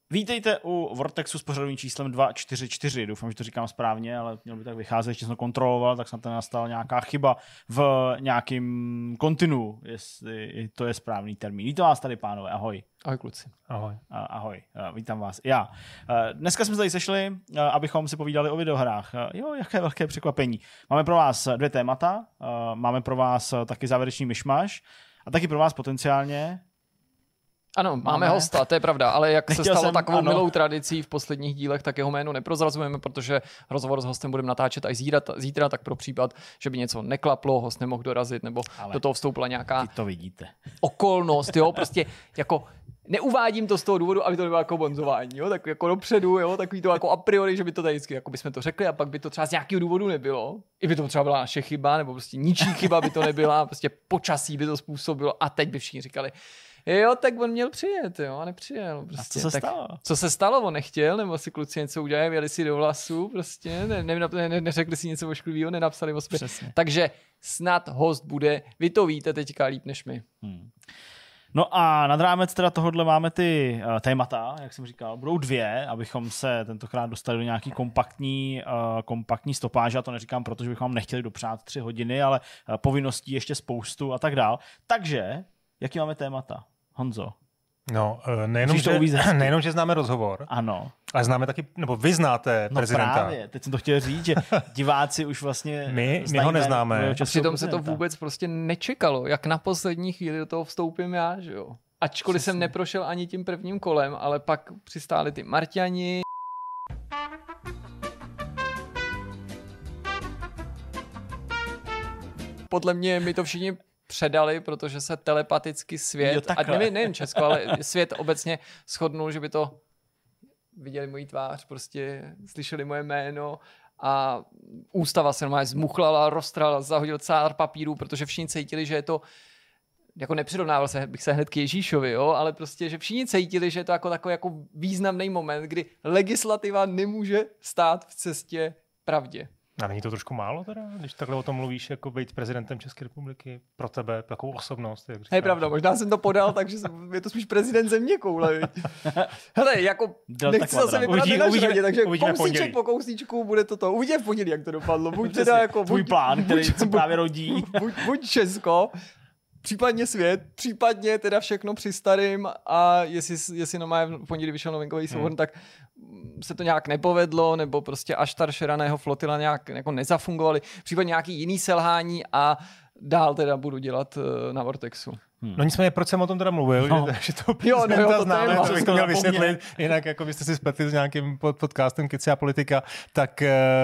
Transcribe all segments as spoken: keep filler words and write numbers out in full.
Vítejte u Vortexu s pořadovým číslem dva čtyři čtyři. Doufám, že to říkám správně, ale měl by tak vycházet, že jsem to kontroloval, tak snad tam nastala nějaká chyba v nějakém kontinu, jestli to je správný termín. Vítám vás tady, pánové, ahoj. Ahoj, kluci. Ahoj. Ahoj, vítám vás. Já. Dneska jsme se tady sešli, abychom si povídali o videohrách. Jo, jaké velké překvapení. Máme pro vás dvě témata, máme pro vás taky závěrečný myšmaš a taky pro vás potenciálně... Ano, máme, máme hosta, to je pravda, ale jak Nechtěl se stalo jsem, takovou ano. milou tradicí v posledních dílech, tak jeho jméno neprozrazujeme, protože rozhovor s hostem budeme natáčet až zítra, zítra, tak pro případ, že by něco neklaplo, host nemohl dorazit, nebo ale do toho vstoupila nějaká to vidíte. okolnost, jo, prostě jako neuvádím to z toho důvodu, aby to nebylo jako bonzování, jo, tak jako dopředu, jo, takový to jako a priori, že by to tady vždycky, jako bychom to řekli a pak by to třeba z nějakého důvodu nebylo, i by to třeba byla naše chyba, nebo prostě ničí chyba by to nebyla, prostě počasí by to způsobilo a teď by všichni říkali, jo, tak on měl přijet, jo, a nepřijel. Prostě. A co se tak, stalo? Co se stalo? On nechtěl, nebo si kluci něco udělali, věli si do vlasu, prostě, ne, ne, ne, neřekli si něco ošklivého, nenapsali o sobě. Přesně. Takže snad host bude, vy to víte teďka líp než my. Hmm. No a nad rámec teda tohohle máme ty uh, témata, jak jsem říkal, budou dvě, abychom se tentokrát dostali do nějaký kompaktní, uh, kompaktní stopáže, a to neříkám, protože bychom vám nechtěli dopřát tři hodiny, ale uh, povinností ještě spoustu a tak dál. Takže, jaký máme témata? Honzo? No, nejenom, že, nejenom, že známe rozhovor, ano, ale známe taky, nebo vy znáte no prezidenta. Právě, teď jsem to chtěl říct, že diváci už vlastně... My, my ho neznáme. A přitom se to vůbec prostě nečekalo, jak na poslední chvíli do toho vstoupím já, že jo. Ačkoliv Přesně. jsem neprošel ani tím prvním kolem, ale pak přistáli ty Marťani. Podle mě mi to všichni předali, protože se telepaticky svět, jo, a nevím, nejen Česko, ale svět obecně shodnul, že by to viděli moji tvář, prostě slyšeli moje jméno a ústava se normálně zmuchlala, roztrala, zahodil cár papíru, protože všichni cítili, že je to, jako nepřirovnával se, bych se hned k Ježíšovi, jo, ale prostě, že všichni cítili, že je to jako takový jako významný moment, kdy legislativa nemůže stát v cestě pravdě. A není to trošku málo teda, když takhle o tom mluvíš, jako být prezidentem České republiky pro tebe, takovou osobnost? Jak je pravda, možná jsem to podal, takže je to spíš prezident země koule. Hele, jako Del nechci zase vypadat nenažradě, takže kousíček po kousíčku bude toto. Uvidíme v pondělí, jak to dopadlo. Buď teda jako, tvůj buď, plán, který buď, se právě rodí. Buď, buď Česko, případně svět, případně teda všechno při starým a jestli, jestli normálně v pondělí vyšel novinkový souhrn, hmm. tak se to nějak nepovedlo, nebo prostě Aštar Šeraného flotila nějak jako nezafungovaly, případně nějaký jiný selhání a dál teda budu dělat uh, na Vortexu. Hmm. No nicméně, proč jsem o tom teda mluvil, no. že, že to jo, no, jo, to známe, téma, to bych to měl vysvětlit, jinak jako byste si spletli s nějakým podcastem Kici a politika, tak,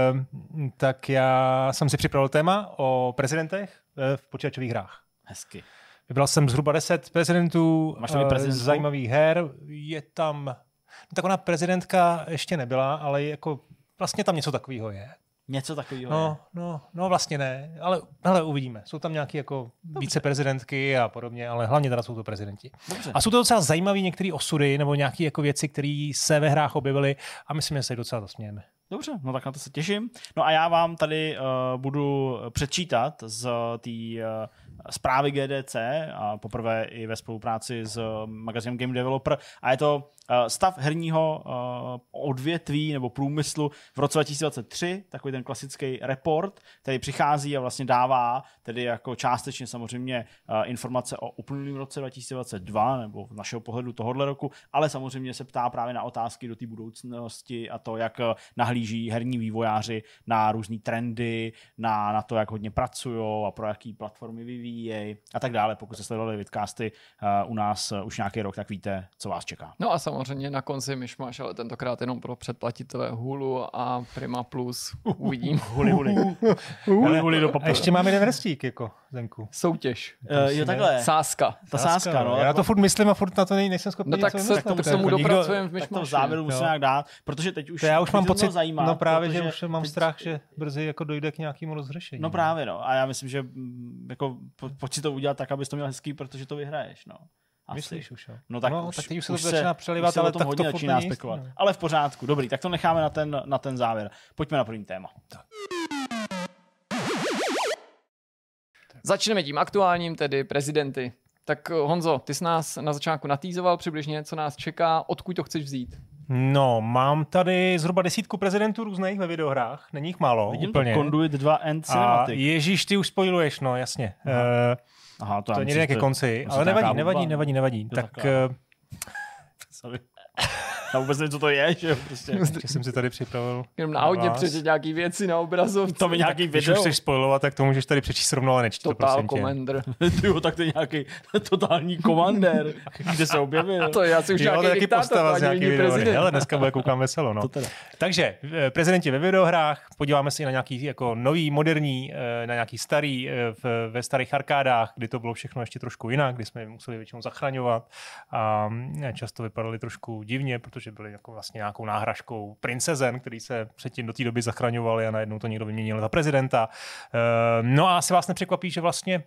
tak já jsem si připravil téma o prezidentech v počítačových hrách. Hezky. Vybral jsem zhruba deset prezidentů z zajímavých her. Je tam... Taková prezidentka ještě nebyla, ale jako vlastně tam něco takového je. Něco takového no, je? No, no vlastně ne, ale hele, uvidíme. Jsou tam nějaké jako viceprezidentky a podobně, ale hlavně teda jsou to prezidenti. Dobře. A jsou to docela zajímavé některé osudy nebo nějaké jako věci, které se ve hrách objevily a myslím, že se docela zasmějeme. Dobře, no tak na to se těším. No a já vám tady uh, budu předčítat z té uh, zprávy G D C a poprvé i ve spolupráci s magazinem Game Developer a je to uh, stav herního uh, odvětví nebo průmyslu v roce dva tisíce dvacet tři, takový ten klasický report, který přichází a vlastně dává tedy jako částečně samozřejmě uh, informace o uplynulém roce dva tisíce dvacet dva nebo z našeho pohledu tohohle roku, ale samozřejmě se ptá právě na otázky do té budoucnosti a to, jak nahlíží herní vývojáři na různý trendy, na, na to, jak hodně pracují a pro jaký platformy vyvíjejí a tak dále. Pokud jste sledovali vidcasty uh, u nás uh, už nějaký rok, tak víte, co vás čeká. No a samozřejmě na konci myšmaš, ale tentokrát jenom pro předplatitele Hulu a Prima Plus. Uvidím. huli, huli. huli, huli do a ještě máme jeden vrstík, jako, Zenku. Soutěž. Uh, jo, takhle. Sáska. Ta sáska, sáska no. Já to furt myslím a furt na to nejsem schopný. No tak se tak to, k tomu dopracujeme v myšmaši. Tak to v závěru musím nějak dát, protože teď už... To já už mám pocit, zajímat, no právě, protože že už mám teď... strach, že brzy jako dojde k nějakému rozřešení. No právě, no. A já myslím, že jako, po, pojď si to udělat tak, abys to měl hezký, protože to vyhraješ, no. Asi. Myslíš už, jo? No tak, no, už, tak teď už se už to začíná přelivat, ale tak to začíná spekulovat. No. Ale v pořádku, dobrý, tak to necháme na ten, na ten závěr. Pojďme na první téma. Tak. Začneme tím aktuálním, tedy prezidenty. Tak Honzo, ty jsi nás na začátku natýzoval přibližně, co nás čeká, odkud to chceš vzít? No, mám tady zhruba desítku prezidentů různých ve videohrách, není jich málo. Vidím úplně. to Conduit dva and A Cinematic. ježíš, ty už spoiluješ, no jasně. Aha. Uh, Aha, to, to já je myslím, někde ke že- konci, to ale je nějaká nevadí, nevadí, hudba. nevadí, nevadí. To Tak taková- uh, Sorry. Já vůbec nevím, co to je, že jo, prostě. ještě jsem si tady připravil. Jenom náhodně vás. přečet nějaký věci na obrazovce. To mi nějaký Když už video. chceš spoilovat, tak to můžeš tady přečíst rovnou, ale nečti to, Total prosím tě. Commander. Tyjo, tak to je nějaký totální komandér, kde se objevil. To je asi už Jo, to je nějaký taky diktátor, postava z to ani nějaký není videohry. prezident. Hele, dneska bude koukám veselo, no. To teda. Takže eh, prezidenti ve videohrách, podíváme se i na nějaký jako nový, moderní, eh, na nějaký starý, eh, v, ve starých arkádách, kdy to bylo všechno ještě trošku jinak, kdy jsme je museli většinou zachraňovat a eh, často vypadaly trošku divně, protože byly jako vlastně nějakou náhražkou princezen, který se předtím do té doby zachraňovali a najednou to někdo vyměnil za prezidenta. Eh, No a asi vás nepřekvapí, že vlastně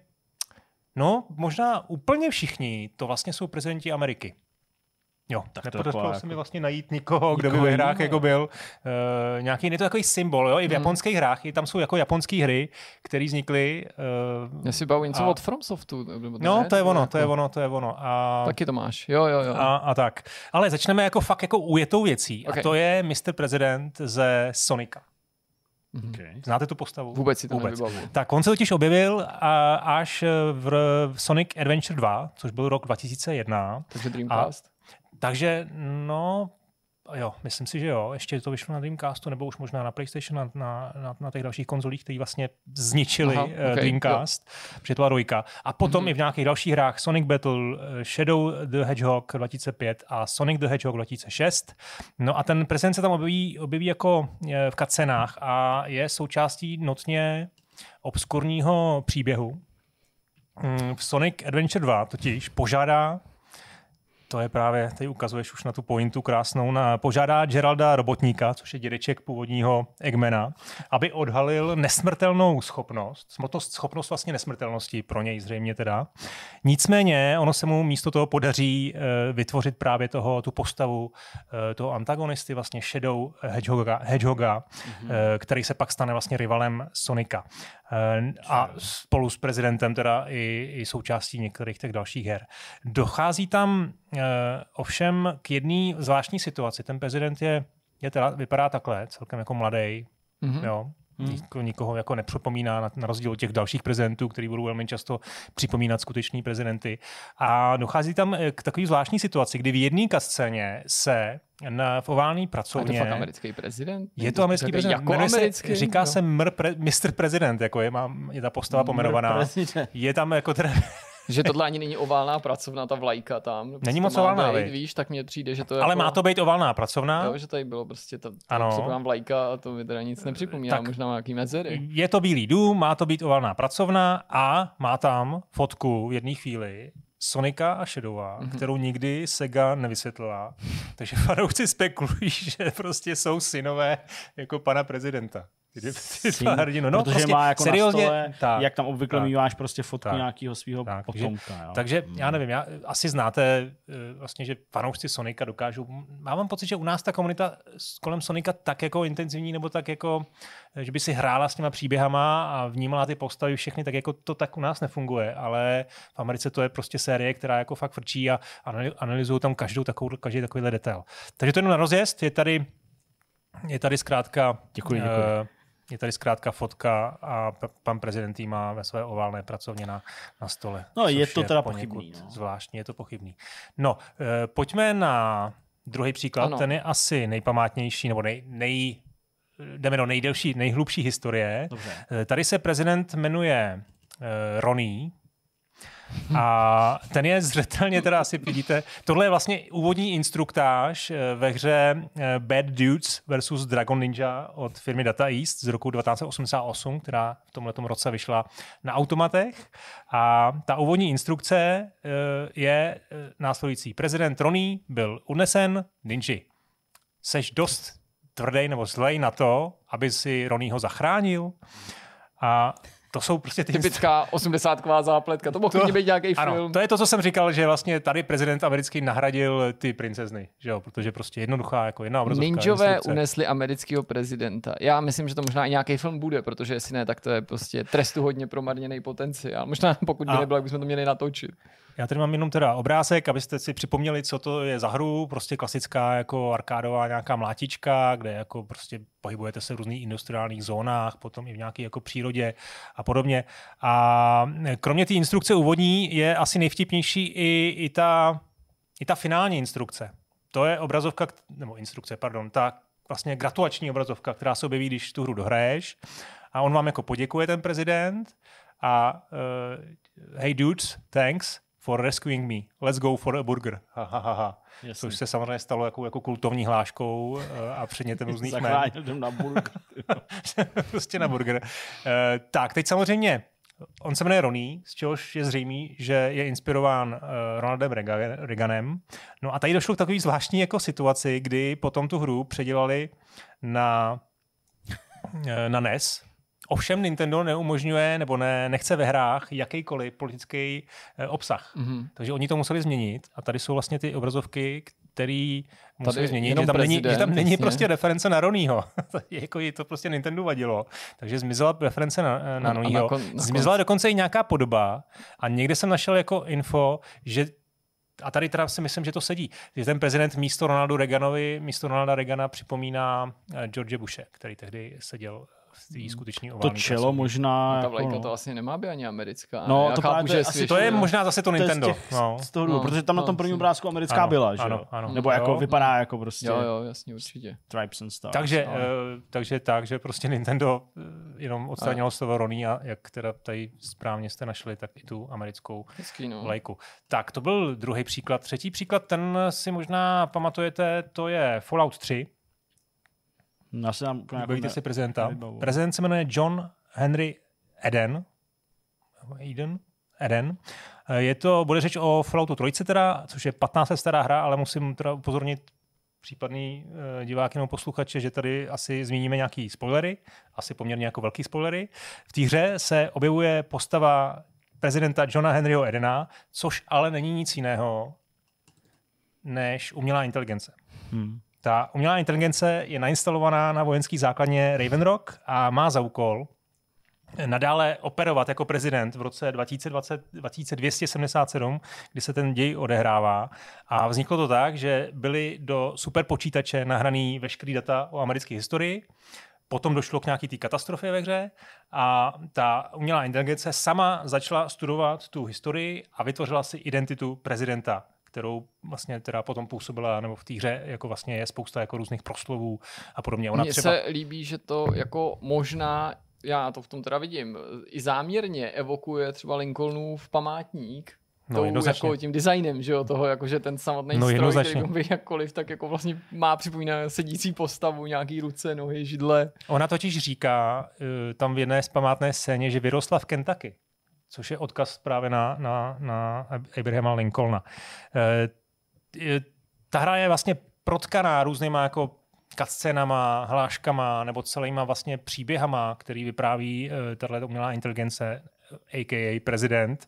no, možná úplně všichni to vlastně jsou prezidenti Ameriky. Jo, tak to je nepodařilo taková se jako- mi vlastně najít nikoho, kdo by Nikoho ve hrách jiného. jako byl. Uh, nějaký, je to takový symbol, jo? I v Hmm. japonských hrách, i tam jsou jako japonské hry, které vznikly. Uh, Já si bavu něco A- od FromSoftu. nebo no, ne? to je ono, Jako- to je ono, to je ono. A, Taky to máš. Jo, jo, jo. a, a tak. Ale začneme jako fakt jako ujetou věcí. Okay. A to je mister President ze Sonika. Okay. Znáte tu postavu? Vůbec si to Vůbec. nevybavu. Tak on se totiž objevil a, až v, v Sonic Adventure dva, což byl rok dva tisíce jedna. Takže Dreamcast. Takže, no, jo, myslím si, že jo. Ještě to vyšlo na Dreamcastu, nebo už možná na PlayStation, na, na, na, na těch dalších konzolích, které vlastně zničili Aha, uh, okay, Dreamcast, protože to byla dvojka. A potom Mhm. i v nějakých dalších hrách Sonic Battle, eh, Shadow the Hedgehog dva tisíce pět a Sonic the Hedgehog dva tisíce šest. No a ten prezident se tam objeví, objeví jako eh, v cutscenách a je součástí notně obskurního příběhu. Mm, V Sonic Adventure dva totiž požádá, to je právě, tady ukazuješ už na tu pointu krásnou, na, požádá Geralda Robotníka, což je dědeček původního Eggmana, aby odhalil nesmrtelnou schopnost, schopnost, schopnost vlastně nesmrtelnosti pro něj zřejmě teda. Nicméně ono se mu místo toho podaří uh, vytvořit právě toho, tu postavu uh, toho antagonisty, vlastně Shadow Hedgehoga, Hedgehoga mm-hmm. uh, který se pak stane vlastně rivalem Sonika. Uh, a spolu s prezidentem teda i, i součástí některých těch dalších her. Dochází tam uh, ovšem k jedné zvláštní situaci. Ten prezident je, je teda, vypadá takhle, celkem jako mladý, Mhm. jo. Niko, nikoho jako nepřipomíná na, na rozdíl od těch dalších prezidentů, který budou velmi často připomínat skutečný prezidenty. A dochází tam k takové zvláštní situaci, kdy v jedné scéně se na, v oválné A je pracovně... to fakt americký prezident? Je to americký prezident. Jako Jmenuje americký? Se, říká jo. se Mr. Pre, mister Prezident, jako je, má, je ta postava pomenovaná. Prezident. Je tam jako teda... Že tohle ani není oválná pracovna, ta vlajka tam. Není to moc má oválná, být, viď? víš, tak mně přijde, že to je Ale jako... má to být oválná pracovna. Jo, že tady bylo prostě ta, Ano. ta ano. vlajka a to mi teda nic nepřipomíná, Tak. možná má nějaký mezery. Je to Bílý dům, má to být oválná pracovna a má tam fotku v jedné chvíli Sonika a Shadowa, mm-hmm. kterou nikdy Sega nevysvětlila. Takže fanoušci spekulují, že prostě jsou synové jako pana prezidenta. Ty- ty dva hrdinu. No, protože prostě má jako seriózně, na stole, tak, jak tam obvykle tak. míváš prostě fotku Tak. nějakého svého Tak, takže- potomka. Jo? Takže já nevím, já, asi znáte eh, vlastně, že fanoušci Sonika dokážou, já mám pocit, že u nás ta komunita s- kolem Sonika tak jako intenzivní, nebo tak jako, eh, že by si hrála s těma příběhama a vnímala ty postavy všechny, tak jako to tak u nás nefunguje, ale v Americe to je prostě série, která jako fakt frčí a anal- analyzují tam každou takovou, každý takovýhle detail. Takže to jenom na rozjezd, je tady, je tady zkrátka, Děkuji, děkuji. eh, je tady zkrátka fotka a p- pan prezident jí má ve své oválné pracovně na, na stole. No, je což to teda poněkud pochybný, no. Zvláštní, je to pochybný. No, eh, pojďme na druhý příklad. Ano. Ten je asi nejpamátnější, nebo nej, nej, jdeme do nejdelší, nejhlubší historie. Dobře. Eh, Tady se prezident jmenuje eh, Ronnie. A ten je zřetelně, teda asi vidíte, tohle je vlastně úvodní instruktáž eh, ve hře eh, Bad Dudes versus Dragon Ninja od firmy Data East z roku devatenáct set osmdesát osm, která v tomhletom roce vyšla na automatech. A ta úvodní instrukce eh, je eh, následující. Prezident Ronnie byl unesen ninji. Seš dost tvrdý nebo zlej na to, aby si Ronnieho zachránil? A to jsou prostě ty Typická osmdesátková zápletka, to mohl klidně být nějaký ano, film. to je to, co jsem říkal, že vlastně tady prezident americký nahradil ty princezny, že jo, protože prostě jednoduchá, jako jedna obrazovka. Ninjové instrukce. unesli amerického prezidenta. Já myslím, že to možná i nějaký film bude, protože jestli ne, tak to je prostě trestuhodně promarněný potenciál. Možná pokud by A- nebylo, jak bychom to měli natočit. Já tady mám jenom teda obrázek, abyste si připomněli, co to je za hru, prostě klasická jako arkádová nějaká mlátička, kde jako prostě pohybujete se v různých industriálních zónách, potom i v nějaké jako přírodě a podobně. A kromě té instrukce úvodní je asi nejvtipnější i, i, ta, i ta finální instrukce. To je obrazovka, nebo instrukce, pardon, ta vlastně gratulační obrazovka, která se objeví, když tu hru dohraješ. A on vám jako poděkuje, ten prezident, a uh, hey dudes, thanks for rescuing me. Let's go for a burger. Ha, ha, ha, ha. Což se samozřejmě stalo jako, jako kultovní hláškou uh, a předmětem různých jmen. Zachránil na burger. Prostě na burger. Uh, tak, teď samozřejmě on se jmenuje Ronnie, z čehož je zřejmý, že je inspirován uh, Ronaldem Reaganem. No a tady došlo k takové zvláštní jako situaci, kdy potom tu hru předělali na, uh, na N E S. Ovšem Nintendo neumožňuje nebo ne, nechce ve hrách jakýkoliv politický eh, obsah. Mm-hmm. Takže oni to museli změnit a tady jsou vlastně ty obrazovky, které museli změnit, že tam není, že tam není prostě reference na Ronnieho. Jako to prostě Nintendo vadilo. Takže zmizela reference na, na Ronnieho. Na kon, na zmizela dokonce i nějaká podoba a někde jsem našel jako info, že a tady teda si myslím, že to sedí. Že ten prezident místo Ronaldu Reaganovi, místo Ronalda Reagana připomíná George Bushe, který tehdy seděl v té skutečný oválný. To čelo možná... No, ta vlajka jako, to asi nemá být ani americká. No, já to, chápu, to, že asi, to je možná zase to Nintendo. To z těch, no. z toho, no, protože tam no, na tom prvním obrázku americká ano, byla, že ano, jo? ano, Nebo jako jo. vypadá jako prostě... Jo, jo, jasně, určitě. Stripes and Stars. Takže, no. uh, takže tak, že prostě Nintendo jenom odstranilo slovo Ronnie a jak teda tady správně jste našli, tak i tu americkou Hezký, no. vlajku. Tak, to byl druhý příklad. Třetí příklad, ten si možná pamatujete, to je Fallout tři. Já se nám Bojíte ne, si prezidenta. nevybavu. Prezident se jmenuje John Henry Eden. Eden? Eden. Je to, bude řeč o Falloutu tři teda, což je patnáct let stará hra, ale musím teda upozornit případný uh, diváky nebo posluchače, že tady asi zmíníme nějaký spoilery, asi poměrně jako velký spoilery. V té hře se objevuje postava prezidenta Johna Henryho Edena, což ale není nic jiného než umělá inteligence. Hmm. Ta umělá inteligence je nainstalovaná na vojenský základně Raven Rock a má za úkol nadále operovat jako prezident v roce dva tisíce dvacet, dva tisíce dvě stě sedmdesát sedm, kdy se ten děj odehrává. A vzniklo to tak, že byly do superpočítače nahraný veškerý data o americké historii. Potom došlo k nějaký té katastrofě ve hře a ta umělá inteligence sama začala studovat tu historii a vytvořila si identitu prezidenta, kterou vlastně teda potom působila, nebo v té hře jako vlastně je spousta jako různých proslovů a podobně. Ona Mně třeba... se líbí, že to jako možná, já to v tom teda vidím, i záměrně evokuje třeba Lincolnův památník, No, jako tím designem, že jo, toho, jakože ten samotný no, stroj, který by jakkoliv, tak jako vlastně má připomíná sedící postavu, nějaký ruce, nohy, židle. Ona totiž říká tam v jedné z památné scéně, že vyrostla v Kentucky, což je odkaz právě na, na, na Abrahama Lincolna. E, ta hra je vlastně protkaná různýma jako cutscénama, hláškama nebo celýma vlastně příběhama, který vypráví e, tato umělá inteligence, a k a prezident.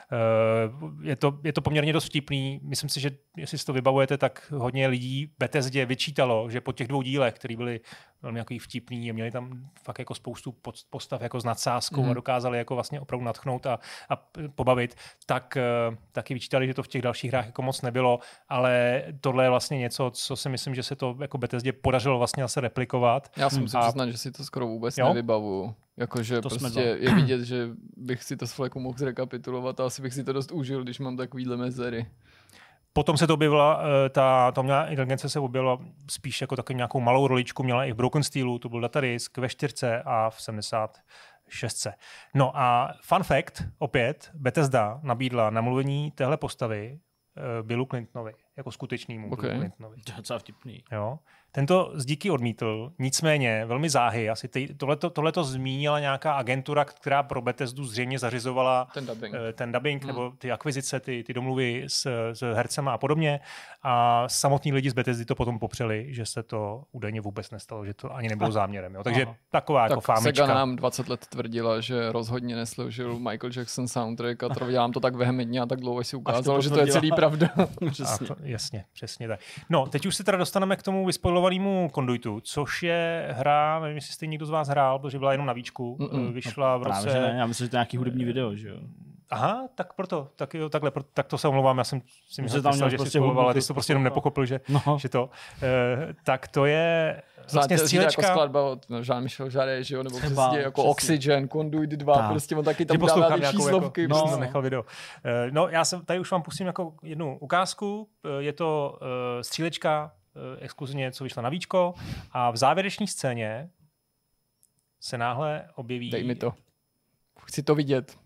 Je to, je to poměrně dost vtipný. Myslím si, že jestli si to vybavujete, tak hodně lidí Bethesdě vyčítalo, že po těch dvou dílech, které byly velmi jako vtipný a měli tam fakt jako spoustu postav jako s nadsázkou mm. a dokázali jako vlastně opravdu nadchnout a, a pobavit, tak taky vyčítali, že to v těch dalších hrách jako moc nebylo, ale tohle je vlastně něco, co si myslím, že se to jako Bethesdě podařilo vlastně zase replikovat. Já si musím a... přiznat, že si to skoro vůbec jo? nevybavuju. Jakože prostě je vidět, že bych si to s fleku mohl zrekapitulovat a asi bych si to dost užil, když mám takovýhle mezery. Potom se to objevila, ta, ta umělá inteligence se objevila spíš jako takovou nějakou malou roličku, měla i v Broken Steelu, to byl datadisk, ve čtyřce a v sedmdesát šest. No a fun fact, opět, Bethesda nabídla namluvení téhle postavy Billu Clintonovi, jako skutečnému okay. Billu Clintonovi. To je docela vtipný. Jo. Tento z díky odmítl, nicméně velmi záhy. Asi tej, tohleto, tohleto zmínila nějaká agentura, která pro Bethesdu zřejmě zařizovala ten dubbing, ten dubbing hmm. nebo ty akvizice, ty, ty domluvy s, s hercema a podobně. A samotní lidi z Bethesdy to potom popřeli, že se to údajně vůbec nestalo, že to ani nebylo záměrem. Jo. Takže aha. taková tak jako fámička. Sega nám dvacet let tvrdila, že rozhodně nesloužil Michael Jackson soundtrack a to dělám to tak vehementně a tak dlouho si ukázalo, to že to je celý pravda. Přesně. To, jasně, přesně tak. No, teď už se teda dostaneme k tomu vyspoilovanému Conduitu, což je hra, nevím, jestli jste někdo z vás hrál, protože byla jenom na výčku, mm-mm. vyšla v roce... Právě, že ne, já myslím, že to je nějaký hudební video, že jo? Aha, tak proto, tak jo, takhle, proto, tak to se omlouvám, já jsem si myslel, tam myslel že prostě jsi spojoval, ale ty hudbu, jsi to prostě jenom nepochopil, že, no. že to. Uh, tak to je vlastně střílečka. Jako skladba od Jean-Michel Jarre, že jo, nebo Třeba, prostě jako přesně. Oxygen, Conduit dva, tak. prostě on taky tam Že dává ty nějakou, číslovky. jako, No, no, nechal video. Uh, no, já jsem, tady už vám pustím jako jednu ukázku, je to uh, střílečka, uh, exkluzivně, co vyšla na víčko a v závěreční scéně se náhle objeví... Dej mi to. Chci to vidět.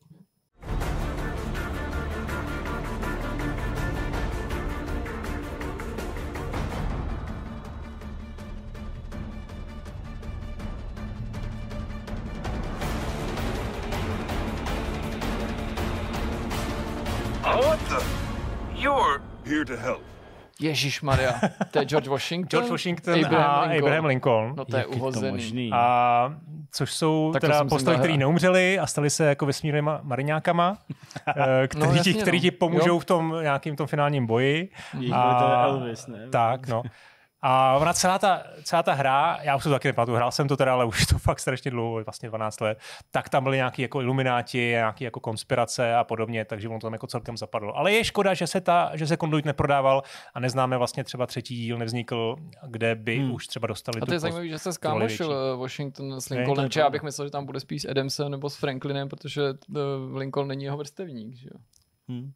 What the? You're here to help. Ježišmarja, to je George Washington? George Washington Abraham a Lincoln. Abraham Lincoln. No to je Jak je to uhozený. možný? A což jsou Tak to teda jsem si postavy, zahrál. který neumřeli a stali se jako vesmírnýma mariňákama, eh, který, No, ti, jasně, který no. ti pomůžou Jo. v tom nějakým tom finálním boji. Jejich to je Elvis, ne? Tak, no. A ona celá ta, celá ta hra, já už to taky nepamatuju, hrál jsem to teda, ale už je to fakt strašně dlouho, vlastně dvanáct let, tak tam byly nějaký jako ilumináti, nějaký jako konspirace a podobně, takže on to tam jako celkem zapadlo. Ale je škoda, že se, ta, že se Conduit neprodával a neznáme vlastně třeba třetí díl nevznikl, kde by hmm. už třeba dostali A to tu je post- zajímavé, že se roli skámošil větší. Washington s Ne, Lincolnem, to je že já pravda. bych myslel, že tam bude spíš s Adamsem nebo s Franklinem, protože uh, Lincoln není jeho vrstevník, že jo. Hmm.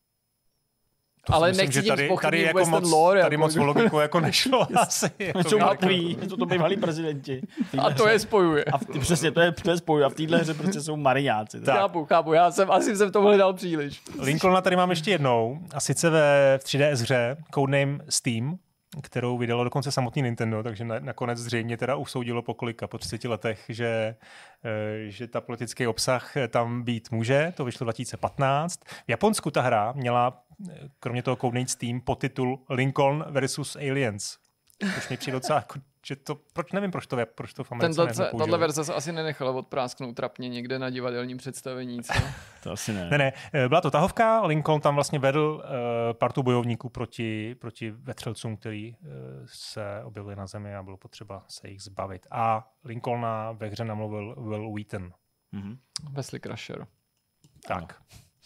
To si Ale myslím, nechci že tím tady, zpochybnit tady, jako vůbec ten moc, lore, tady jako- moc o logiku jako nešlo asi. Jako Jsou nějak- mrtví, jsou to bývalí prezidenti. A to je spojuje. A v, přesně, to je, to je spoj. A v téhle hře prostě jsou mariňáci. Tak. Chápu, chápu, já jsem asi jsem to hledal příliš. Lincolna tady mám ještě jednou, a sice ve tři D S hře Codename Steam, kterou vydalo dokonce samotný Nintendo, takže na, nakonec zřejmě teda usoudilo po kolika, po třiceti letech, že, e, že ta politický obsah tam být může. To vyšlo dva tisíce patnáct. V Japonsku ta hra měla, kromě toho Codename Steam, podtitul Lincoln versus Aliens. Což mi přijde docela, jako, že to, proč nevím, proč to, proč to v Americe Tahle nepoužili. verze se asi nenechala odprásknout trapně někde na divadelním představení, co? To asi ne. Ne, ne, byla to tahovka, Lincoln tam vlastně vedl uh, partu bojovníků proti, proti vetřelcům, který uh, se objevili na zemi a bylo potřeba se jich zbavit. A Lincolna ve hře namluvil Will Wheaton. Mhm. Wesley Crusher. Tak.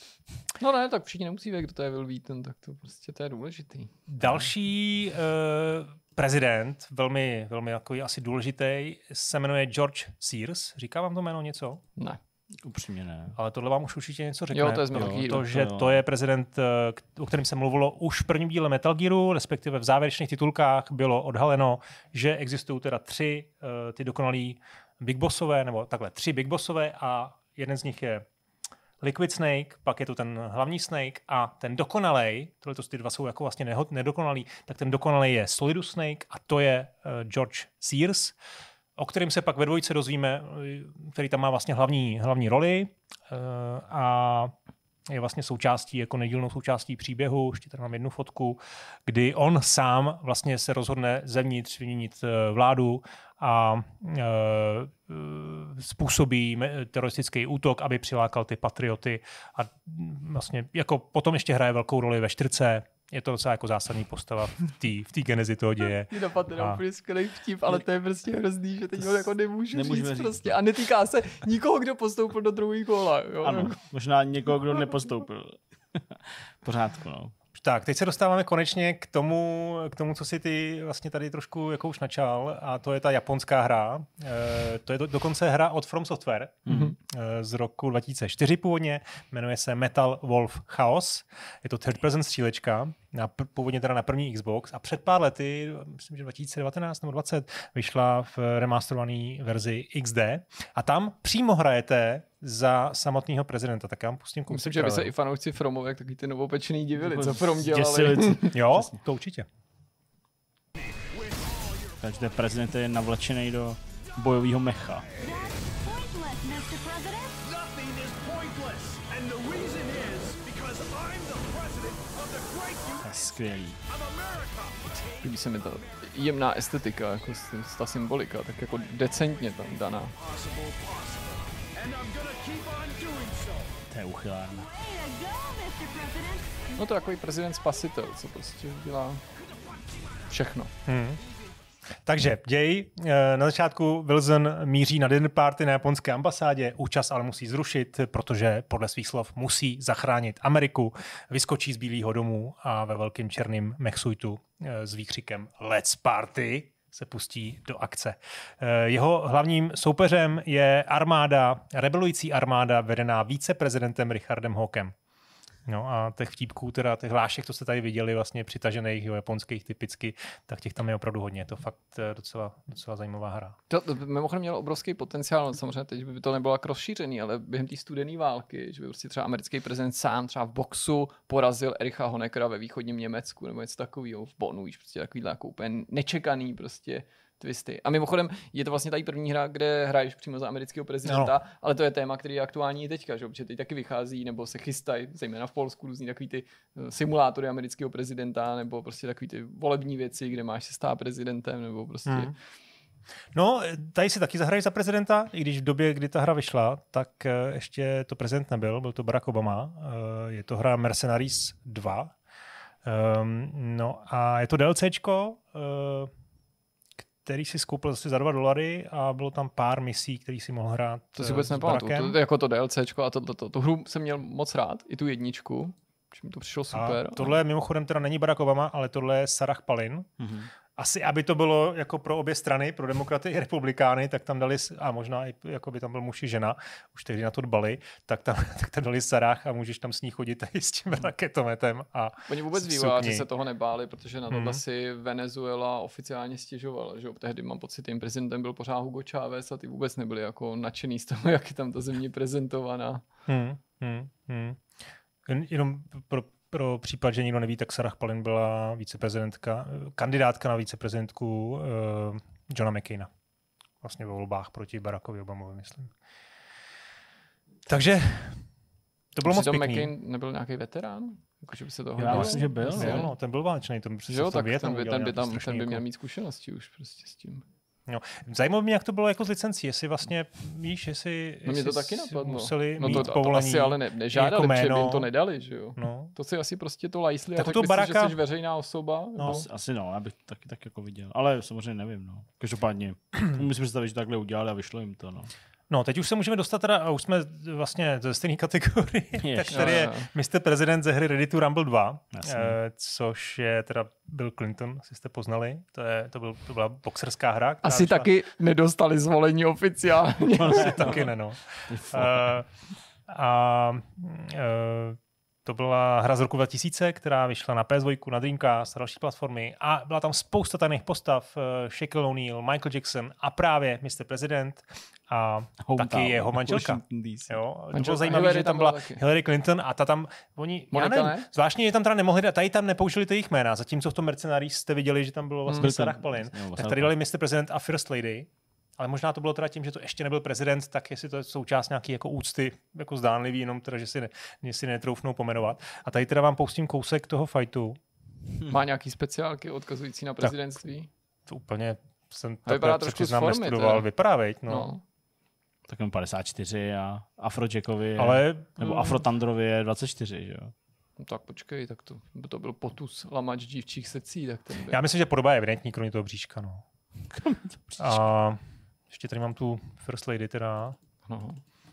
No ne, tak všichni nemusí vědět, kdo to je Will Wheaton, tak to prostě to je důležitý. Další uh, prezident, velmi, velmi jako asi důležitý, se jmenuje George Sears. Říká vám to jméno něco? Ne. Upřímně ne. Ale tohle vám už určitě něco řekne. Jo, to je z Metal Gearu. To, že To jo. to je prezident, o kterém se mluvilo už v prvním díle Metal Gearu, respektive v závěrečných titulkách bylo odhaleno, že existují teda tři uh, ty dokonalý Big Bossové, nebo takhle tři Big Bossové a jeden z nich je Liquid Snake, pak je tu ten hlavní Snake a ten dokonalej, tohle ty dva jsou jako vlastně neho- nedokonalý, tak ten dokonalej je Solidus Snake a to je uh, George Sears, o kterém se pak ve dvojce dozvíme, který tam má vlastně hlavní, hlavní roli uh, a je vlastně součástí, jako nedílnou součástí příběhu. Ještě tady mám jednu fotku, kdy on sám vlastně se rozhodne zevnitř vyměnit uh, vládu a uh, způsobí teroristický útok, aby přilákal ty patrioty a vlastně jako potom ještě hraje velkou roli ve čtyřce. Je to docela jako zásadní postava v té v té genezi toho děje. Mě napadne A- na úplně skvělý vtip, ale to je prostě hrozný, že teď ho jako nemůžu Nemůžeme říct, říct. prostě. A netýká se nikoho, kdo postoupil do druhého kola. Jo? Ano, možná někoho, kdo nepostoupil. Pořádku, no. Tak, teď se dostáváme konečně k tomu, k tomu, co si ty vlastně tady trošku jako už načal, a to je ta japonská hra. E, to je do, dokonce hra od From Software mm-hmm. e, z roku dva tisíce čtyři původně, jmenuje se Metal Wolf Chaos. Je to third person střílečka, na, původně teda na první Xbox a před pár lety, myslím, že dva tisíce devatenáct nebo dvacet, vyšla v remasterované verzi X D a tam přímo hrajete za samotného prezidenta. Tak já vám pustím kousek. Myslím, že by se traileru. i fanoušci Fromovek taky ty novopečený divili, co From Zděsili. dělali. Jo, to určitě. Takže ten prezident je navlečený do bojového mecha. Pointless, mister President. Nothing is pointless, and the reason is because I'm the president of the great To je skvělý. of America. Líbí se mi ta jemná estetika, jako ta symbolika, tak jako decentně tam daná. Possible, possible, and I'm gonna keep on doing so. To je uchylárna. Way to go, mister President. No to je takový prezident spasitel, co prostě dělá všechno. Hmm. Takže děj. Na začátku Wilson míří na dinner party na japonské ambasádě, účast ale musí zrušit, protože podle svých slov musí zachránit Ameriku. Vyskočí z Bílého domu a ve velkým černým mechsuitu s výkřikem Let's party se pustí do akce. Jeho hlavním soupeřem je armáda, rebelující armáda vedená viceprezidentem Richardem Hawkem. No a těch vtípků, teda těch hlášek, co jste tady viděli, vlastně přitažených, jo, japonských typicky, tak těch tam je opravdu hodně. Je to fakt docela, docela zajímavá hra. To, to mimochodem mělo obrovský potenciál, samozřejmě teď by to nebylo tak rozšířený, ale během té studené války, že by prostě třeba americký prezident sám třeba v boxu porazil Ericha Honeckera ve východním Německu nebo něco takového v Bonnu, víš, prostě takovýhle jako úplně nečekaný prostě twisty. A mimochodem je to vlastně tady první hra, kde hraješ přímo za amerického prezidenta, no. Ale to je téma, který je aktuální i teďka, že? Protože teď taky vychází nebo se chystají, zejména v Polsku, různý takový ty simulátory amerického prezidenta nebo prostě takový ty volební věci, kde máš se stát prezidentem nebo prostě... Hmm. No, tady si taky zahrají za prezidenta, i když v době, kdy ta hra vyšla, tak ještě to prezident nebyl, byl to Barack Obama. Je to hra Mercenaries dva. No a je to DLCčko, který si skoupil zase za dva dolary a bylo tam pár misí, který si mohl hrát. To si vůbec nepamatuju. To, jako to DLCčko a to, to, to, tu hru jsem měl moc rád, i tu jedničku, mi to přišlo super. A tohle mimochodem teda není Barack Obama, ale tohle je Sarah Palin. Mm-hmm. Asi, aby to bylo jako pro obě strany, pro demokraty i republikány, tak tam dali, a možná i jako by tam byl muž i žena, už tehdy na to dbali, tak tam, tak tam dali Sarah a můžeš tam s ní chodit tady s tím raketometem. A oni vůbec vývojáři se toho nebáli, protože na tohle hmm. si Venezuela oficiálně stěžovala, že tehdy mám pocit, tím prezidentem byl pořád Hugo Chávez a ty vůbec nebyli jako nadšený z toho, jak je tam ta země prezentovaná. Hmm. Hmm. Hmm. Jen, jenom pro Pro případ, že nikdo neví, tak Sarah Palin byla viceprezidentka, kandidátka na viceprezidentku uh, Johna McCaina. Vlastně ve volbách proti Barackovi Obamovi, myslím. Takže to bylo moc pěkný. McCain nebyl nějaký veterán? Jako, že by se toho Já myslím, že byl. byl no, ten byl válečný. Ten, jo, tak ten by, ten by, tam, ten by měl mít zkušenosti už prostě s tím. No, zajímavé mě, jak to bylo jako s licencí, jestli vlastně, víš, jestli, no mě to jestli taky napadlo. museli no mít to, to, povolení. To asi ale ne, nežádali, jako protože by jim to nedali, že jo. No. To si asi prostě to lajsli tak a to řekli baraka... si, že jsi veřejná osoba. No, asi, asi no, já bych taky tak jako viděl. Ale samozřejmě nevím, no. Každopádně, myslím představit, že takhle udělali a vyšlo jim to, no. No, teď už se můžeme dostat teda, a už jsme vlastně ze stejné kategorie, tak tady je mister President ze hry Ready to Rumble dva, eh, což je teda Bill Clinton, si jste poznali, to, je, to, byl, to byla boxerská hra. Asi šla... taky nedostali zvolení oficiálně. Asi taky ne, no. uh, a uh, to byla hra z roku dva tisíce, která vyšla na P S dva, na Dreamcast a další platformy a byla tam spousta tajných postav, uh, Shaquille O'Neal, Michael Jackson a právě mister President a Hometown, taky jeho manželka. Jo, to bylo zajímavé, že tam byla taky. Hillary Clinton a ta tam, oni, Monika, já nevím, ne? zvláštně je tam teda nemohli dát, tady tam nepoužili ty jejich jména, zatímco v tom Mercenaries jste viděli, že tam bylo vlastně hmm. Sarah Palin, no, tak tady dali mister President a First Lady. Ale možná to bylo teda tím, že to ještě nebyl prezident, tak jestli to je součást nějaký jako úcty, jako zdánlivý, jenom teda, že si, ne, že si netroufnou pomenovat. A tady teda vám pustím kousek toho fightu. Má nějaký speciálky odkazující na prezidentství? Tak, to úplně jsem takhle přiznám nestudoval. Vypadá, veď, no. no. Takovým padesát čtyři a Afrojackovi je, ale, nebo Afrotandrovi je dvacet čtyři, že jo? No tak počkej, tak to, to byl potus lamač dívčích srdcí, tak ten byl. Já myslím, že podoba je evidentní, kromě toho bříška, no. Kromě toho bříška. A ještě tady mám tu First Lady teda. No.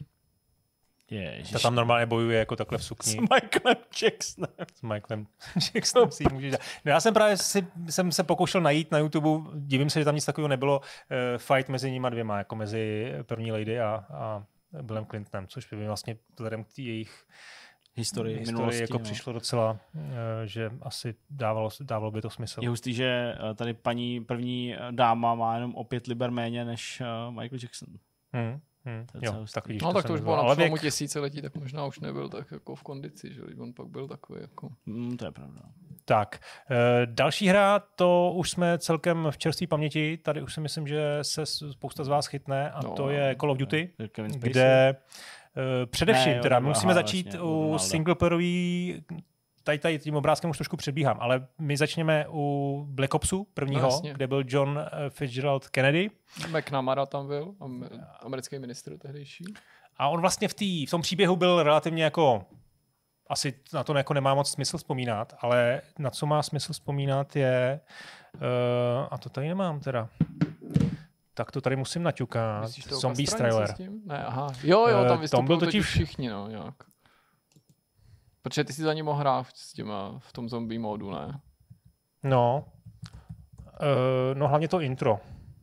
Ježiš. Ta tam normálně bojuje jako takhle v sukni. S Michaelem Jacksonem. S Michaelem Jacksonem si můžeš dát. No já jsem právě si, jsem se pokoušel najít na YouTube, divím se, že tam nic takového nebylo, uh, fight mezi nima dvěma, jako mezi první Lady a, a Billem Clintonem, což by vlastně vzhledem k jejich historii, historii minulosti, jako no. přišlo docela, uh, že asi dávalo, dávalo by to smysl. Je hustý, že tady paní první dáma má jenom o pět liber méně než uh, Michael Jackson. Hmm. Hmm, jo, tak vidíš, no to tak to už bylo na přelomu věk... tisíciletí, tak možná už nebyl tak jako v kondici, že on pak byl takový jako... Mm, to je pravda. Tak, e, další hra, to už jsme celkem v čerstvé paměti, tady už si myslím, že se spousta z vás chytne a no, to je Call of Duty, kde e, především, ne, jo, teda musíme aha, začít vlastně, u singleplayerový. Tady, tady tím obrázkem už trošku předbíhám, ale my začneme u Black Opsu prvního, no, kde byl John Fitzgerald Kennedy. McNamara tam byl, americký ministr tehdejší. A on vlastně v, tý, v tom příběhu byl relativně jako asi na to jako nemá moc smysl vzpomínat, ale na co má smysl vzpomínat je, uh, a to tady nemám teda, tak to tady musím naťukat, Zombies trailer. Ne, aha. Jo, jo, tam vystupují byl totiž totiž všichni, no, nějak. Protože ty si za ním mohl hrát s těma, v tom zombie módu, ne? No, uh, no hlavně to intro.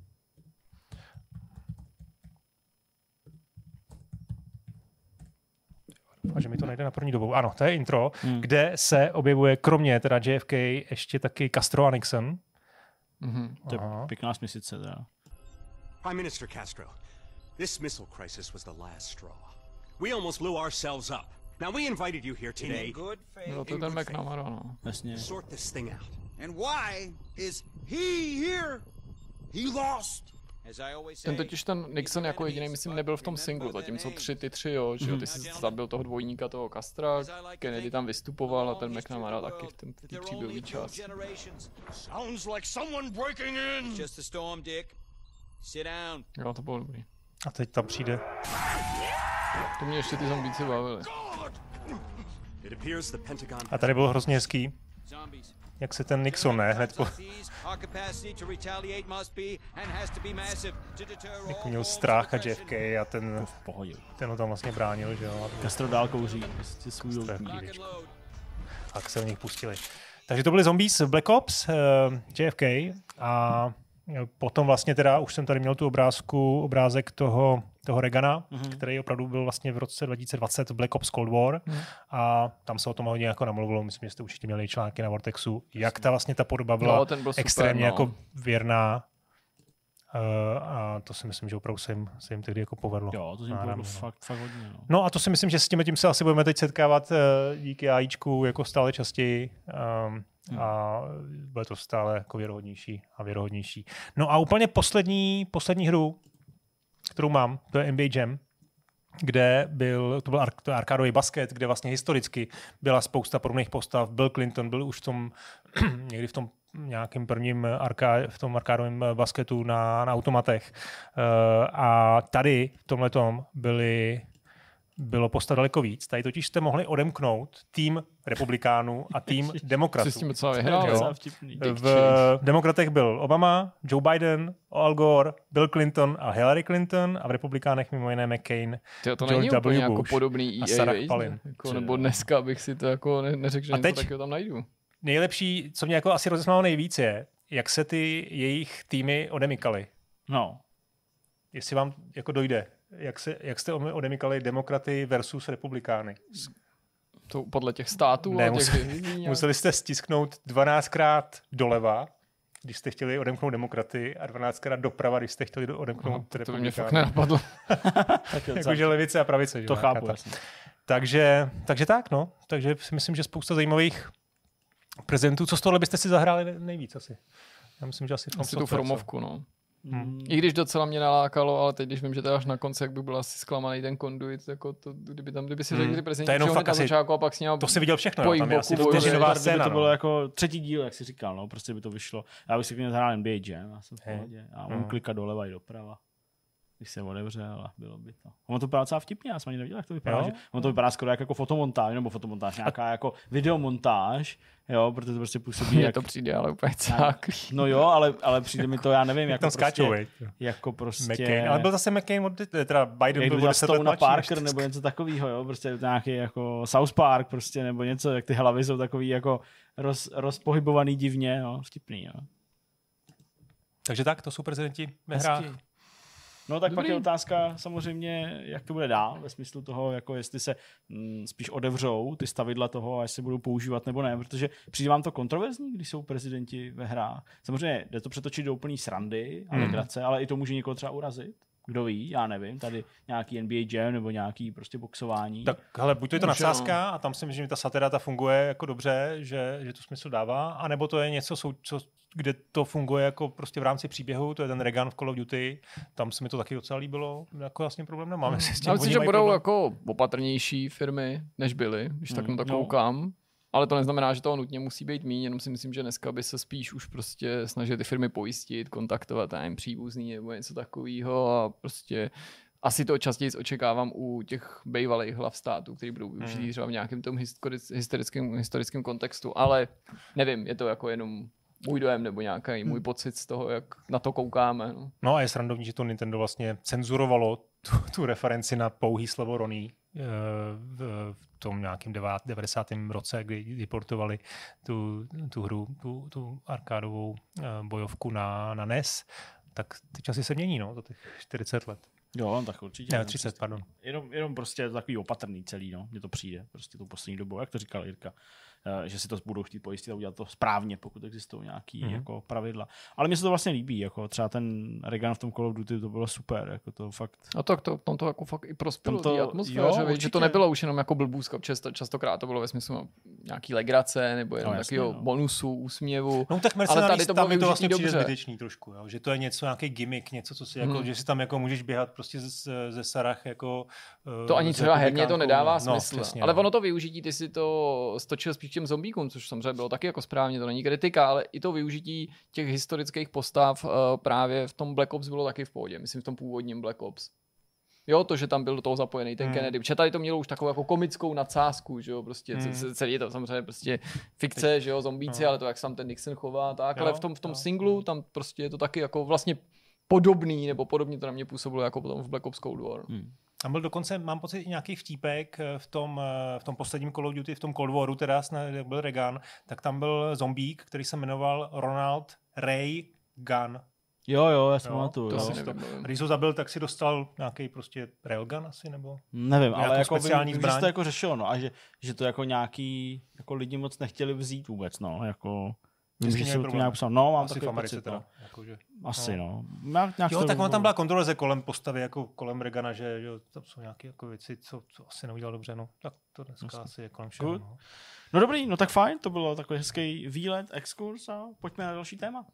A že mi to nejde na první dobu. Ano, to je intro, hmm. kde se objevuje kromě teda J F K ještě taky Castro a Nixon. Mm-hmm. To je pěkná smyslice teda. Prime Minister Castro, this missile crisis was the last straw. We almost blew ourselves up. Now we invited you here today No, to je ten McNamara, no. Jasně. to sort this thing out. And why is he here? He lost. As I always say, Ten totiž ten Nixon jako jediný, myslím, nebyl v tom singlu, zatímco tři ty tři, jo, že jo, ty jsi zabil toho dvojníka, toho Castra, Kennedy tam vystupoval a ten McNamara taky v té příběhové části. Sounds like someone breaking in. just a storm, Dick. Sit down. Jo, to bylo dobrý. A teď tam přijde. To mě ještě ty zombíci bavili. It appears the Pentagon A tady bylo hrozně hezký, Zombies. jak se ten Nixon, ne, hned po, Our capacity to retaliate must be and has to be massive to deter all jako měl forms of strach a J F oppression. K a ten, V pohodě. ten ho tam vlastně bránil, že jo. A Castro dál kouří. Prostě svůj Castro. oldie. Lock and load. tak se v nich pustili. Takže to byly Zombies, Black Ops, uh, J F K a potom vlastně teda, už jsem tady měl tu obrázku, obrázek toho, toho Reagana, mm-hmm. který opravdu byl vlastně v roce dva tisíce dvacet Black Ops Cold War mm-hmm. a tam se o tom hodně jako namluvilo, myslím, že jste určitě měli články na Vortexu, jak ta vlastně ta podoba byla No, ten byl super, extrémně no. jako věrná uh, a to si myslím, že opravdu se jim, se jim tehdy jako povedlo. Jo, to si Náramně, povedlo no. fakt, fakt hodně. No. No a to si myslím, že s tím, tím se asi budeme teď setkávat uh, díky AIčku jako stále častěji um, hmm. a bude to stále jako věrohodnější a věrohodnější. No a úplně poslední, poslední hru, kterou mám, to je N B A Jam, kde byl, to byl ar, to arkádový basket, kde vlastně historicky byla spousta podobných postav. Bill Clinton byl už v tom, někdy v tom nějakým prvním arká, v tom arkádovém basketu na, na automatech. Uh, a tady v tomhletom byly bylo postav daleko víc. Tady totiž jste mohli odemknout tým republikánů a tým demokratů. Si s tím docela vyhrál, Jo. jo. V demokratech byl Obama, Joe Biden, Al Gore, Bill Clinton a Hillary Clinton a v republikánech mimo jiné McCain, Tyjo, to George není úplně W. jako Bush podobný a E A, Sarah viď? Palin. Jako, nebo dneska bych si to jako ne, neřekl, že A něco teď- takového tam najdu. Nejlepší, co mě jako asi rozesmálo nejvíc je, jak se ty jejich týmy odemykaly. No. Jestli vám jako dojde, jak, se, jak jste odemykali demokraty versus republikány. To podle těch států Ne, a těch museli, divizí, museli jste stisknout dvanáctkrát doleva, když jste chtěli odemknout demokraty a dvanáctkrát doprava, když jste chtěli do- odemknout no, to by mě fakt republikány. nenapadlo. Tak je Jakože levice a pravice. Že? to Nějaká chápu, ta- jasně. Takže, takže tak, no. Takže si myslím, že spousta zajímavých prezentů. Co z tohle byste si zahráli nejvíc asi? Já myslím, že asi, From Asi tu Software, co? formovku, no. Hmm. I když docela mě nalákalo, ale teď, když vím, že to je až na konci, jak by byl asi zklamaný ten konduit, jako to, kdyby tam, kdyby si Hmm. řekli ty prezentí, To je jenom že fakt na asi- začátku a pak s ním To si viděl všechno, Po jo? jejich Tam je boku asi bojuje. vteřinová Kdyby scéna. to bylo no. jako třetí díl, jak jsi říkal, no, prostě by to vyšlo. Já bych si klidně zahrál N B A Jam, já jsem v Hej. pohodě. A on Hmm. klika doleva i doprava. Když se otevřel a bylo by to. Ono to vypadá docela vtipně, já jsem ani neviděl, jak to vypadá. Jo? Že ono to vypadá skoro jak jako fotomontáž, nebo fotomontáž, nějaká jako videomontáž, jo, protože to prostě působí Mně jak... to přijde, ale úplně cák. No jo, ale, ale přijde mi to, já nevím, Jak jako tam skáčou, prostě, viď? jako prostě... McCain. Ale byl zase McCain, od, teda Biden jak byl byl o deset let Stone mladší. Parker než- nebo něco takového, jo, prostě nějaký jako South Park prostě, nebo něco, jak ty hlavy jsou takový jako roz, rozpohybovaný divně, no, vtipný, jo. Takže tak, to jsou prezidenti ve hrách. Hezky. No tak Dobrý. pak je otázka samozřejmě, jak to bude dál, ve smyslu toho, jako jestli se mm, spíš odevřou ty stavidla toho a jestli budou používat nebo ne, protože přijde vám to kontroverzní, když jsou prezidenti ve hrách. Samozřejmě jde to přetočit do úplný srandy a legrace, ale i to může někoho třeba urazit. Kdo ví, já nevím, tady nějaký N B A Jam nebo nějaký prostě boxování. Tak hele, buď to je to Může, nadsázka a tam si myslím, že ta satira ta funguje jako dobře, že, že to smysl dává, anebo to je něco, sou- co, kde to funguje jako prostě v rámci příběhu, to je ten Reagan v Call of Duty, tam se mi to taky docela líbilo, jako vlastně problém nemám. jestli s tím Já myslím, oni že mají budou problém. jako opatrnější firmy, než byly, když tak na to no. koukám. Ale to neznamená, že toho nutně musí být míň, jenom si myslím, že dneska by se spíš už prostě snažili ty firmy pojistit, kontaktovat, já nevím, příbuzný nebo něco takového a prostě asi to častěji očekávám u těch bývalých hlav států, který budou využít hmm. třeba v nějakém tom historickém, historickém kontextu, ale nevím, je to jako jenom můj dojem nebo nějaký můj pocit z toho, jak na to koukáme. No, no a je srandovní, že to Nintendo vlastně cenzurovalo tu, tu referenci na pouhý slovo Ronnie v, v tom nějakým devadesátém roce, kdy, kdy portovali tu, tu hru, tu, tu arkádovou bojovku na, na N E S, tak ty časy se mění, no, za těch čtyřicet let. Jo, tak určitě. Ne, třicet, pardon. Jenom, jenom prostě takový opatrný celý, no. Mně to přijde prostě tou poslední dobou, jak to říkal Jirka, že si to budou chtít pojistit a udělat to správně, pokud existují nějaký mm-hmm. jako pravidla. Ale mně se to vlastně líbí, jako třeba ten Reagan v tom Call of Duty, to bylo super, jako to fakt. A tak to, tam to jako fakt i prospělo to, té atmosféře, jo, že to nebylo už jenom jako blbůzka, často, častokrát to bylo ve smyslu nějaký legrace nebo jenom no, takového no. bonusu, úsměvu. No tak ale tady to tam je to vlastně přijde zbytečný trošku, jo? Že to je něco, nějaký gimmick, něco, co si jako, hmm. že si tam jako můžeš běhat prostě ze, ze Sarah jako to ani třeba herně to nedává no, smysl. přesně, ale no. ono to využití, ty si to stočil spíš těm zombíkům, což samozřejmě bylo taky jako správně, to není kritika, ale i to využití těch historických postav uh, právě v tom Black Ops bylo taky v pohodě, myslím v tom původním Black Ops. Jo, to, že tam byl do toho zapojený ten hmm. Kennedy. Protože tady to mělo už takovou jako komickou nadsázku, že jo, prostě hmm. celý je to samozřejmě prostě fikce, že jo, zombíci, no. ale to, jak se tam ten Nixon chová, tak, jo, ale v tom, v tom jo, singlu, jo. tam prostě je to taky jako vlastně podobný, nebo podobně to na mě působilo jako potom v Black Ops Cold War. Hmm. Tam byl dokonce, mám pocit, nějaký vtípek v tom, v tom posledním Call of Duty, v tom Cold Waru, teda jak byl Reagan, tak tam byl zombík, který se jmenoval Ronald Ray Gun. Jo, jo, já si pamatuju. To jo. si nevím. Když ho zabil, tak si dostal nějaký prostě railgun asi, nebo? Nevím, ale jako speciální vím, zbraň. že to jako řešilo, no, a že, že to jako nějaký, jako lidi moc nechtěli vzít vůbec, no, jako... Vím, že si to nějak psal. No, mám asi takový v Americe pocit, teda. No. Jakože, asi, no. no. Nějak jo, to tak on tam byla kontroverze kolem postavy, jako kolem Reagana, že, že tam jsou nějaké jako věci, co, co asi neudělal dobře, no. Tak to dneska Jasně. asi je kolem všeho. No. no dobrý, no tak fajn, to bylo takový hezký výlet, exkurs a pojďme na další téma.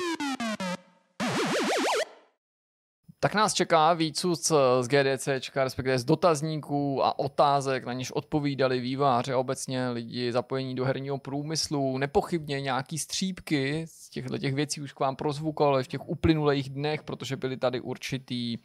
Tak nás čeká výcud z GDCčka, respektive z dotazníků a otázek, na něž odpovídali vývojáři a obecně lidi zapojení do herního průmyslu. Nepochybně nějaký střípky z těchto těch věcí už k vám prozvukovaly v těch uplynulých dnech, protože byly tady určitý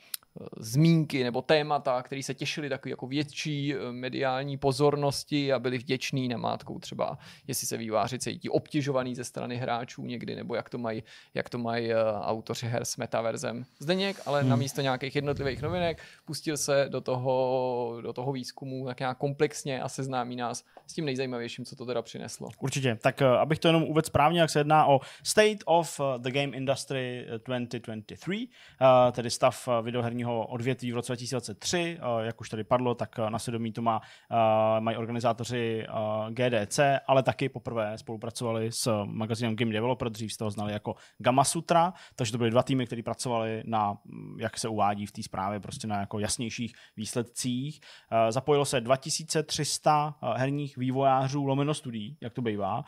zmínky nebo témata, které se těšily takový jako větší mediální pozornosti a byli vděční namátkou třeba, jestli se vývojáři cítí obtěžovaný ze strany hráčů někdy, nebo jak to mají, jak to mají autoři her s metaverzem. Zdeněk, ale hmm. na místo nějakých jednotlivých novinek pustil se do toho, do toho výzkumu tak nějak komplexně a seznámí nás s tím nejzajímavějším, co to teda přineslo. Určitě. Tak abych to jenom uvedl správně, jak se jedná o State of the Game Industry dvacet dvacet tři, tedy stav videoherního odvětví v roce dva tisíce dvacet tři, jak už tady padlo, tak na svědomí to má, mají organizátoři G D C, ale taky poprvé spolupracovali s magazínem Game Developer, dřív jste ho znali jako Gamasutra, takže to byly dva týmy, které pracovali na, jak se uvádí v té zprávě, prostě na jako jasnějších výsledcích. Zapojilo se dva tisíce tři sta herních vývojářů lomeno studií, jak to bývá.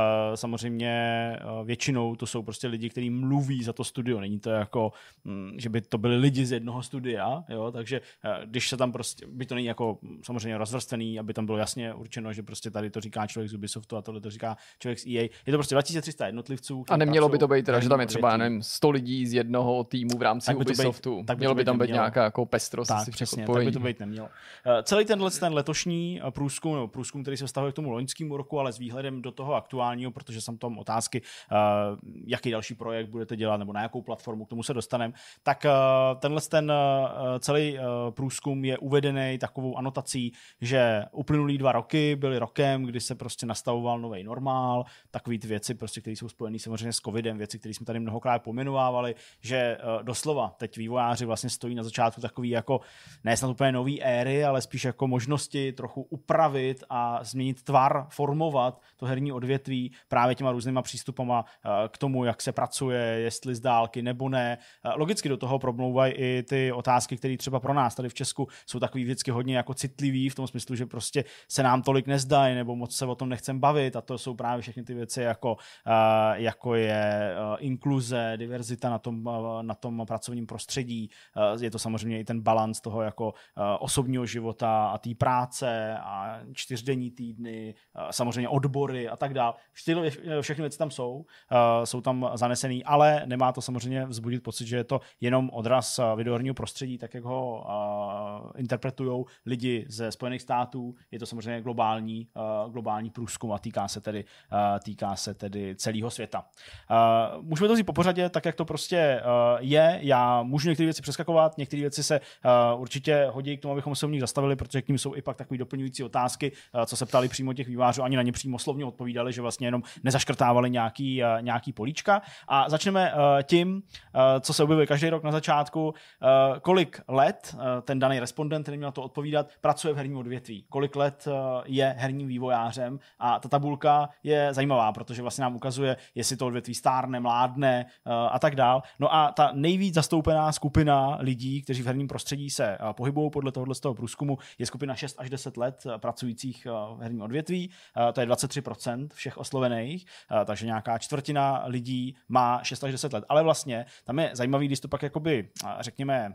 Samozřejmě většinou to jsou prostě lidi, kteří mluví za to studio, není to jako, že by to byli lidi z jednoho studia, jo, takže když se tam prostě, by to není jako samozřejmě rozvrstvený, aby tam bylo jasně určeno, že prostě tady to říká člověk z Ubisoftu a tohle to říká člověk z E A. Je to prostě dva tisíce tři sta jednotlivců. A nemělo by to být teda, že tam je třeba, nevím, sto lidí z jednoho týmu v rámci tak Ubisoftu. Být, tak by mělo by tam být nějaká jako pestrost. Tak, přesně, tak by to být nemělo. Uh, celý tenhle ten letošní průzkum, nebo průzkum, který se vztahuje k tomu loňskému roku, ale s výhledem do toho aktuálního, protože jsem tam otázky, uh, jaký další projekt budete dělat, nebo na jakou platformu, k tomu se dostaneme, tak uh, tenhle ten uh, celý uh, průzkum je uvedený takovou anotací, že uplynulý dva roky byly rokem, kdy se prostě nastavoval nový normál, takový ty věci, prostě, které jsou spojené samozřejmě s covidem, věci, které jsme tady mnohokrát pomenovávali, že uh, doslova teď vývojáři vlastně stojí na začátku takový jako, ne snad úplně nový éry, ale spíš jako možnosti trochu upravit a změnit tvar, formovat to herní odvětví právě těma různýma přístupama uh, k tomu, jak se pracuje, jestli z dálky nebo ne. Uh, logicky do toho promlouvají i ty otázky, které třeba pro nás tady v Česku jsou takový vždycky hodně jako citlivý v tom smyslu, že prostě se nám tolik nezdají nebo moc se o tom nechcem bavit a to jsou právě všechny ty věci jako, uh, jako je uh, inkluze, diverzita na tom, uh, na tom pracovním prostředí. Uh, je to samozřejmě i ten balans toho jako uh, osobního života a té práce a čtyřdenní týdny, uh, samozřejmě odbory a tak dále. Všechny, všechny věci tam jsou, uh, jsou tam zanesený, ale nemá to samozřejmě vzbudit pocit, že je to jenom odraz videoherního herního prostředí, tak jak ho uh, interpretujou lidi ze Spojených států. Je to samozřejmě globální, uh, globální průzkum a týká se tedy, uh, týká se tedy celého světa. Uh, můžeme to vzít po pořadě, tak jak to prostě uh, je. Já můžu některé věci přeskakovat, některé věci se uh, určitě hodí k tomu, abychom se u nich zastavili, protože k ním jsou i pak takové doplňující otázky, uh, co se ptali přímo těch vývojářů, ani na ně přímo slovně odpovídali, že vlastně jenom nezaškrtávali nějaký, uh, nějaký políčka. A začneme uh, tím, uh, co se objevuje každý rok na začátku, uh, kolik let uh, ten daný respondent, který měl to odpovídat, pracuje v herním odvětví. Kolik let uh, je herním vývojářem a ta tabulka je zajímavá, protože vlastně nám ukazuje, jestli to odvětví stárne, mládne uh, a tak dál. No a ta nejvíc zastoupená skupina lidí, kteří v herním prostředí se uh, pohybují podle tohoto z toho průzkumu, je skupina šest až deset let uh, pracujících uh, v herním odvětví. Uh, to je dvacet tři procent všech oslovených, uh, takže nějaká čtvrtina lidí má šest až deset let. Ale vlastně tam je zajímavý, když to pak jakoby, řekněme,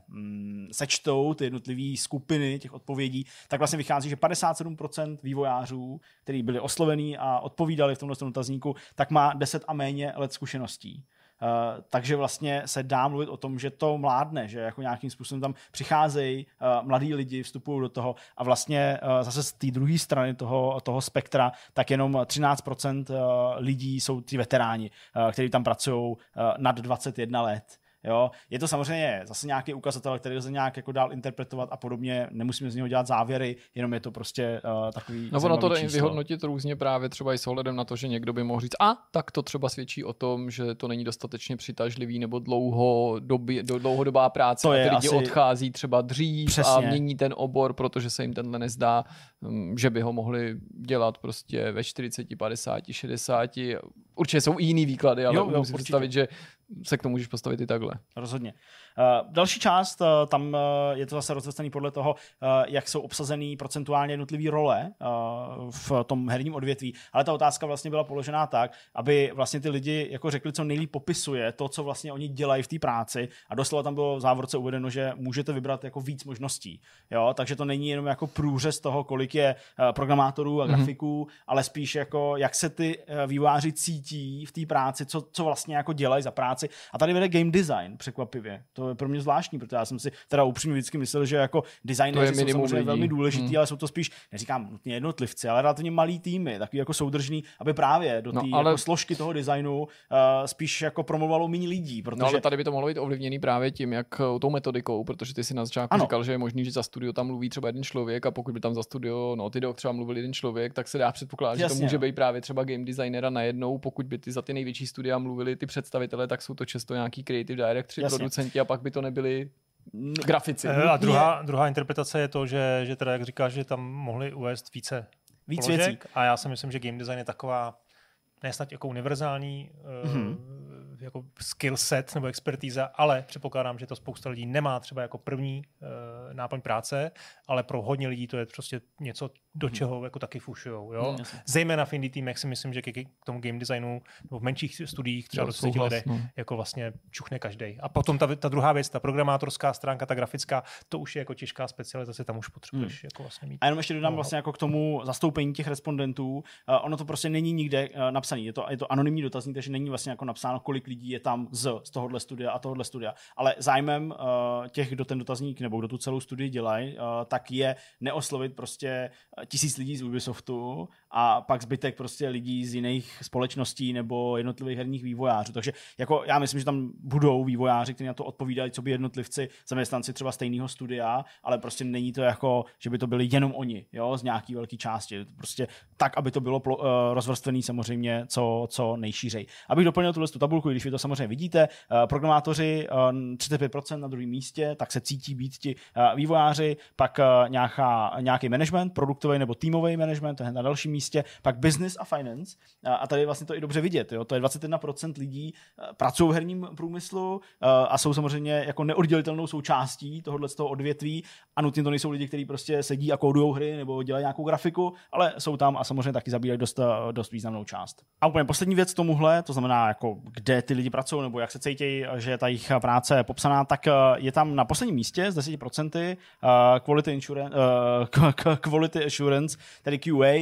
sečtou ty jednotlivé skupiny těch odpovědí, tak vlastně vychází, že padesát sedm procent vývojářů, kteří byli oslovení a odpovídali v tomto dotazníku, tak má deset a méně let zkušeností. Uh, takže vlastně se dá mluvit o tom, že to mládne, že jako nějakým způsobem tam přicházejí uh, mladí lidi, vstupují do toho a vlastně uh, zase z té druhé strany toho, toho spektra, tak jenom třináct procent uh, lidí jsou ty veteráni, uh, kteří tam pracují uh, nad dvacet jedna let. Jo, je to samozřejmě zase nějaký ukazatel, který lze nějak jako dál interpretovat a podobně, nemusíme z něho dělat závěry, jenom je to prostě uh, takový No ono to jde číslo. vyhodnotit různě právě třeba i s ohledem na to, že někdo by mohl říct, a tak to třeba svědčí o tom, že to není dostatečně přitažlivý nebo dlouho doby, do, dlouhodobá práce, to a je ty lidi asi... odchází třeba dřív Přesně. a mění ten obor, protože se jim tenhle nezdá, že by ho mohli dělat prostě ve čtyřicet, padesát, šedesát. Určitě jsou i jiný výklady, ale jo, jo, musím představit, že se k tomu můžeš postavit i takhle. Rozhodně. Uh, další část, uh, tam uh, je to zase rozvrstvený podle toho, uh, jak jsou obsazený procentuálně jednotlivý role uh, v tom herním odvětví. Ale ta otázka vlastně byla položená tak, aby vlastně ty lidi jako řekli, co nejlíp popisuje to, co vlastně oni dělají v té práci. A doslova tam bylo v závorce uvedeno, že můžete vybrat jako víc možností. Jo? Takže to není jenom jako průřez toho, kolik je uh, programátorů a grafiků, mm-hmm. ale spíš jako, jak se ty uh, vývojáři cítí v té práci, co, co vlastně jako dělají za práci. A tady vede game design, překvapivě. To je pro mě zvláštní, protože já jsem si teda upřímně vždycky myslel, že jako designéři jsou samozřejmě lidí. velmi důležitý, hmm. ale jsou to spíš, neříkám nutně jednotlivci, ale relativně malý týmy, takový jako soudržný, aby právě do té no, ale... jako složky toho designu uh, spíš jako promovalo méně lidí. Protože... No ale tady by to mohlo být ovlivněný právě tím, jak tou metodikou, protože ty si na začátku ano. říkal, že je možný, že za studio tam mluví třeba jeden člověk a pokud by tam za studio Naughty Dog třeba mluvil jeden člověk, tak se dá předpokládat, že to může být právě třeba game designera najednou, pokud by ty za ty největší studia mluvili ty představitelé, tak jsou to často nějaký creative directory, producenti a pak by to nebyli grafici. A druhá, druhá interpretace je to, že, že teda, jak říkáš, že tam mohli uvést více víc položek, věcí. A já si myslím, že game design je taková ne snad jako univerzální mm-hmm. uh, jako skill set nebo expertíza, ale předpokládám, že to spousta lidí nemá třeba jako první uh, náplň práce, ale pro hodně lidí to je prostě něco, do čeho mm. jako taky fušujou. Jo? Mm, Zejména v indie týmech si myslím, že k, k tomu game designu nebo v menších studiích třeba do deseti letech no. jako vlastně čuchne každej. A potom ta, ta druhá věc, ta programátorská stránka, ta grafická, to už je jako těžká specializace, tam už potřebuješ mm. jako vlastně mít. A jenom ještě dodám no. vlastně jako k tomu zastoupení těch respondentů. Uh, ono to prostě není nikde uh, napsaný. Je to, je to anonymní dotazník, takže není vlastně jako napsáno, kolik lidí je tam z, z tohohle studia a tohohle studia. Ale zájmem uh, těch, kdo ten dotazník nebo kdo tu celou studii dělají, uh, tak je neoslovit prostě tisíc lidí z Ubisoftu a pak zbytek prostě lidí z jiných společností nebo jednotlivých herních vývojářů. Takže jako já myslím, že tam budou vývojáři, kteří na to odpovídají, co by jednotlivci, zaměstnanci třeba stejného studia, ale prostě není to jako, že by to byli jenom oni, jo, z nějaký velké části. Prostě tak, aby to bylo plo, uh, rozvrstvený samozřejmě co, co nejšířej. Abych doplnil tuhle tabulku, když vy to samozřejmě vidíte, uh, programátoři uh, třicet pět procent na druhém místě, tak se cítí být ti uh, vývojáři, pak uh, nějaká, nějaký management, produktový nebo týmový management, to je na dalším místě, pak business a finance. Uh, a tady vlastně to i dobře vidět, jo? To je dvacet jedna procent lidí uh, pracují v herním průmyslu uh, a jsou samozřejmě jako neoddělitelnou součástí tohohle z toho odvětví a nutně to nejsou lidi, kteří prostě sedí a kódujou hry nebo dělají nějakou grafiku, ale jsou tam a samozřejmě taky zabírají dost, dost významnou část. A úplně poslední věc k tomuhle, to znamená, jako kde ty lidi pracují nebo jak se cítí, že ta jejich práce je popsaná, tak je tam na posledním místě z deset procent uh, quality, insurance, uh, quality assurance, tedy Q A, uh, jednoduše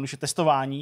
je testování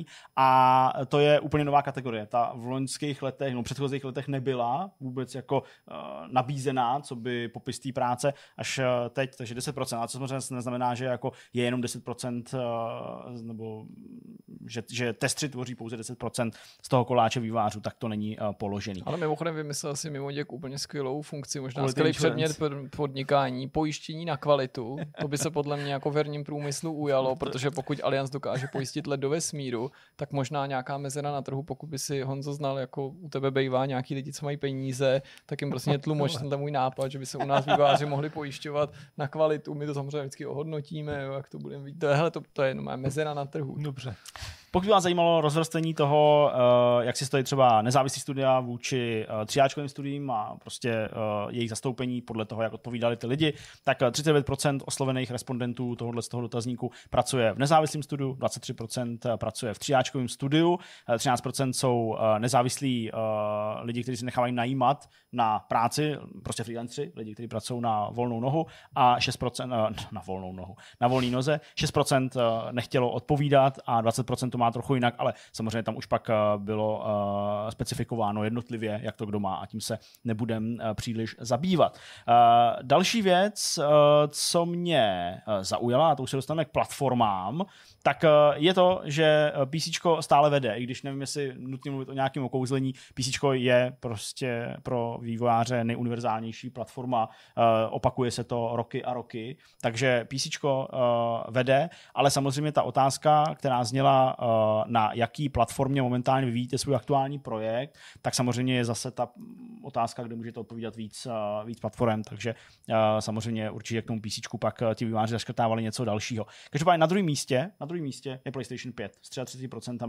a to je úplně nová kategorie. Ta v loňských letech, no předchozích letech nebyla vůbec jako uh, nabízená, co by popis té práce, až uh, teď, takže deset procent. A co samozřejmě neznamená, že jako je jenom deset procent uh, nebo že, že testři tvoří pouze deset procent z toho koláče vývojářů, tak to není uh, položený. Ale mimochodem vymyslel si Mimoděk úplně skvělou funkci, možná skvělý předmět podnikání, pojištění na kvalitu. To by se podle mě jako v herním průmyslu ujalo, protože pokud Alliance dokáže pojistit let do vesmíru, tak možná nějaká mezera na trhu, pokud by si Honzo znal, jako u tebe bejvá nějaký lidi, co mají peníze, tak jim prostě tlumoč ten můj nápad, že by se u nás vývojáři mohli pojišťovat na kvalitu. My to samozřejmě vždycky ohodnotíme, jo, jak to budeme vidět. Hele, to, to je jenom mezera na trhu. Dobře. Pokud vás zajímalo rozvrstvení toho, jak si stojí třeba nezávislý studia vůči tříáčkovým studiím a prostě jejich zastoupení podle toho, jak odpovídali ty lidi, tak třicet devět procent oslovených respondentů tohohle z toho dotazníku pracuje v nezávislém studiu, dvacet tři procent pracuje v tříáčkovém studiu, třináct procent jsou nezávislí lidi, kteří si nechávají najímat na práci, prostě freelanceri, lidi, kteří pracují na volnou nohu a šest procent na volnou nohu, na volný noze, šest procent nechtělo odpovídat a dvacet procent to má trochu jinak, ale samozřejmě tam už pak bylo uh, specifikováno jednotlivě, jak to kdo má a tím se nebudem uh, příliš zabývat. Uh, další věc, uh, co mě uh, zaujala, a to už se dostaneme k platformám, tak uh, je to, že PCčko stále vede, i když nevím, jestli nutně mluvit o nějakém okouzlení, PCčko je prostě pro vývojáře nejuniverzálnější platforma, uh, opakuje se to roky a roky, takže PCčko uh, vede, ale samozřejmě ta otázka, která zněla uh, na jaký platformě momentálně vyvíjíte svůj aktuální projekt, tak samozřejmě je zase ta otázka, kde můžete odpovídat víc, víc platform, takže samozřejmě určitě k tomu PCčku pak ti vývojáři zaškrtávali něco dalšího. Každopádně na druhém místě, na druhém místě je PlayStation pět s třicet tři procent,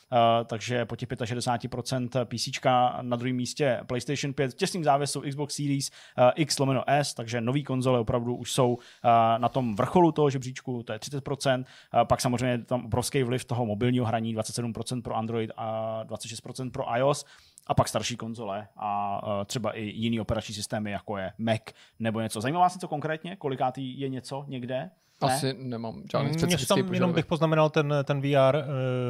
takže po těch šedesát pět procent PCčka na druhém místě PlayStation pět, v těsným závěsu Xbox Series X lomeno S, takže nový konzole opravdu už jsou na tom vrcholu toho žebříčku, to je třicet procent, pak samozřejmě tam obrovský vliv toho mobilního hraní, dvacet sedm procent pro Android a dvacet šest procent pro iOS, a pak starší konzole a uh, třeba i jiný operační systémy, jako je Mac nebo něco. Zajímá vás něco konkrétně? Kolikátý je něco někde? Ne? Asi nemám žádný specifický požadavek. Jenom bych poznamenal ten, ten V R, uh,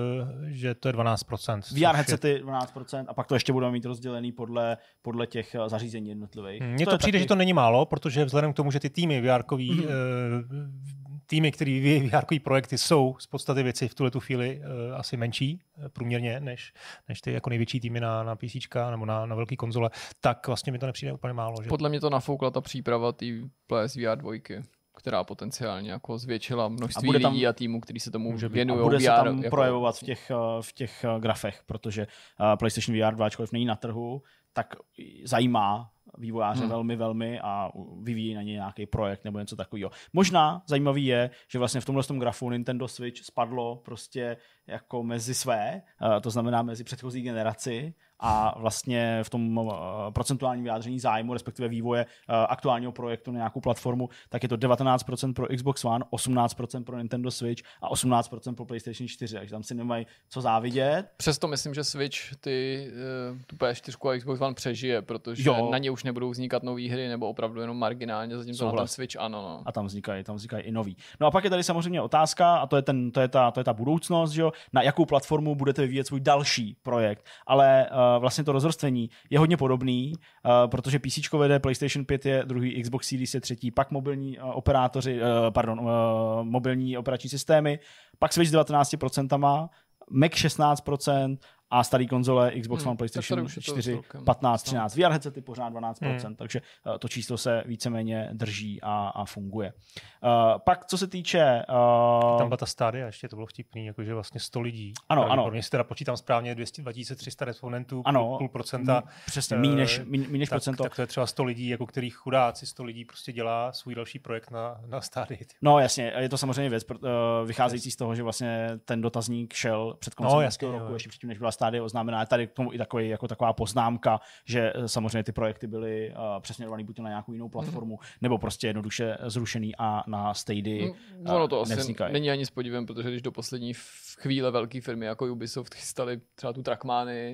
že to je dvanáct procent. V R headsety dvanáct procent a pak to ještě budeme mít rozdělený podle, podle těch zařízení jednotlivých. Mně to, to přijde, taky... že to není málo, protože vzhledem k tomu, že ty týmy V R-kový mm-hmm. uh, týmy, které vyvíjí V R-kový projekty, jsou z podstaty věci v tuhle tu chvíli uh, asi menší průměrně, než, než ty jako největší týmy na, na PCčka nebo na, na velké konzole, tak vlastně mi to nepřijde úplně málo. Že? Podle mě to nafoukla ta příprava té P S V R dva, která potenciálně jako zvětšila množství a lidí tam, a týmů, kteří se tomu věnují. A bude V R, se tam jako... projevovat v těch, v těch grafech, protože PlayStation V R dva, ačkoliv není na trhu, tak zajímá vývojáře hmm. velmi, velmi a vyvíjí na ně nějaký projekt nebo něco takového. Možná zajímavý je, že vlastně v tomhle tom grafu Nintendo Switch spadlo prostě jako mezi své, to znamená mezi předchozí generaci a vlastně v tom procentuálním vyjádření zájmu, respektive vývoje aktuálního projektu na nějakou platformu, tak je to devatenáct procent pro Xbox One, osmnáct procent pro Nintendo Switch a osmnáct procent pro PlayStation čtyři, takže tam si nemají co závidět. Přesto myslím, že Switch ty, tu P S čtyři a Xbox One přežije, protože jo. na ně už nebudou vznikat nové hry nebo opravdu jenom marginálně, zatímco na ten Switch ano. No. A tam vznikají, tam vznikají i nový. No a pak je tady samozřejmě otázka, a to je, ten, to je, ta, to je ta budoucnost, že jo? Na jakou platformu budete vyvíjet svůj další projekt. Ale uh, vlastně to rozvrstvení je hodně podobný, uh, protože PCčko vede, PlayStation pět je druhý, Xbox Series je třetí, pak mobilní uh, operátoři, uh, pardon, uh, mobilní operační systémy, pak Switch devatenáct procent, Mac šestnáct procent a starý konzole Xbox One, hmm, PlayStation čtyři, patnáct, třináct, V R headsety pořád dvanáct procent, hmm. takže uh, to číslo se víceméně drží a, a funguje. Uh, pak, co se týče... Uh... Tam byla ta Stadia, ještě to bylo vtipný, jakože vlastně sto lidí. Ano, ano. Jestli teda počítám správně, dva tisíce tři sta respondentů, ano, půl procenta. Přesně, méně než, méně než tak, procento. Tak to je třeba sto lidí, jako kterých chudáci, sto lidí prostě dělá svůj další projekt na, na Stadii. No jasně, je to samozřejmě věc, uh, vycházející z toho, že vlastně ten dotazník šel před koncem no, roku, ještě předtím, než byla Stadia oznámená. Tady k tomu i takový, jako taková poznámka, že samozřejmě ty projekty byly uh, přesměrovaný buď na nějakou jinou platformu, mm. nebo prostě jednoduše zrušený a na Stadia mm, ono to nevznikají. Asi není ani s podívem, protože když do poslední chvíle velké firmy jako Ubisoft chystali třeba tu Trackmany,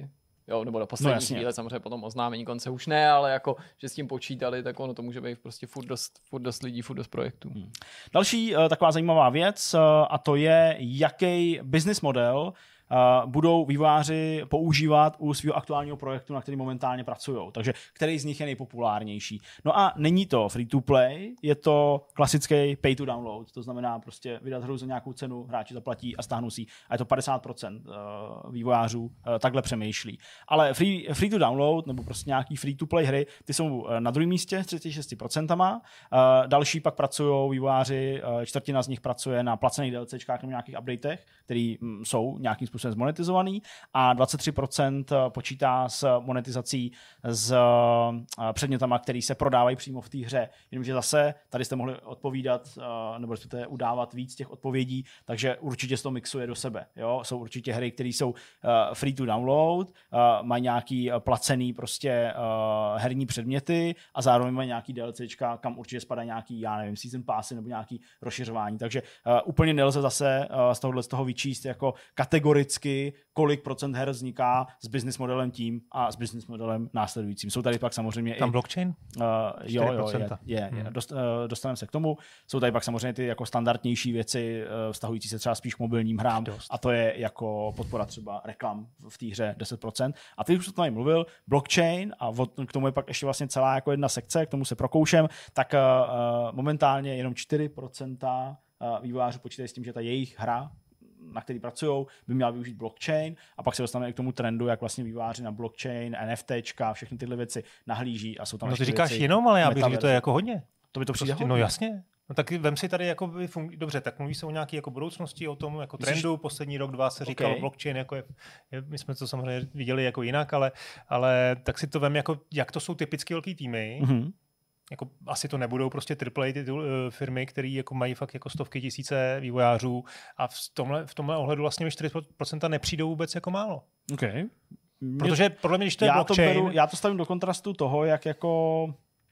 Jo, nebo do poslední No, jasně. chvíle, samozřejmě potom oznámení konce už ne, ale jako, že s tím počítali, tak ono to může být prostě furt dost, furt dost lidí, furt dost projektů. Hmm. Další uh, taková zajímavá věc uh, a to je, jaký business model Uh, budou vývojáři používat u svého aktuálního projektu, na který momentálně pracují. Takže který z nich je nejpopulárnější. No a není to free to play, je to klasický pay to download. To znamená prostě vydat hru za nějakou cenu, hráči zaplatí a stáhnou si. A je to padesát procent uh, vývojářů uh, takhle přemýšlí. Ale free, free to download nebo prostě nějaký free to play hry, ty jsou uh, na druhém místě s třicet šest procent. Uh, další pak pracují vývojáři, uh, čtvrtina z nich pracuje na placených DLCčkách nebo nějakých updatech, který um, jsou nějakým způsobem zmonetizovaný a dvacet tři procent počítá s monetizací s předmětama, které se prodávají přímo v té hře. Jenomže zase tady jste mohli odpovídat nebo jste udávat víc těch odpovědí, takže určitě se to mixuje do sebe. Jo? Jsou určitě hry, které jsou free to download, mají nějaký placený prostě herní předměty a zároveň mají nějaký DLCčka, kam určitě spadají nějaký, já nevím, season passy nebo nějaký rozšiřování. Takže úplně nelze zase z tohohle z toho vyčíst jako kategoricky, kolik procent her vzniká s business modelem tím a s business modelem následujícím. Jsou tady pak samozřejmě tam i... blockchain? Uh, jo, jo, je, je, je. Hmm. Dost, uh, dostaneme se k tomu. Jsou tady pak samozřejmě ty jako standardnější věci, uh, vztahující se třeba spíš k mobilním hrám Dost. A to je jako podpora třeba reklam v té hře deset procent. A ty už jsem tady mluvil, blockchain a od, k tomu je pak ještě vlastně celá jako jedna sekce, k tomu se prokoušem, tak uh, momentálně jenom čtyři procenta vývojářů počítají s tím, že ta jejich hra, na který pracují, by měla využít blockchain a pak se dostaneme i k tomu trendu, jak vlastně vývojáři na blockchain, NFTčka, všechny tyhle věci nahlíží a jsou tam no ty říkáš jenom, ale já bych řekl, že to je jako hodně. To by to přijde prostě, hodně. No jasně. No tak vem si tady, jako fungu... dobře, tak mluví se o nějaké jako budoucnosti, o tom jako trendu, poslední rok, dva se říkalo okay. blockchain, jako je, je, my jsme to samozřejmě viděli jako jinak, ale, ale tak si to vem, jako, jak to jsou typicky velký týmy, mm-hmm. Jako, asi to nebudou prostě triple A titul, uh, firmy, které jako mají fakt jako stovky tisíce vývojářů a v tomhle, v tomhle ohledu vlastně čtyři procenta nepřijdou vůbec jako málo. Okay. Protože podle mě, když to je já blockchain... To beru, já to stavím do kontrastu toho, jak jako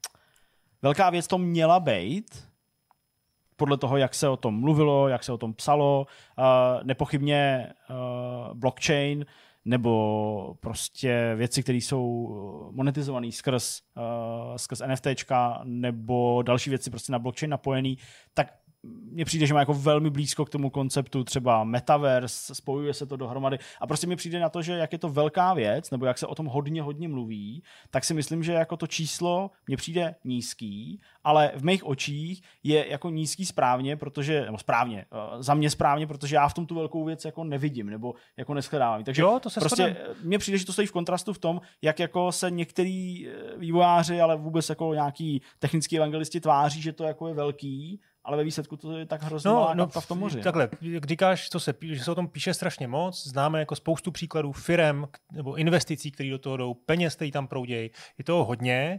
velká věc to měla být, podle toho, jak se o tom mluvilo, jak se o tom psalo. Uh, nepochybně uh, blockchain nebo prostě věci, které jsou monetizované skrz, uh, skrz NFTčka nebo další věci prostě na blockchain napojený, tak mně přijde, že má jako velmi blízko k tomu konceptu třeba metaverse, spojuje se to dohromady a prostě mi přijde na to, že jak je to velká věc, nebo jak se o tom hodně, hodně mluví, tak si myslím, že jako to číslo mně přijde nízký, ale v mých očích je jako nízký správně, protože, nebo správně, za mě správně, protože já v tom tu velkou věc jako nevidím, nebo jako neschledávám. Takže jo, to se prostě mně přijde, že to stojí v kontrastu v tom, jak jako se některý vývojáři, ale vůbec jako nějaký technický evangelisti tváří, že to jako je velký, ale ve výsledku to je tak hrozně malá kapka v tom moři. Takhle, jak říkáš, co se, že se o tom píše strašně moc, známe jako spoustu příkladů firem nebo investicí, které do toho jdou, peněz, které tam proudějí, je toho hodně,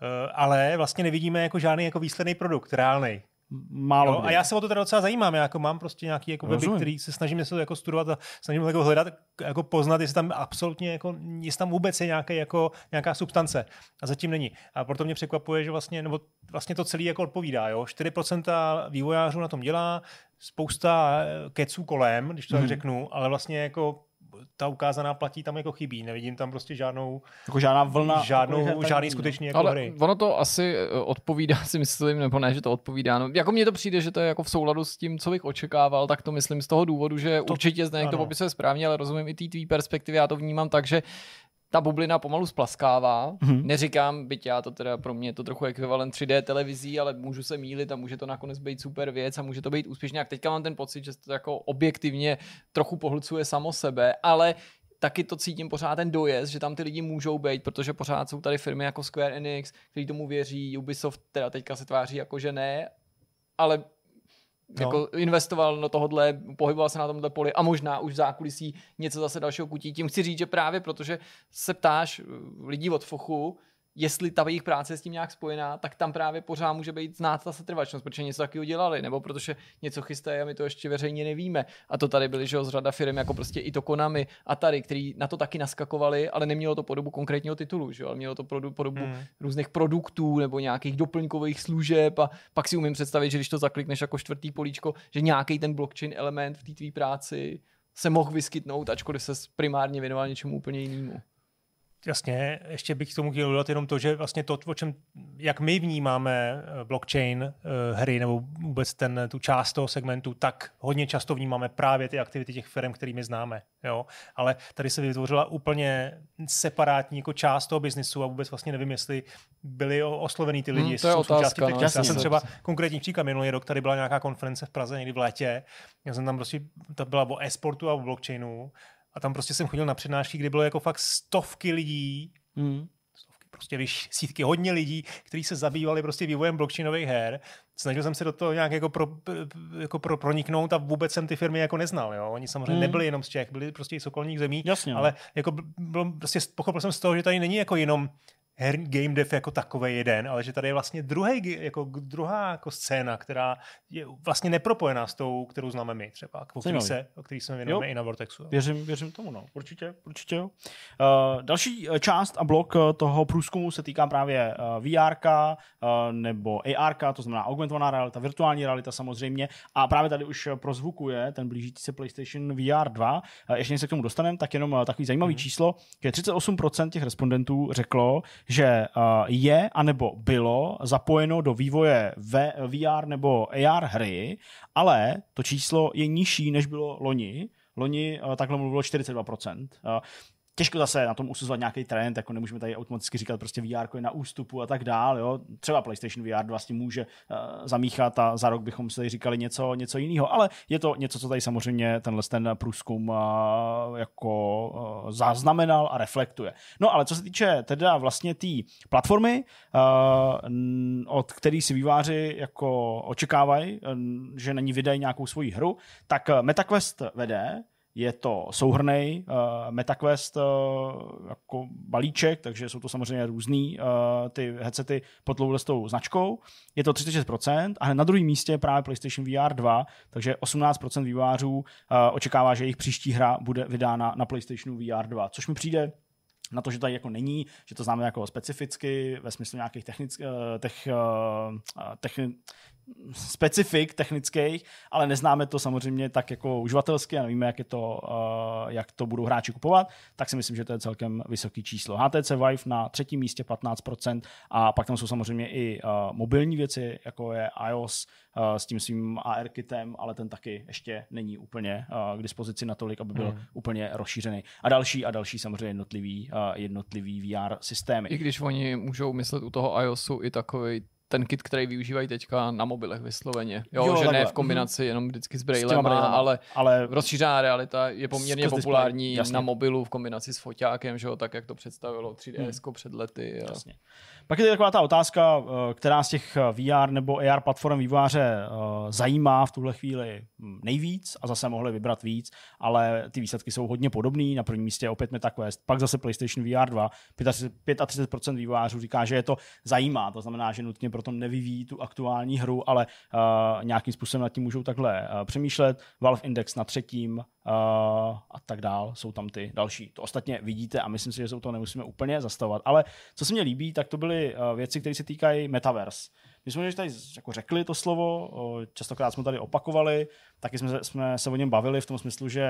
ale vlastně nevidíme jako žádný jako výsledný produkt, reálnej. Málo jo, a já se o to teda docela zajímám, já jako mám prostě nějaký jako weby, který se snažím se to jako studovat a snažím jako hledat, jako poznat, jestli tam absolutně jako, jestli tam vůbec je nějaký, jako, nějaká substance. A zatím není. A proto mě překvapuje, že vlastně, nebo vlastně to celý jako odpovídá, jo. čtyři procenta vývojářů na tom dělá, spousta keců kolem, když to tak hmm. řeknu, ale vlastně jako ta ukázaná platí tam jako chybí. Nevidím tam prostě žádnou jako žádná vlna, žádnou, jako žádný skutečný jako ale hry. Ono to asi odpovídá, si myslím, nebo ne, že to odpovídá. No, jako mně to přijde, že to je jako v souladu s tím, co bych očekával, tak to myslím z toho důvodu, že to, určitě Zdeněk to popisuje správně, ale rozumím i té tvý perspektivy, já to vnímám tak, že ta bublina pomalu splaskává. Mm-hmm. Neříkám, byť já to teda pro mě je to trochu ekvivalent tři dé televizí, ale můžu se mýlit a může to nakonec být super věc a může to být úspěšně. Jak teďka mám ten pocit, že to jako objektivně trochu pohlcuje samo sebe, ale taky to cítím pořád ten dojezd, že tam ty lidi můžou být, protože pořád jsou tady firmy jako Square Enix, který tomu věří, Ubisoft teda teďka se tváří jako, že ne, ale no. jako investoval do tohohle, pohyboval se na tomhle poli a možná už v zákulisí něco zase dalšího kutí. Tím chci říct, že právě protože se ptáš lidí od fochu, jestli ta jejich práce je s tím nějak spojená, tak tam právě pořád může být znát ta setrvačnost, protože něco takového dělali, nebo protože něco chystají a my to ještě veřejně nevíme. A to tady byly, že z řada firm, jako prostě i to Konami a tady, který na to taky naskakovali, ale nemělo to podobu konkrétního titulu, že? Ale mělo to podobu hmm. různých produktů nebo nějakých doplňkových služeb a pak si umím představit, že když to zaklikneš jako čtvrtý políčko, že nějaký ten blockchain element v té tvý práci se mohl vyskytnout, ačkoliv se primárně věnoval něčemu úplně jinému. Jasně, ještě bych k tomu chtěl dodat jenom to, že vlastně to, o čem, jak my vnímáme blockchain uh, hry nebo vůbec ten, tu část toho segmentu, tak hodně často vnímáme právě ty aktivity těch firm, kterými známe. Jo? Ale tady se vytvořila úplně separátní jako část toho biznisu a vůbec vlastně nevím, jestli byli oslovený ty lidi. Hmm, to je otázka. No, já jsem třeba konkrétní příklad, minulý rok tady byla nějaká konference v Praze někdy v létě. Já jsem tam prostě, to byla o e-sportu a o blockchainu. A tam prostě jsem chodil na přednášky, kde bylo jako fakt stovky lidí, mm. stovky, prostě desítky, hodně lidí, kteří se zabývali prostě vývojem blockchainových her. Snažil jsem se do toho nějak jako, pro, jako pro, proniknout a vůbec jsem ty firmy jako neznal. Jo? Oni samozřejmě mm. nebyli jenom z Čech, byli prostě i z okolních zemí, Jasně, ale jako bylo, prostě pochopil jsem z toho, že tady není jako jenom her, game dev jako takovej jeden, ale že tady je vlastně druhý, jako druhá jako scéna, která je vlastně nepropojená s tou, kterou známe my třeba, o který, se, o který jsme věnujeme i na Vortexu. Jo. Věřím, věřím tomu, no. Určitě, určitě jo. Uh, další část a blok toho průzkumu se týká právě uh, V R ka uh, nebo A R ka, to znamená augmentovaná realita, virtuální realita samozřejmě, a právě tady už prozvukuje ten blížící se PlayStation V R dva. Uh, ještě než se k tomu dostaneme, tak jenom uh, takový zajímavý mm. číslo, že třicet osm procent těch respondentů řeklo, že uh, je anebo bylo zapojeno do vývoje V R nebo A R hry, ale to číslo je nižší, než bylo loni. Loni uh, takhle mluvilo čtyřicet dva procent. Uh, Těžko zase na tom usuzovat nějaký trend, jako nemůžeme tady automaticky říkat prostě V R je na ústupu a tak dál. Jo. Třeba PlayStation V R dva s tím může uh, zamíchat a za rok bychom si tady říkali něco, něco jiného, ale je to něco, co tady samozřejmě tenhle ten průzkum uh, jako uh, zaznamenal a reflektuje. No ale co se týče teda vlastně té tý platformy, uh, od který si výváři jako očekávají, uh, že na ní vydají nějakou svoji hru, tak MetaQuest vede. Je to souhrnnej uh, MetaQuest uh, jako balíček, takže jsou to samozřejmě různý uh, ty headsety pod touhletou značkou. Je to třicet šest procent a na druhém místě je právě PlayStation V R dva, takže osmnáct procent vývářů uh, očekává, že jejich příští hra bude vydána na PlayStationu V R dva, což mi přijde na to, že tady jako není, že to známe jako specificky ve smyslu nějakých technických tech, techni, specifik technických, ale neznáme to samozřejmě tak jako uživatelsky a nevíme, jak, je to, jak to budou hráči kupovat, tak si myslím, že to je celkem vysoký číslo. H T C Vive na třetím místě patnáct procent a pak tam jsou samozřejmě i mobilní věci, jako je iOS s tím svým A R kitem, ale ten taky ještě není úplně k dispozici natolik, aby byl hmm. úplně rozšířený. A další a další samozřejmě jednotlivý, jednotlivý V R systémy. I když oni můžou myslet u toho iOSu i takový ten kit, který využívají teďka na mobilech vysloveně. Jo, jo že takhle. Ne v kombinaci mm-hmm. jenom vždycky s braillem, ale, ale rozšířená realita je poměrně populární na mobilu v kombinaci s foťákem, že jo, tak jak to představilo tři D S hmm. před lety. Jasně. Pak je tady taková ta otázka, která z těch V R nebo A R platform vývojáře zajímá v tuhle chvíli nejvíc a zase mohli vybrat víc, ale ty výsledky jsou hodně podobný. Na prvním místě opět MetaQuest, pak zase PlayStation V R dva. třicet pět procent vývojářů říká, že je to zajímá, to znamená, že nutně proto nevyvíjí tu aktuální hru, ale uh, nějakým způsobem nad tím můžou takhle uh, přemýšlet. Valve Index na třetím uh, a tak dál. Jsou tam ty další. To ostatně vidíte a myslím si, že se to nemusíme úplně zastavovat. Ale co se mně líbí, tak to byly uh, věci, které se týkají Metaverse. My jsme tady jako řekli to slovo, častokrát jsme tady opakovali, taky jsme, jsme se o něm bavili v tom smyslu, že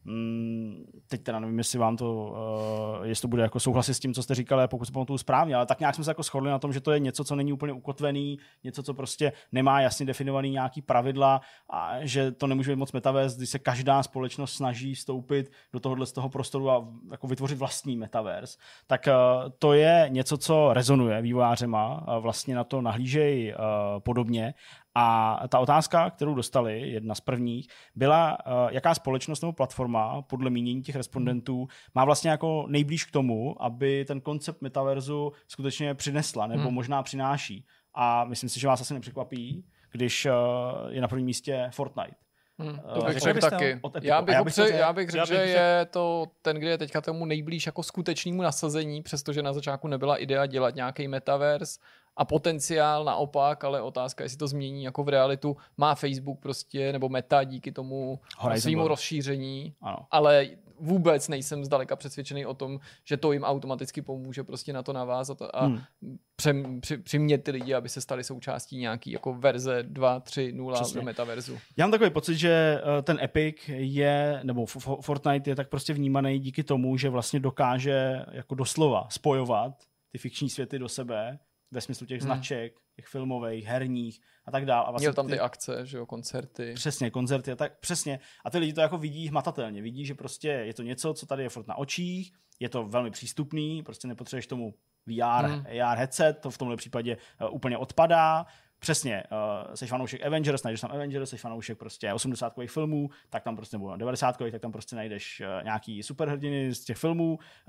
mm, teď teda nevím, jestli vám to, uh, jestli to bude jako souhlasit s tím, co jste říkali, pokud se pamatuju správně, ale tak nějak jsme se jako shodli na tom, že to je něco, co není úplně ukotvený, něco, co prostě nemá jasně definovaný nějaký pravidla a že to nemůže být moc metaverse, když se každá společnost snaží vstoupit do tohohle z toho prostoru a jako vytvořit vlastní metaverse. Tak uh, to je něco, co rezonuje vývojářema, uh, vlastně na to nahlížejí uh, podobně. A ta otázka, kterou dostali, jedna z prvních, byla, jaká společnost nebo platforma, podle mínění těch respondentů, má vlastně jako nejblíž k tomu, aby ten koncept metaverzu skutečně přinesla, nebo hmm. možná přináší. A myslím si, že vás asi nepřekvapí, když je na prvním místě Fortnite. Hmm, to bych řekl taky. Já bych, já bych, řekl, já bych řekl, že je to ten, kde je teďka tomu nejblíž jako skutečnému nasazení, přestože na začátku nebyla idea dělat nějaký metaverse, a potenciál naopak, ale otázka, jestli to změní jako v realitu, má Facebook prostě, nebo Meta díky tomu svýmu rozšíření, ano. Ale vůbec nejsem zdaleka přesvědčený o tom, že to jim automaticky pomůže prostě na to navázat a hmm. přem, při, přimět ty lidi, aby se stali součástí nějaký jako verze dva, tři, nula do metaverzu. Já mám takový pocit, že ten Epic je, nebo Fortnite je tak prostě vnímaný díky tomu, že vlastně dokáže jako doslova spojovat ty fikční světy do sebe, ve smyslu těch hmm. značek, těch filmových, herních a tak dále. Vlastně měl tam ty, ty akce, že jo, koncerty. Přesně, koncerty a tak, přesně. A ty lidi to jako vidí hmatatelně. Vidí, že prostě je to něco, co tady je furt na očích, je to velmi přístupný, prostě nepotřebuješ tomu V R, hmm. A R headset, to v tomhle případě uh, úplně odpadá. Přesně, uh, seš fanoušek Avengers, najdeš tam Avengers, seš fanoušek prostě osmdesátkových filmů, tak tam prostě, nebo devadesátkových, tak tam prostě najdeš uh, nějaký superhrdiny z těch filmů,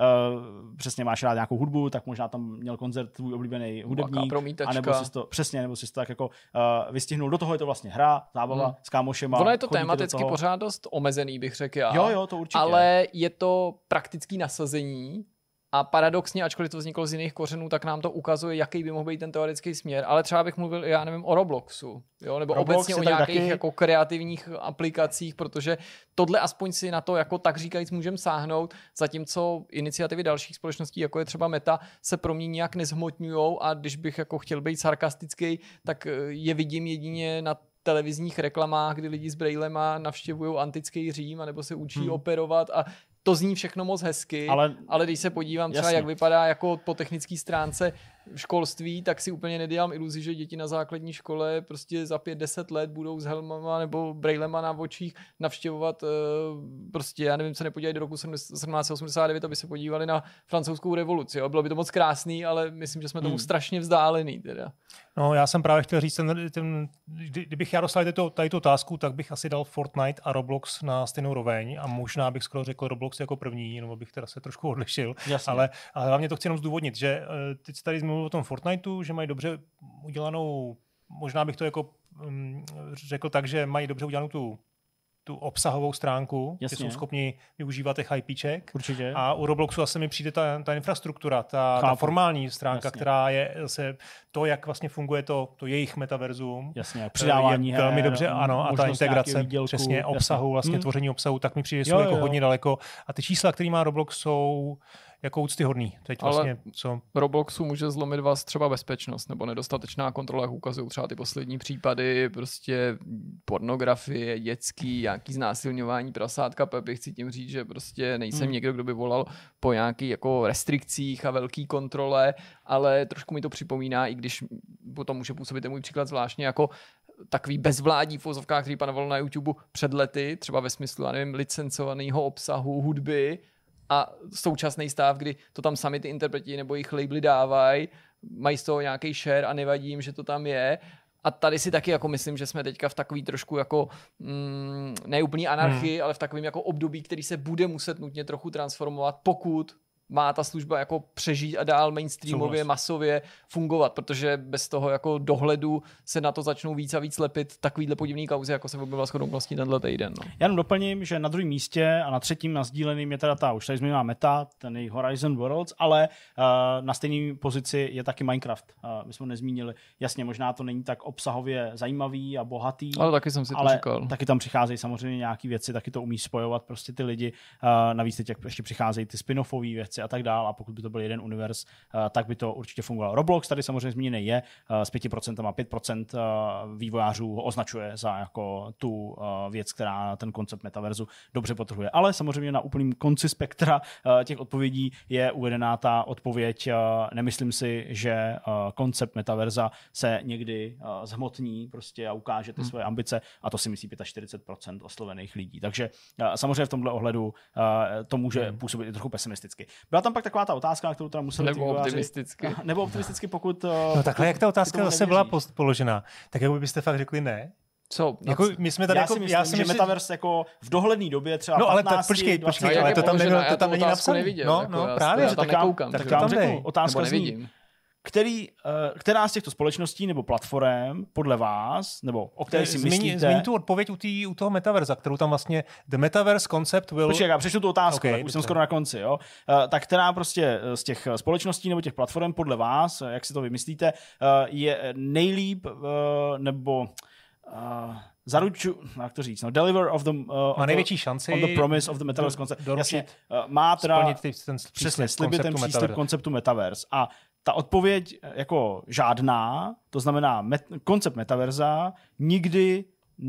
uh, přesně máš rád nějakou hudbu, tak možná tam měl koncert tvůj oblíbený hudebník, a nebo si to, přesně, nebo si to tak jako uh, vystihnul. Do toho je to vlastně hra, zábava hmm. s kámošema. Ono je to tematicky pořád dost omezený, bych řekl já. Jo, jo, to určitě. Ale je to praktický nasazení. A paradoxně, ačkoliv to vzniklo z jiných kořenů, tak nám to ukazuje, jaký by mohl být ten teoretický směr. Ale třeba bych mluvil, já nevím, o Robloxu, jo? Nebo Roblox obecně o nějakých taky... jako kreativních aplikacích, protože tohle aspoň si na to jako tak říkajíc můžeme sáhnout, zatímco iniciativy dalších společností, jako je třeba Meta, se pro mě nějak nezhmotňujou a když bych jako chtěl být sarkastický, tak je vidím jedině na televizních reklamách, kdy lidi s brejlema navštěvují antický Řím, anebo se učí hmm. operovat a to zní všechno moc hezky, ale, ale když se podívám třeba, jasně. jak vypadá jako po technické stránce školství, tak si úplně nedělám iluzi, že děti na základní škole prostě za pět deset let budou s helmama nebo brejlema na očích navštěvovat uh, prostě, já nevím, co nepodívají do roku sedmnáct osmdesát devět, aby se podívali na francouzskou revoluci. Jo? Bylo by to moc krásný, ale myslím, že jsme tomu hmm. strašně vzdálený. Teda. No, já jsem právě chtěl říct, ten, ten, kdybych já dostal tady tu, tady tu otázku, tak bych asi dal Fortnite a Roblox na stejnou roveň a možná bych skoro řekl Roblox jako první, nebo bych teda se trošku odlišil. Ale, ale hlavně to chci jenom zdůvodnit, že teď tady jsme mluvili o tom Fortniteu, že mají dobře udělanou, možná bych to jako um, řekl tak, že mají dobře udělanou tu tu obsahovou stránku, kde jsou schopni využívat těch IPček. Určitě. A u Robloxu asi mi přijde ta, ta infrastruktura, ta, ta formální stránka, jasně. která je zase to, jak vlastně funguje to, to jejich metaverzum. Jasně, přidávání je velmi dobře, ano, a ta integrace výdělku, přesně jasně. obsahu, vlastně hmm. tvoření obsahu, tak mi přijde, že jsou jo, jako jo. hodně daleko. A ty čísla, které má Roblox, jsou jako úctyhodný. Teď vlastně, ale co? Robloxu může zlomit vás třeba bezpečnost nebo nedostatečná kontrola, jak ukazují třeba ty poslední případy, prostě pornografie, dětský, nějaký znásilňování prasátka Pepy. Chci tím říct, že prostě nejsem hmm. někdo, kdo by volal po nějakých jako restrikcích a velký kontrole, ale trošku mi to připomíná, i když potom může působit ten můj příklad zvláštně jako takový bezvládí v ozovkách, který panovalo na YouTube před lety, třeba ve smyslu, já nevím, licencovaného obsahu, hudby, a současný stav, kdy to tam sami ty interpreti nebo jejich labely dávají, mají z toho nějaký share a nevadí jim, že to tam je. A tady si taky jako myslím, že jsme teďka v takový trošku jako mm, neúplný anarchii, hmm. ale v takovém jako období, který se bude muset nutně trochu transformovat, pokud má ta služba jako přežít a dál mainstreamově, Souhlas. masově fungovat, protože bez toho jako dohledu se na to začnou víc a víc lepit takovýhle podivný kauzy, jako se objevila shodou vlastně tenhle týden. No. Já jenom doplním, že na druhém místě a na třetím na sdíleným je teda ta, už tady zmínila Meta, ten jejich Horizon Worlds, ale uh, na stejné pozici je taky Minecraft. Uh, my jsme nezmínili, jasně, možná to není tak obsahově zajímavý a bohatý, ale taky jsem si to ale říkal. Taky tam přicházejí samozřejmě nějaký věci, taky to umí spojovat prostě ty lidi. Uh, navíc teď ještě přicházejí ty spin-offové věci a tak dál, a pokud by to byl jeden univerz, uh, tak by to určitě fungovalo. Roblox tady samozřejmě zmíněný je, uh, s pět procent a pět procent uh, vývojářů ho označuje za jako tu uh, věc, která ten koncept metaverzu dobře potrhuje. Ale samozřejmě na úplném konci spektra uh, těch odpovědí je uvedená ta odpověď, uh, nemyslím si, že uh, koncept metaverza se někdy uh, zhmotní prostě a ukáže ty hmm. svoje ambice, a to si myslí čtyřicet pět procent oslovených lidí. Takže uh, samozřejmě v tomhle ohledu uh, to může hmm. působit i trochu pesimisticky. Byla tam pak taková ta otázka, na kterou tam museli nebo optimisticky. Nebo optimisticky, pokud... No takhle, jak ta otázka zase byla položená, tak jak byste fakt řekli ne? Co? Jako, my jsme tady já jako, si myslím, já si že myslím, metaverse jako v dohledné době třeba no, ale patnáct, tak počkej, počkej, ale to tam, nebylo, to tam není napsané. No, jako no, já právě, já tam tak, nekoukám, tak, tak vám řeknu, otázka zní. který, která z těchto společností nebo platform podle vás, nebo o které si myslíte... Zmíň tu odpověď u, tý, u toho metaverza, kterou tam vlastně the metaverse concept will... Počkej, já přečtu tu otázku, okay, tak už jsem skoro na konci. Jo? Tak která prostě z těch společností nebo těch platform podle vás, jak si to vymyslíte, je nejlíp nebo... Uh, zaruču, jak to říct, no, deliver of the, uh, má největší šanci on the promise of the metaverse concept. Do, Jasně, uh, má teda ty, ten přesně sliby ten přístup metaverse. konceptu metaverse. A ta odpověď jako žádná, to znamená met, koncept metaverza nikdy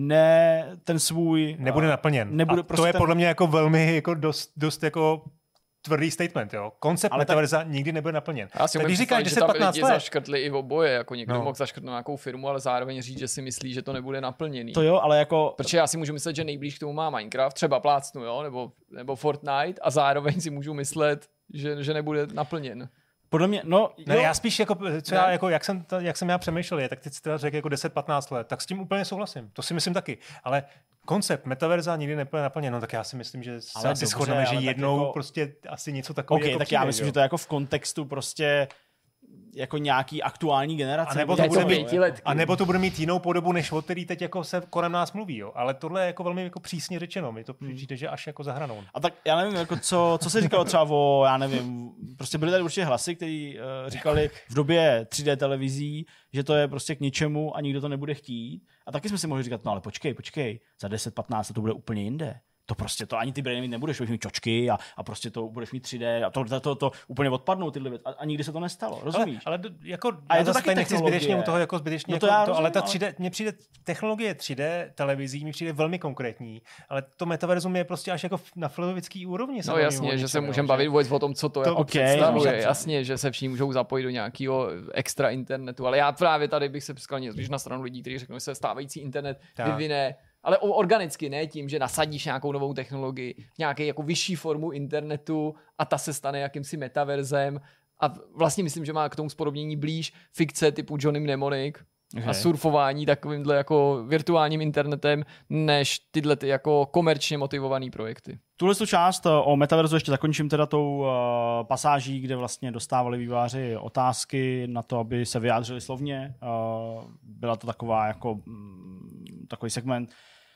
ne ten svůj... Nebude naplněn. Nebude a prostě to je ten, podle mě jako velmi jako dost, dost jako tvrdý statement, jo. Koncept ale metaverza tak... nikdy nebude naplněn. Já si když říkáš deset patnáct let, zaškrtli i v oboje, jako někdo no. mohl zaškrtnout nějakou firmu, ale zároveň říct, že si myslí, že to nebude naplněný. To jo, ale jako... Protože já si můžu myslet, že nejblíž k tomu má Minecraft, třeba plácnu, jo, nebo, nebo Fortnite a zároveň si můžu myslet, že, že nebude naplněn. Podle mě, no... Ne, jo. já spíš, jako, co já, jako, jak, jsem, jak jsem já přemýšlel, je, tak ty jsi teda řekl jako deset patnáct let, tak s tím úplně souhlasím. To si myslím taky. Ale koncept metaverza nikdy nebude naplněn, no tak já si myslím, že se asi shodneme, že jednou jako... prostě asi něco takového okay, jako tak přijde, já myslím, jo? že to je jako v kontextu prostě jako nějaký aktuální generace. A nebo, to bude mít, jako, a nebo to bude mít jinou podobu, než o který teď jako se kolem nás mluví. Jo? Ale tohle je jako velmi jako přísně řečeno. Mi to přijde, že až jako za hranou. A tak já nevím, jako co, co se říkalo třeba o, já nevím, prostě byly tady určitě hlasy, kteří uh, říkali v době tři dé televizí, že to je prostě k ničemu a nikdo to nebude chtít. A taky jsme si mohli říkat, no ale počkej, počkej, za deset patnáct to bude úplně jinde. To prostě to ani ty brainy mít nebudeš, budeš mít čočky a, a prostě to budeš mít tři dé a to, to, to, to úplně odpadnou tyhle věci. A, a nikdy se to nestalo, rozumíš? Ale, ale jako, a já je to taky nechci zbytečně u toho jako zbytečně, no to jako já to, rozumím, ale ta ale... tři dé, mně přijde technologie tři dé televizí, mi přijde velmi konkrétní, ale to metaverzum je prostě až jako na filozofický úrovni. No jasně, že se můžeme bavit vůbec o tom, co to, to jako okay, představuje. no, jasně, že se všichni můžou zapojit do nějakého extra internetu, ale já právě tady bych se sklanil spíš na stranu lidí, kteří řeknou, že se stávající internet tak. vyvine, ale organicky, ne tím, že nasadíš nějakou novou technologii, nějaký jako vyšší formu internetu a ta se stane jakýmsi metaverzem a vlastně myslím, že má k tomu spodobnění blíž fikce typu Johnny Mnemonic okay. a surfování takovýmhle jako virtuálním internetem, než tyhle ty jako komerčně motivované projekty. Tuhle tu část o metaverzu ještě zakončím teda tou uh, pasáží, kde vlastně dostávali vývojáři otázky na to, aby se vyjádřili slovně. Uh, byla to taková jako um, takový segment,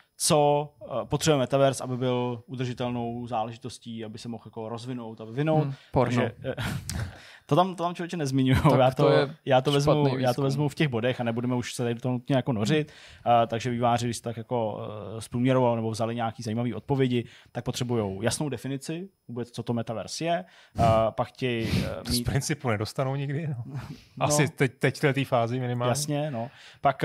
co uh, potřebuje metaverse, aby byl udržitelnou záležitostí, aby se mohl jako rozvinout a vyvinout. Hmm, porno. Takže, to tam, to tam člověče nezmiňuju. Já to, to já, to vezmu, já to vezmu v těch bodech a nebudeme už se tady do toho nutně jako nořit. Hmm. Uh, takže vývojáři, když to tak jako uh, zprůměrovali nebo vzali nějaký zajímavý odpovědi, tak potřebují jasnou definici, vůbec co to metaverse je. Uh, pak chtějí uh, mít... Z principu nedostanou nikdy. No. Asi no, teď, teď v té fázi minimálně. Jasně, no. Pak, uh,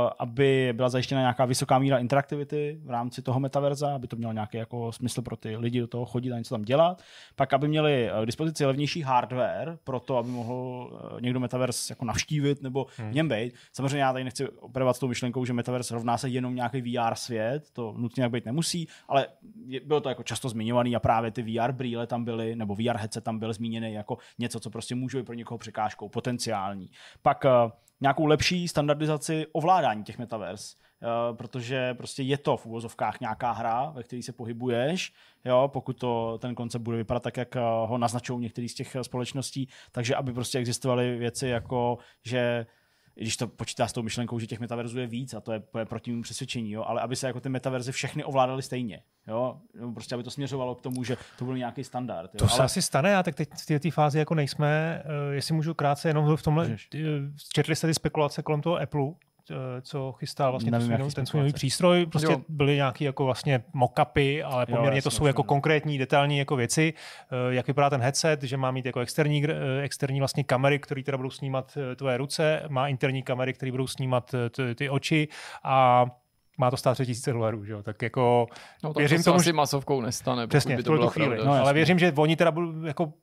aby byla zajištěna nějaká vysoká míra interaktivity v rámci toho metaverza, aby to mělo nějaký jako smysl pro ty lidi do toho chodit a něco tam dělat. Pak, aby měli k dispozici levnější hardware pro to, aby mohl někdo metaverse jako navštívit nebo hmm. v něm být. Samozřejmě já tady nechci operovat s tou myšlenkou, že metaverse rovná se jenom nějaký V R svět, to nutně tak být nemusí, ale bylo to jako často zmiňovaný a právě ty V R brýle tam byly, nebo V R headset tam byl zmíněný jako něco, co prostě může být pro někoho překážkou, potenciální. Pak uh, nějakou lepší standardizaci ovládání těch metaverse, uh, protože prostě je to v uvozovkách nějaká hra, ve které se pohybuješ, jo, pokud to, ten koncept bude vypadat tak, jak uh, ho naznačují některý z těch společností, takže aby prostě existovaly věci jako, že i když to počítá s tou myšlenkou, že těch metaverzů je víc a to je, to je proti mému přesvědčení, jo, ale aby se jako ty metaverzy všechny ovládaly stejně, jo, prostě aby to směřovalo k tomu, že to byl nějaký standard. Jo? To ale... se asi stane, a tak teď v této fázi jako nejsme, uh, jestli můžu krátce jenom v tomhle, uh, četli jste ty spekulace kolem toho Apple, co chystá vlastně Nevím, svůj, ten svůj nový přístroj. Prostě jo. byly nějaké jako vlastně mock-upy, ale poměrně jo, jasně, to jsou jako konkrétní, detailní jako věci. Jak vypadá ten headset, že má mít jako externí, externí vlastně kamery, které teda budou snímat tvoje ruce, má interní kamery, které budou snímat ty, ty oči a má to stát tři tisíce dolarů, že jo, tak jako... No tak věřím to se tomu, asi masovkou nestane, přesně, by to bylo chvíli. No, ale věřím, že oni teda budou jako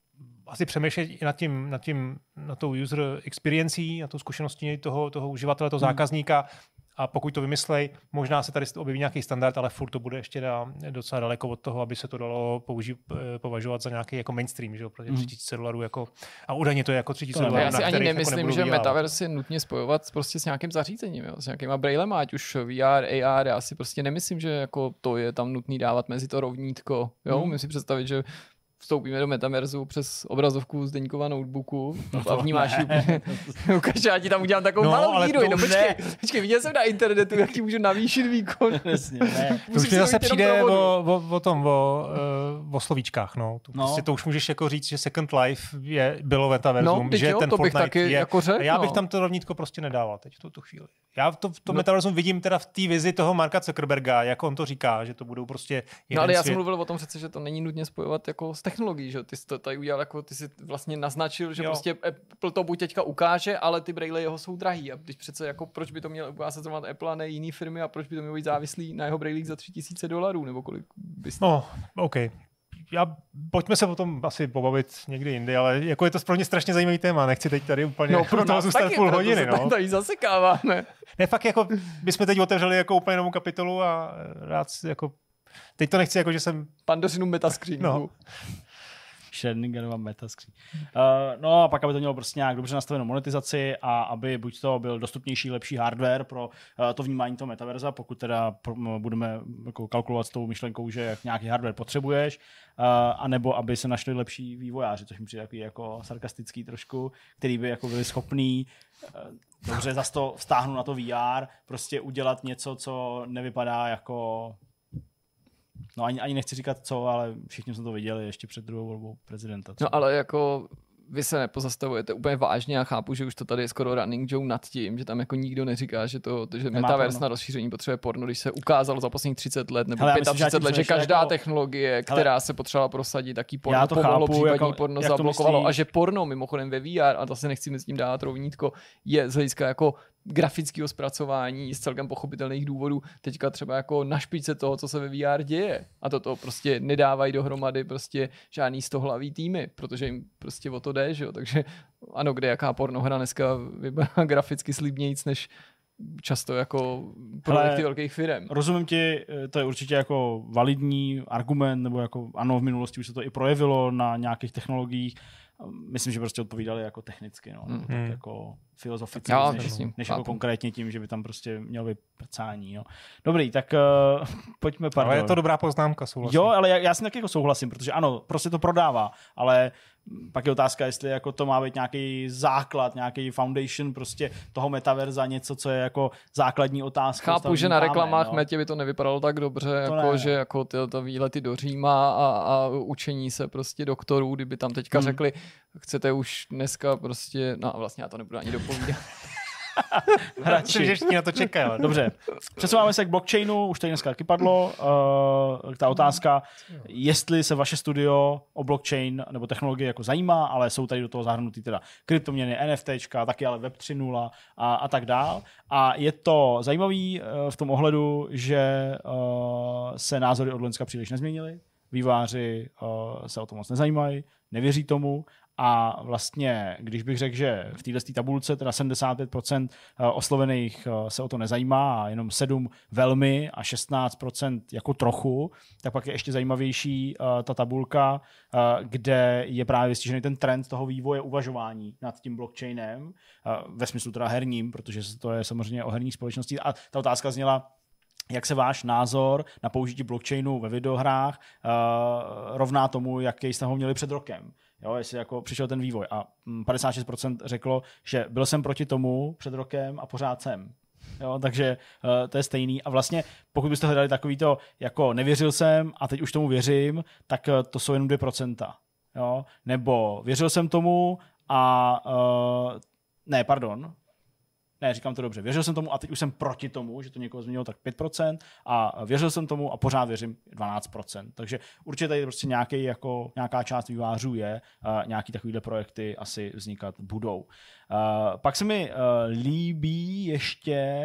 asi přemýšlet i nad tím, nad tím, na tou user experiencí, na tou zkušeností toho, toho uživatele, toho zákazníka. A pokud to vymyslej, možná se tady objeví nějaký standard, ale furt to bude ještě dá, docela daleko od toho, aby se to dalo použít, považovat za nějaký jako mainstream, že jo, protože tři tisíce dolarů jako, a údajně to je jako tři tisíce dolarů. Já si ani nemyslím, jako že metaverse je nutně spojovat prostě s nějakým zařízením, jo, s nějakýma brailema, ať už V R, A R, já si prostě nemyslím, že jako to je tam nutný dávat mezi to rovnítko, jo, hmm. Musím si představit, že vstoupíme do metaverzu přes obrazovku z Deníkova notebooku a vnímáš ji. Ukaž, já ti tam udělám takovou No, malou ale díru. to No už počkej, ne. počkej, viděl jsem na internetu, jak ti můžu navýšit výkon. Přesně, ne. To už mi zase přijde o, o, o tom, o, uh, o slovíčkách. No. To, No. prostě to už můžeš jako říct, že Second Life je, bylo metaverzum, No, teď že jo, ten to bych Fortnite taky je. jako řekl, A já bych no. tam to rovnítko prostě nedával teď v tuto chvíli. Já to, to No. metaverzum vidím teda v té vizi toho Marka Zuckerberga, jak on to říká, že to budou prostě jeden No ale já svět. jsem mluvil o tom přece, že to není nutně spojovat jako s technologií, že ty jsi to tady udělal jako, ty jsi vlastně naznačil, že Jo. prostě Apple to buď teďka ukáže, ale ty braille jeho jsou drahý a když přece jako proč by to měl ukázat zrovna Apple a ne jiný firmy a proč by to mělo být závislý na jeho brailích za tři tisíce dolarů nebo kolik bys... No, OK. Já, pojďme se o tom asi pobavit někdy jindy, ale jako je to pro mě strašně zajímavý téma, nechci teď tady úplně No, jako pro u toho nás zůstat taky, půl proto hodiny. se No. tady zasekáváme. Ne, fakt jako bychom teď otevřeli jako úplně novou kapitolu a rád si jako, teď to nechci jako, že jsem, Pandořinu metaskřínku. no, Schrödingerova metaskříň. Uh, no a pak, aby to mělo prostě nějak dobře nastavenou monetizaci a aby buď to byl dostupnější, lepší hardware pro uh, to vnímání toho metaverza, pokud teda pro, m, budeme jako kalkulovat s tou myšlenkou, že jak nějaký hardware potřebuješ, uh, anebo aby se našli lepší vývojáři, což mi přijde takový jako sarkastický trošku, který by jako byli schopný uh, dobře zas to vztáhnout na to V R, prostě udělat něco, co nevypadá jako... No ani, ani nechci říkat co, ale všichni jsme to viděli ještě před druhou volbou prezidenta. Co? No ale jako vy se nepozastavujete úplně vážně a chápu, že už to tady je skoro running joke nad tím, že tam jako nikdo neříká, že to, že Nemá metaverse porno. na rozšíření potřebuje porno, když se ukázalo za posledních třicet let nebo Hele, já myslím, že já třicet tím let, že přemýšlím každá jako- technologie, která se potřebovala prosadit, taky porno Já to pomohlo, chápu, případně jako- porno jak to zablokovalo myslíš? a že porno mimochodem ve V R, a zase nechci s tím dát rovnítko, je z hlediska jako grafického zpracování z celkem pochopitelných důvodů teďka třeba jako na špičce toho, co se ve V R děje. A toto prostě nedávají dohromady prostě žádný stohlavý týmy, protože jim prostě o to jde, že jo. Takže ano, kde jaká pornohra dneska vypadá graficky slibnějíc, než často jako projekty velkých firem. Rozumím ti, to je určitě jako validní argument, nebo jako ano, v minulosti už se to i projevilo na nějakých technologiích. Myslím, že prostě odpovídali jako technicky, no, nebo tak jako filozoficky, Já, než, jasně, než jako chápu. konkrétně tím, že by tam prostě mělo být prcání. Jo. Dobrý, tak uh, pojďme, pardon. ale je to dobrá poznámka, souhlasím. Jo, ale já, já s tím taky jako souhlasím, protože ano, prostě to prodává, ale pak je otázka, jestli jako to má být nějaký základ, nějaký foundation prostě toho metaverza, něco, co je jako základní otázka. Chápu, že na kámen, reklamách no. Metě by to nevypadalo tak dobře, To jako ne. že jako ty, ty výlety do Říma a, a učení se prostě doktorů, kdyby tam teďka Hmm. řekli, chcete už dneska prostě, no a vlastně já to nebudu ani dopovídat. Radši, že ještě na to čekají. ale Dobře, přesouváme se k blockchainu, už tady dneska taky padlo, uh, ta otázka, jestli se vaše studio o blockchain nebo technologie jako zajímá, ale jsou tady do toho zahrnutý teda kryptoměny, NFTčka, taky ale web tři tečka nula a, a tak dál. A je to zajímavý uh, v tom ohledu, že uh, se názory od loňska příliš nezměnily, vývojáři uh, se o to moc nezajímají, nevěří tomu. A vlastně, když bych řekl, že v této tabulce teda sedmdesát pět procent oslovených se o to nezajímá a jenom sedm velmi a šestnáct procent jako trochu, tak pak je ještě zajímavější ta tabulka, kde je právě vystižený ten trend toho vývoje uvažování nad tím blockchainem, ve smyslu teda herním, protože to je samozřejmě o herních společností. A ta otázka zněla, jak se váš názor na použití blockchainu ve videohrách uh, rovná tomu, jaký jste ho měli před rokem. Jo, jestli jako přišel ten vývoj. A padesát šest procent řeklo, že byl jsem proti tomu před rokem a pořád jsem. Jo, takže uh, to je stejný. A vlastně, pokud byste hledali takový to, jako nevěřil jsem a teď už tomu věřím, tak uh, to jsou jenom dvě procenta. Jo? Nebo věřil jsem tomu a... Uh, ne, pardon. Ne, říkám to dobře. Věřil jsem tomu a teď už jsem proti tomu, že to někoho změnilo, tak pět procent a věřil jsem tomu a pořád věřím dvanáct procent. Takže určitě tady prostě nějaký, jako, nějaká část vývojářů je, uh, nějaký takovýhle projekty asi vznikat budou. Uh, pak se mi uh, líbí ještě...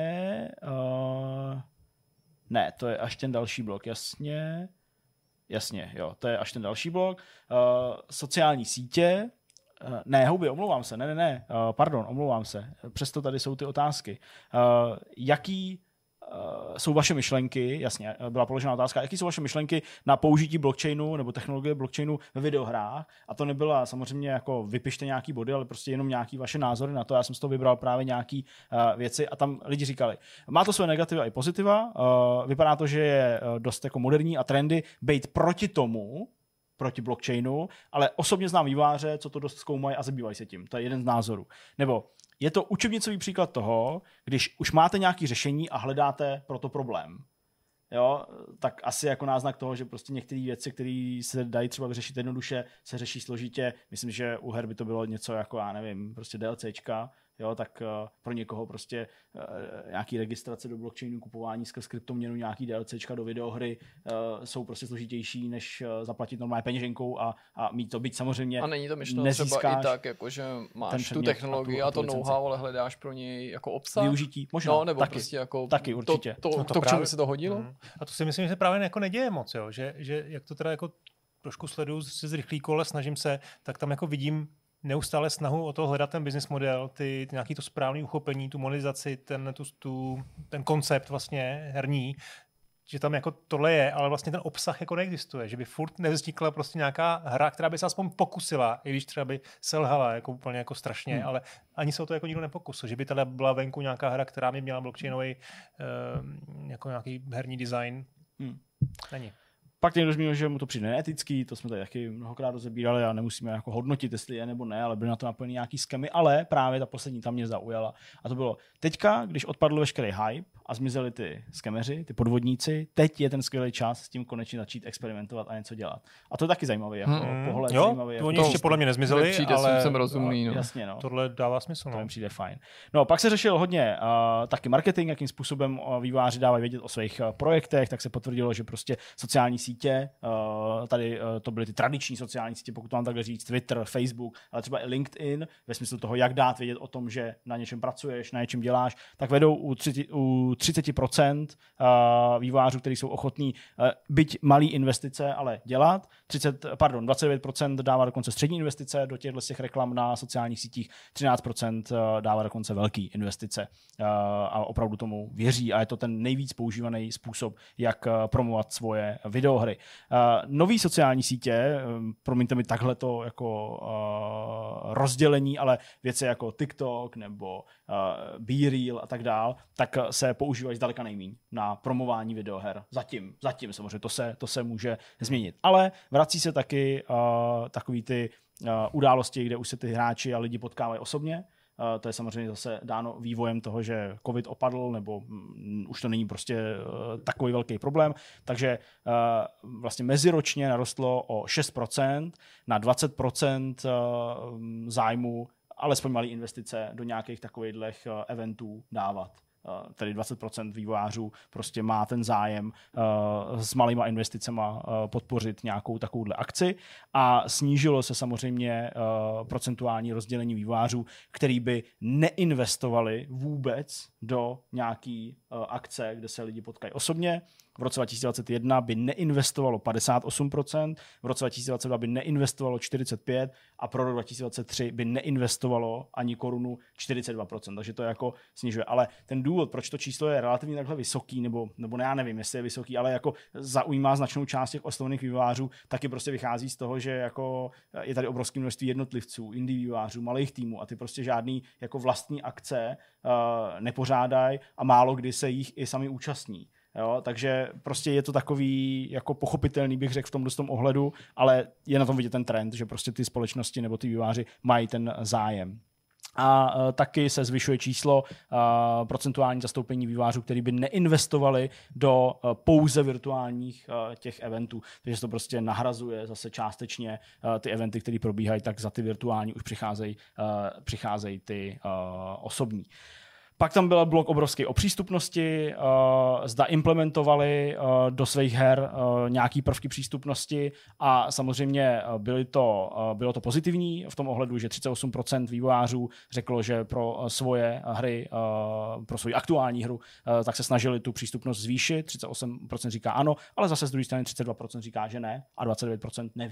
Uh, ne, to je až ten další blok, jasně. Jasně, jo, to je až ten další blok. Uh, sociální sítě. Ne, houby, omlouvám se, ne, ne, ne, uh, pardon, omlouvám se, přesto tady jsou ty otázky. Uh, jaký uh, jsou vaše myšlenky, jasně, byla položena otázka, jaký jsou vaše myšlenky na použití blockchainu nebo technologie blockchainu ve videohrách? A to nebyla samozřejmě jako vypište nějaký body, ale prostě jenom nějaký vaše názory na to. Já jsem z toho vybral právě nějaký uh, věci a tam lidi říkali, má to své negativa i pozitiva, uh, vypadá to, že je dost jako moderní a trendy být proti tomu, proti blockchainu, ale osobně znám vývojáře, co to dost zkoumají a zabývají se tím. To je jeden z názorů. Nebo je to učebnicový příklad toho, když už máte nějaké řešení a hledáte pro to problém. Jo, tak asi jako náznak toho, že prostě některé věci, které se dají třeba vyřešit jednoduše, se řeší složitě. Myslím, že u her by to bylo něco jako, já nevím, prostě DLCčka, jo, tak uh, pro někoho prostě uh, nějaký registrace do blockchainu, kupování skrz kryptoměnu, nějaký DLCčka do videohry uh, jsou prostě složitější, než uh, zaplatit normálně peněženkou a, a mít to, byť samozřejmě a není to myšleno třeba i tak, jako, že máš tu technologii a, tu, a to know-how, ale hledáš pro něj jako obsah. Využití, možná. No, nebo taky, prostě jako taky určitě. To, to, no to, to právě, k čemu se to hodilo. Mm. A to si myslím, že se právě jako neděje moc, jo? Že, že jak to teda jako trošku sleduju z rychlý kole, snažím se, tak tam jako vidím neustále snahu o to hledat ten business model, ty, ty nějaký to správné uchopení, tu monetizaci, ten, tu, tu, ten koncept vlastně herní, že tam jako tohle je, ale vlastně ten obsah jako neexistuje, že by furt nevznikla prostě nějaká hra, která by se aspoň pokusila, i když třeba by selhala jako úplně jako strašně, hmm. ale ani se o to jako nikdo nepokusil, že by tady byla venku nějaká hra, která by měla blockchainový uh, jako nějaký herní design. Hmm. Není. Pak někdo zmínil, že mu to přijde neetický, to jsme tady taky mnohokrát rozebírali a nemusíme jako hodnotit, jestli je nebo ne, ale byly na to naplněny nějaký skemy, ale právě ta poslední tam mě zaujala. A to bylo teďka, když odpadl veškerý hype a zmizeli ty skemeři, ty podvodníci, teď je ten skvělý čas s tím konečně začít experimentovat a něco dělat. A to je taky zajímavý jako hmm. pohled. Jo, zajímavý, to oni jako ještě podle mě nezmizeli, přijde, ale jsem rozumný, no. Jasně, no. Tohle dává smysl. To No. mi přijde fajn. No, pak se řešil hodně uh, taky marketing, jakým způsobem uh, vývojáři dávají vědět o svých uh, projektech, tak se potvrdilo, že prostě sociální sítě, uh, tady uh, to byly ty tradiční sociální sítě, pokud to mám takhle říct, Twitter, Facebook, ale třeba i LinkedIn, ve smyslu toho, jak dát vědět o tom, že na něčem pracuješ, na něčem děláš, tak vedou u, u třicet procent uh, vývojářů, kteří jsou ochotní uh, byť malý investice, ale dělat. třicet, pardon, dvacet devět procent dává dokonce střední investice do těchto těch reklam na sociálních sítích, třináct procent dává dokonce velký investice uh, a opravdu tomu věří a je to ten nejvíc používaný způsob, jak uh, promovat svoje videohry. Uh, nový sociální sítě, um, promiňte mi takhle to jako uh, rozdělení, ale věci jako TikTok nebo uh, BeReal a tak dál, tak se používají zdaleka nejméně na promování videoher. Zatím, zatím samozřejmě, to se, to se může změnit. Ale vrací se taky uh, takový ty uh, události, kde už se ty hráči a lidi potkávají osobně. Uh, to je samozřejmě zase dáno vývojem toho, že covid opadl, nebo um, už to není prostě uh, takový velký problém. Takže uh, vlastně meziročně narostlo o šest procent na dvacet procent uh, zájmu alespoň malé investice do nějakých takových uh, eventů dávat. Uh, tedy dvacet procent vývojářů prostě má ten zájem uh, s malýma investicema uh, podpořit nějakou takovouhle akci a snížilo se samozřejmě uh, procentuální rozdělení vývojářů, který by neinvestovali vůbec do nějaký uh, akce, kde se lidi potkají osobně. V roce dva tisíce dvacet jedna by neinvestovalo padesát osm procent, v roce dva tisíce dvacet dva by neinvestovalo čtyřicet pět procent a pro rok dva tisíce dvacet tři by neinvestovalo ani korunu čtyřicet dva procent, takže to jako snižuje. Ale ten důvod, proč to číslo je relativně takhle vysoký, nebo, nebo ne, já nevím, jestli je vysoký, ale jako zaujímá značnou část těch oslovných vývojářů, taky prostě vychází z toho, že jako je tady obrovské množství jednotlivců, indie vývojářů, malých týmů a ty prostě žádný jako vlastní akce uh, nepořádají a málo kdy se jich i sami účastní. Jo, takže prostě je to takový jako pochopitelný, bych řekl v tom dostom ohledu, ale je na tom vidět ten trend, že prostě ty společnosti nebo ty vývojáři mají ten zájem. A uh, taky se zvyšuje číslo uh, procentuální zastoupení vývojářů, který by neinvestovali do uh, pouze virtuálních uh, těch eventů. Takže to prostě nahrazuje zase částečně uh, ty eventy, které probíhají, tak za ty virtuální už přicházejí uh, přicházejí ty uh, osobní. Pak tam byl blok obrovský o přístupnosti, uh, zda implementovali uh, do svých her uh, nějaký prvky přístupnosti a samozřejmě uh, byly to, uh, bylo to pozitivní v tom ohledu, že třicet osm procent vývojářů řeklo, že pro uh, svoje hry, uh, pro svoji aktuální hru, uh, tak se snažili tu přístupnost zvýšit, třicet osm procent říká ano, ale zase z druhé strany třicet dva procent říká, že ne a dvacet devět procent neví.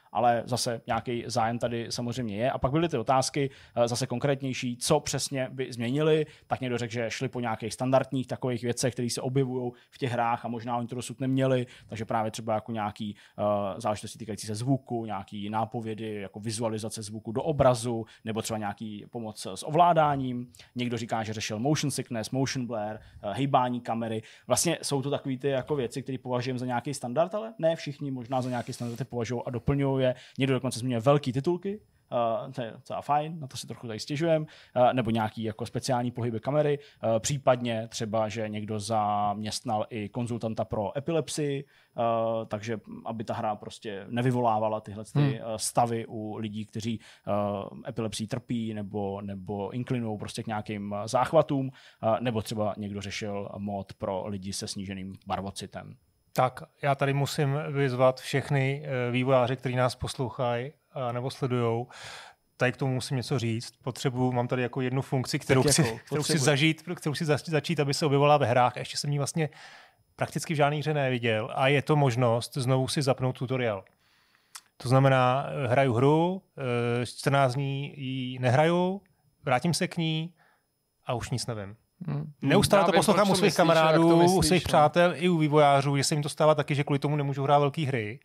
ale zase nějaký zájem tady samozřejmě je. A pak byly ty otázky zase konkrétnější, co přesně by změnili, tak někdo řekl, že šli po nějakých standardních takových věcech, které se objevují v těch hrách a možná oni to dosud neměli, takže právě třeba jako nějaký uh, záležitosti týkající se zvuku, nějaký nápovědy, jako vizualizace zvuku do obrazu, nebo třeba nějaký pomoc s ovládáním. Někdo říká, že řešil motion sickness, motion blur, uh, hejbání kamery. Vlastně jsou to takové ty jako věci, které považujeme za nějaký standard, ale ne všichni možná za nějaký standard považují a doplňují je. Někdo dokonce zmiňuje velký titulky, Uh, to je docela fajn, na to si trochu tady stěžujeme, uh, nebo nějaký jako speciální pohyby kamery, uh, případně třeba, že někdo zaměstnal i konzultanta pro epilepsii, uh, takže aby ta hra prostě nevyvolávala tyhle ty, hmm. uh, stavy u lidí, kteří uh, epilepsii trpí nebo, nebo inklinují prostě k nějakým záchvatům, uh, nebo třeba někdo řešil mod pro lidi se sníženým barvocitem. Tak, já tady musím vyzvat všechny vývojáře, kteří nás poslouchají nebo sledujou. Tady k tomu musím něco říct. Potřebuju, mám tady jako jednu funkci, kterou chci, jako, kterou chci zažít, kterou chci začít, aby se objevila ve hrách. A ještě jsem ji vlastně prakticky v žádné hře neviděl. A je to možnost znovu si zapnout tutoriál. To znamená, hraju hru, čtrnáct dní ji nehraju, vrátím se k ní a už nic nevím. Hmm. Neustále to poslouchám u svých kamarádů, myslíš, u svých no. přátel i u vývojářů, že se jim to stává taky, že kvůli tomu nemůžu hrát velké hry.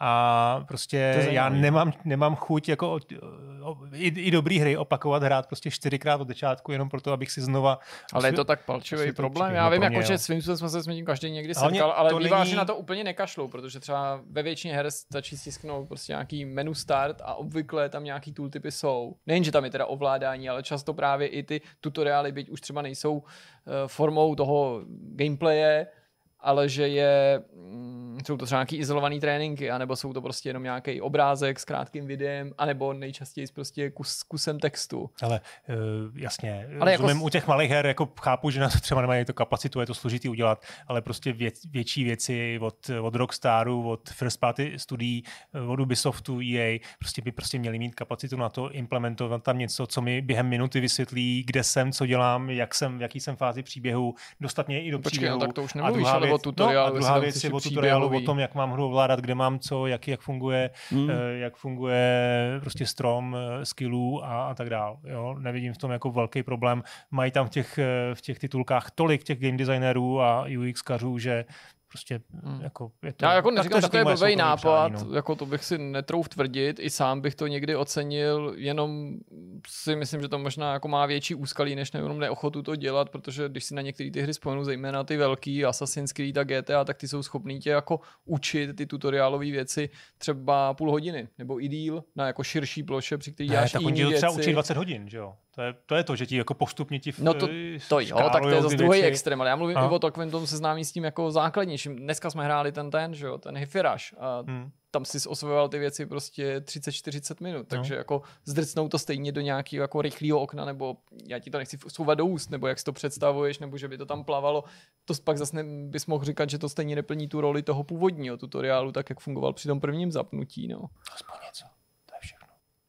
A prostě já nemám, nemám chuť jako o, o, i, i dobrý hry opakovat, hrát prostě čtyřikrát od začátku, jenom proto, abych si znova... Ale je to tak palčivý problém. Já vím, jako, že svým způsobem jsme se s tím každý někdy setkal, ale vývojáři není... na to úplně nekašlou, protože třeba ve většině her stačí stisknout prostě nějaký menu start a obvykle tam nějaký tooltipy jsou. Nejen, že tam je teda ovládání, ale často právě i ty tutoriály, byť už třeba nejsou formou toho gameplaye, ale že je, jsou to třeba nějaký izolovaný tréninky, anebo jsou to prostě jenom nějaký obrázek s krátkým videem, anebo nejčastěji prostě kus, kusem textu. Ale uh, jasně, ale rozumím, jako... u těch malých her jako chápu, že na to třeba nemají to kapacitu, je to složitý udělat, ale prostě vě, větší věci od, od Rockstaru, od First Party studií, od Ubisoftu, E A, prostě by prostě měli mít kapacitu na to implementovat tam něco, co mi během minuty vysvětlí, kde jsem, co dělám, jak jsem, v jaký jsem fázi příběhu, dostat mě i do Počkej, příběhu. No, tak to už nemluvíš, ale o tutoriálu. No, a druhá věc je o tutoriálu, o tom, jak mám hru ovládat, kde mám co, jak, jak funguje, mm. jak funguje prostě strom skillů a, a tak dál. Jo? Nevidím v tom jako velký problém. Mají tam v těch, v těch titulkách tolik těch game designérů a U X kařů, že prostě hmm. jako je to... Já jako neříkám, že to je blbej nápad, přání, no. Jako to bych si netrouf tvrdit, i sám bych to někdy ocenil, jenom si myslím, že to možná jako má větší úskalí, než jenom neochotu to dělat, protože když si na některé ty hry vzpomenu, zejména ty velký, Assassin's Creed a G T A, tak ty jsou schopný tě jako učit ty tutoriálové věci třeba půl hodiny, nebo i díl, na jako širší ploše, při který děláš jiný věci. Tak oni třeba učí dvacet hodin, že jo? To je, to je to, že ti jako postupně ti v, No to, to jo, tak to je zase druhý extrém, ale já mluvím a. i o takovém tom seznámí s tím jako základnějším. Dneska jsme hráli ten ten, že jo, ten Hi-Fi Rush a hmm. tam si osvojoval ty věci prostě třicet čtyřicet minut, takže no. jako zdrcnout to stejně do nějakého jako rychlého okna, nebo já ti to nechci vsouvat do úst, nebo jak si to představuješ, nebo že by to tam plavalo, to pak zase bys mohl říkat, že to stejně neplní tu roli toho původního tutoriálu, tak jak fungoval při tom prvním zapnutí, no. Aspoň něco, to je všechno.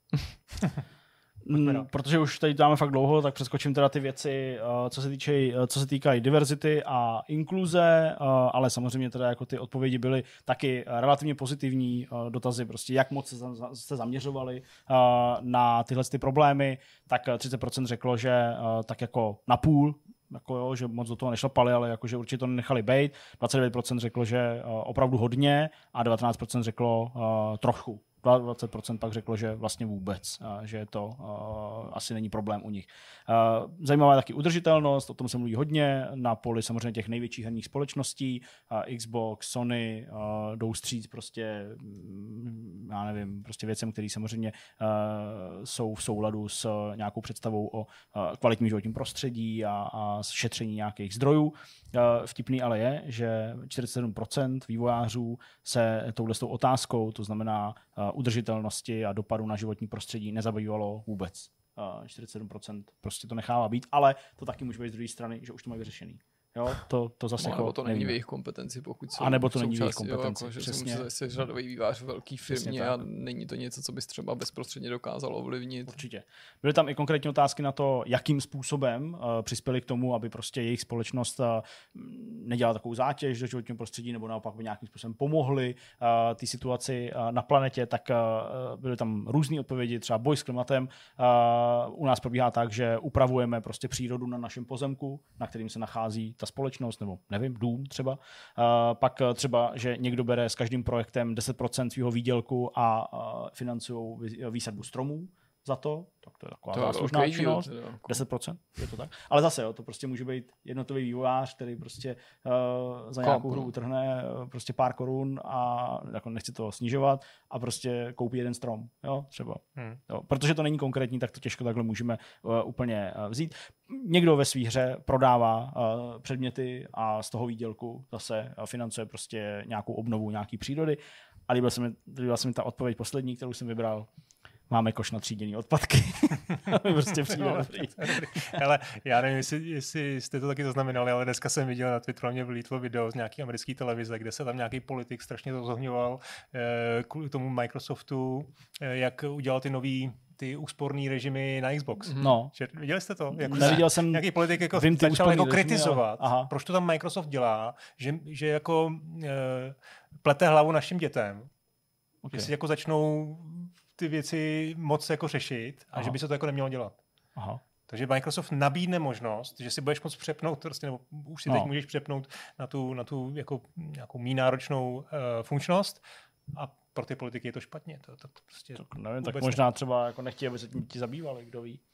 Mm, protože už tady dáme fakt dlouho, tak přeskočím teda ty věci, co se týče, co se týkají diverzity a inkluze, ale samozřejmě teda jako ty odpovědi byly taky relativně pozitivní dotazy, prostě jak moc se zaměřovali na tyhle ty problémy, tak třicet procent řeklo, že tak jako na půl, jako jo, že moc do toho nešlapali, ale jakože určitě to nechali bejt, dvacet devět procent řeklo, že opravdu hodně a devatenáct procent řeklo trochu. dvacet procent pak řeklo, že vlastně vůbec, že to uh, asi není problém u nich. Uh, zajímavá je taky udržitelnost, o tom se mluví hodně, na poli samozřejmě těch největších herních společností, uh, Xbox, Sony, uh, jdou stříc prostě, um, já nevím, prostě věcem, které samozřejmě uh, jsou v souladu s nějakou představou o uh, kvalitním životním prostředí a, a šetření nějakých zdrojů. Uh, vtipný ale je, že čtyřicet sedm procent vývojářů se touhle s tou otázkou, to znamená uh, udržitelnosti a dopadu na životní prostředí nezabývalo vůbec. Uh, čtyřicet sedm procent prostě to nechává být, ale to taky může být z druhé strany, že už to mají vyřešený. Jo, to, to zase No, jako nebo to není v nevíme. jejich kompetenci, pokud jsou A nebo to není v jejich součástí, jo, kompetenci, jako, že přesně. jsou zase řadový vývář v velký firmě tak. a není to něco, co bys třeba bezprostředně dokázal ovlivnit. Určitě. Byly tam i konkrétní otázky na to, jakým způsobem uh, přispěli k tomu, aby prostě jejich společnost uh, nedělala takovou zátěž do životního prostředí, nebo naopak by nějakým způsobem pomohli uh, té situaci uh, na planetě, tak uh, byly tam různé odpovědi, třeba boj s klimatem. Uh, u nás probíhá tak, že upravujeme prostě přírodu na našem pozemku, na kterým se nachází ta společnost, nebo nevím, dům třeba. Uh, pak uh, třeba, že někdo bere s každým projektem deset procent svého výdělku a uh, financují výsadbu stromů za to, tak to je taková To je záslužná velký díl, činnost. teda, jako. deset procent, je to tak. Ale zase, jo, to prostě může být jednotový vývojář, který prostě uh, za nějakou Chápu, hru no. utrhne uh, prostě pár korun a jako nechci to snižovat a prostě koupí jeden strom, jo, třeba. Hmm. Jo, protože to není konkrétní, tak to těžko takhle můžeme uh, úplně uh, vzít. Někdo ve své hře prodává uh, předměty a z toho výdělku zase uh, financuje prostě nějakou obnovu nějaký přírody. A líbila se mi, líbila se mi ta odpověď poslední, kterou jsem vybral. Máme koš na tříděný odpadky. prostě přijde dobrý. Ale já nevím, jestli, jestli jste to taky zaznamenali, ale dneska jsem viděl na Twitteru, mě vylítlo video z nějaký americké televize, kde se tam nějaký politik strašně rozohňoval eh, kvůli tomu Microsoftu, eh, jak udělal ty nový ty úsporný režimy na Xbox. No. Že, viděli jste to? Jako, Neviděl jsem. nějaký politik jako vím ty začal jako úsporný režimy, kritizovat, ale- aha. proč to tam Microsoft dělá, že, že jako eh, plete hlavu našim dětem, Okay. že si jako začnou ty věci moc jako řešit a Aha. že by se to jako nemělo dělat. Aha. Takže Microsoft nabídne možnost, že si budeš moct přepnout, prostě, nebo už si No. teď můžeš přepnout na tu, na tu jako nějakou méně náročnou uh, funkčnost a pro ty politiky je to špatně. To, to, to prostě Tak nevím, tak vůbec možná třeba jako nechtějí, aby se tím ti zabývali, kdo ví.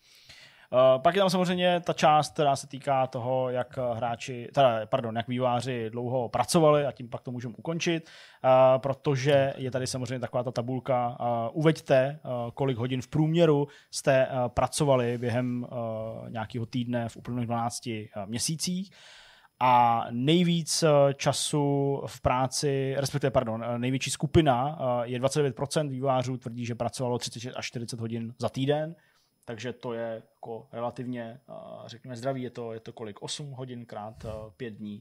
Uh, pak je tam samozřejmě ta část, která se týká toho, jak hráči, teda, pardon, jak vývojáři dlouho pracovali a tím pak to můžeme ukončit, uh, protože je tady samozřejmě taková ta tabulka. Uh, uveďte, uh, kolik hodin v průměru jste uh, pracovali během uh, nějakého týdne v uplynulých dvanácti uh, měsících. A nejvíc uh, času v práci, respektive, pardon, uh, největší skupina uh, je dvacet devět procent vývojářů tvrdí, že pracovalo třicet šest až čtyřicet hodin za týden. Takže to je jako relativně, řekněme, zdravý, je to, je to kolik? osm hodin krát pět dní.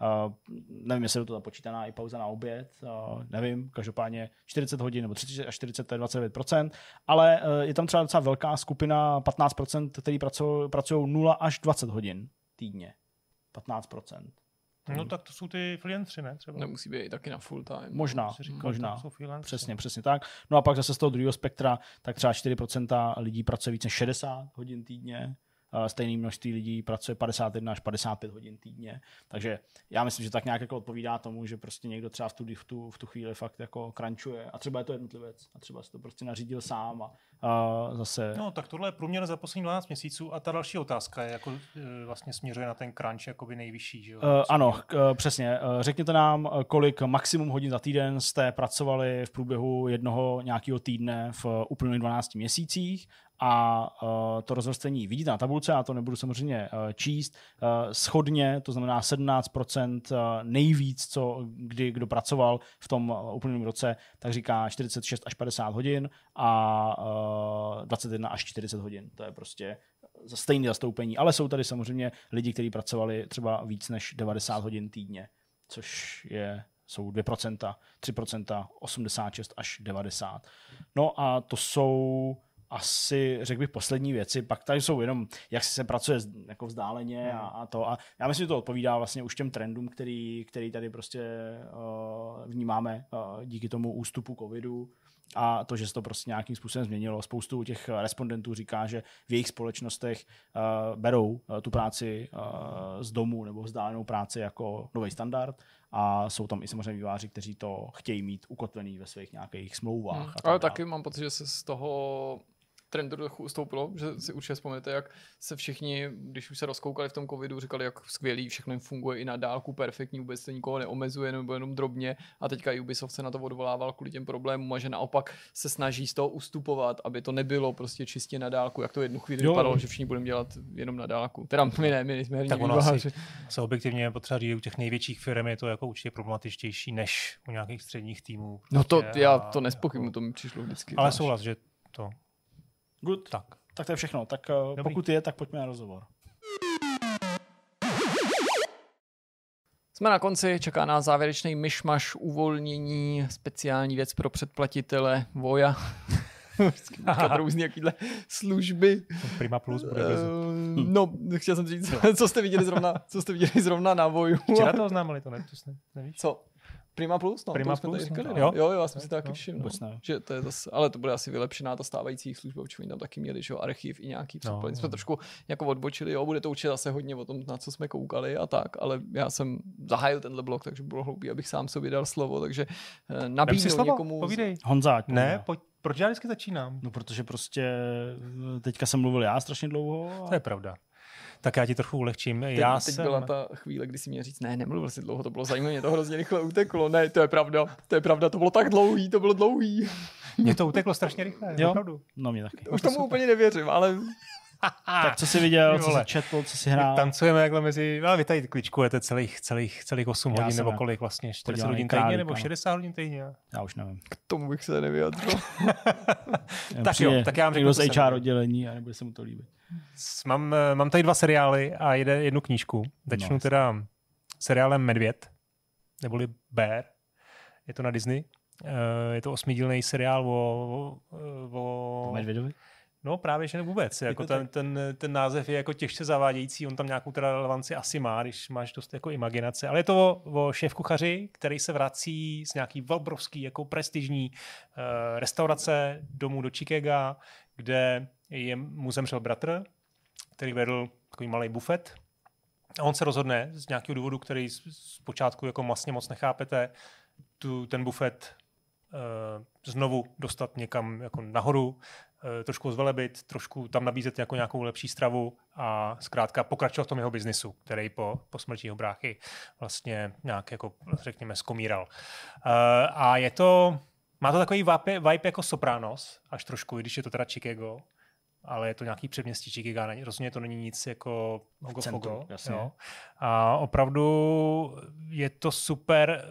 Nevím, jestli je to započítaná i pauza na oběd, nevím, každopádně čtyřicet hodin nebo třicet až čtyřicet, to je dvacet devět procent, ale je tam třeba docela velká skupina, patnáct procent, kteří pracují nula až dvacet hodin týdně. patnáct procent. No tak to jsou ty freelancři, ne? Třeba. Nemusí být taky na full time. Možná, Si říkal, možná. to jsou freelancři. Přesně, přesně tak. No a pak zase z toho druhého spektra, tak třeba čtyři procenta lidí pracuje více než šedesát hodin týdně, stejné množství lidí pracuje padesát jedna až padesát pět hodin týdně. Takže já myslím, že tak nějak jako odpovídá tomu, že prostě někdo třeba v tu, v tu, v tu chvíli fakt jako crunchuje a třeba je to jednotlivec a třeba si to prostě nařídil sám a, a zase... No tak tohle je průměr za poslední dvanáct měsíců a ta další otázka je, jako e, vlastně směřuje na ten crunch jakoby nejvyšší, že jo? Uh, ano, k, přesně. Uh, řekněte nám, kolik maximum hodin za týden jste pracovali v průběhu jednoho nějakého týdne v uplynulých dvanácti měsících a uh, to rozvrstvení vidíte na tabulce, já to nebudu samozřejmě uh, číst. Uh, shodně, to znamená sedmnáct procent uh, nejvíc, co kdy kdo pracoval v tom uh, uplynulém roce, tak říká čtyřicet šest až padesát hodin a uh, dvacet jedna až čtyřicet hodin. To je prostě za stejné zastoupení, ale jsou tady samozřejmě lidi, kteří pracovali třeba víc než devadesát hodin týdně, což je, jsou dvě procenta, tři procenta, osmdesát šest až devadesát. No a to jsou asi, řekl bych, poslední věci. Pak tady jsou jenom, jak se pracuje jako vzdáleně a, a to. A já myslím, že to odpovídá vlastně už těm trendům, který, který tady prostě uh, vnímáme uh, díky tomu ústupu covidu. A to, že se to prostě nějakým způsobem změnilo. Spoustu těch respondentů říká, že v jejich společnostech uh, berou uh, tu práci uh, z domu nebo vzdálenou práci jako nový standard a jsou tam i samozřejmě vývojáři, kteří to chtějí mít ukotvený ve svých nějakých smlouvách. Hmm. A tak Ale dále. taky mám pocit, že se z toho trendu trochu ustoupilo, že si určitě vzpomenete, jak se všichni, když už se rozkoukali v tom covidu, říkali, jak skvělý, všechno funguje i na dálku, perfektní, vůbec to nikoho neomezuje nebo jenom drobně a teďka Ubisoft se na to odvolával kvůli těm problémům a že naopak se snaží z toho ustupovat, aby to nebylo prostě čistě na dálku, jak to jednu chvíli Jo. vypadalo, že všichni budeme dělat jenom na dálku. Teda my ne, my nejsme herní Tak ono vývojáři. asi, se objektivně je potřeba říct, u těch největších firm je to jako určitě problematičtější než u nějakých středních týmů. No to, prostě já a to nespochybnu, jako- to mi přišlo vždycky. Ale zvlášť. souhlas, že to Good. tak. Tak to je všechno. Tak uh, pokud je, tak pojďme na rozhovor. Jsme na konci, čeká nás závěrečný myšmaš, uvolnění, speciální věc pro předplatitele, Voja. Říkat různý jakýhle služby. Prima Plus bude brzy. Uh, no, chtěl jsem říct, co jste viděli zrovna, co jste viděli zrovna na Voju. Včera to oznámili, to ne, to ne, nevíš? Co? Prima Plus? No, Prima to jsme Plus, tady říkali, no. no. Jo? Jo, jo, já jsem si to taky No, všiml. vůbec ne. Že to je zase, ale to bude asi vylepšená ta stávající služba, určitě oni tam taky měli, že jo, archiv i nějaký předplň. No, Jsme no. trošku jako odbočili, jo, bude to určitě zase hodně o tom, na co jsme koukali a tak, ale já jsem zahájil tenhle blok, takže bylo hloupý, abych sám sobě dal slovo, takže eh, Vem si nabídnu slovo, někomu... povídej. Honza, ať Ne, povídá. pojď, proč já vždycky začínám? No, protože prostě teďka jsem mluvil já strašně dlouho. To je pravda. Tak já ti trochu ulehčím. Teď, Já teď jsem... byla ta chvíle, kdy si měl říct, ne, nemluvil jsi dlouho, to bylo zajímavé, mě to hrozně rychle uteklo. Ne, to je pravda, to je pravda, to bylo tak dlouhý, to bylo dlouhý. Mně to uteklo strašně rychle, Jo? opravdu. No, mě taky. Už tomu úplně nevěřím, ale Tak co jsi viděl, Ty co jsi vole. četl, co jsi hrál? Tancujeme jakhle mezi... No, vy tady kličkujete celých, celých, celých osm Já hodin, jsem nebo na- kolik vlastně? čtyřicet podívaný hodin týdně, králík, nebo ano. šedesát hodin týdně? Já už nevím. k tomu bych se nevyjadřil. Tak jo, tak já vám řeknu, někdo co z jsem H R viděl. oddělení a nebude se mu to líbit. S- Mám, eh, mám tady dva seriály a jede, jednu knížku. Začnu No. teda seriálem Medvěd, neboli Bear. Je to na Disney. Eh, Je to osmidílný seriál o... o, Po o Medvědovi? No právě, že ne vůbec. Jako to ten, ten, ten název je jako těžce zavádějící, on tam nějakou teda relevanci asi má, když máš dost jako imaginace. Ale je to o, o šéfkuchaři, který se vrací z nějaký obrovský jako prestižní uh, restaurace domů do Chicaga, kde je, mu zemřel bratr, který vedl takový malý bufet. A on se rozhodne z nějakého důvodu, který z- zpočátku jako vlastně moc nechápete, tu, ten bufet uh, znovu dostat někam jako nahoru, uh, trošku zvelebit, trošku tam nabízet jako nějakou lepší stravu a zkrátka pokračovat v tom jeho biznisu, který po, po smrti jeho bráchy vlastně nějak jako řekněme skomíral. Uh, a je to, má to takový vibe, vibe jako Sopranos, až trošku, i když je to teda Chicago, ale je to nějaký předměstí Chicago, není- rozhodně to není nic jako Hogo Centru, Fogo. jasně. Jo. A opravdu je to super.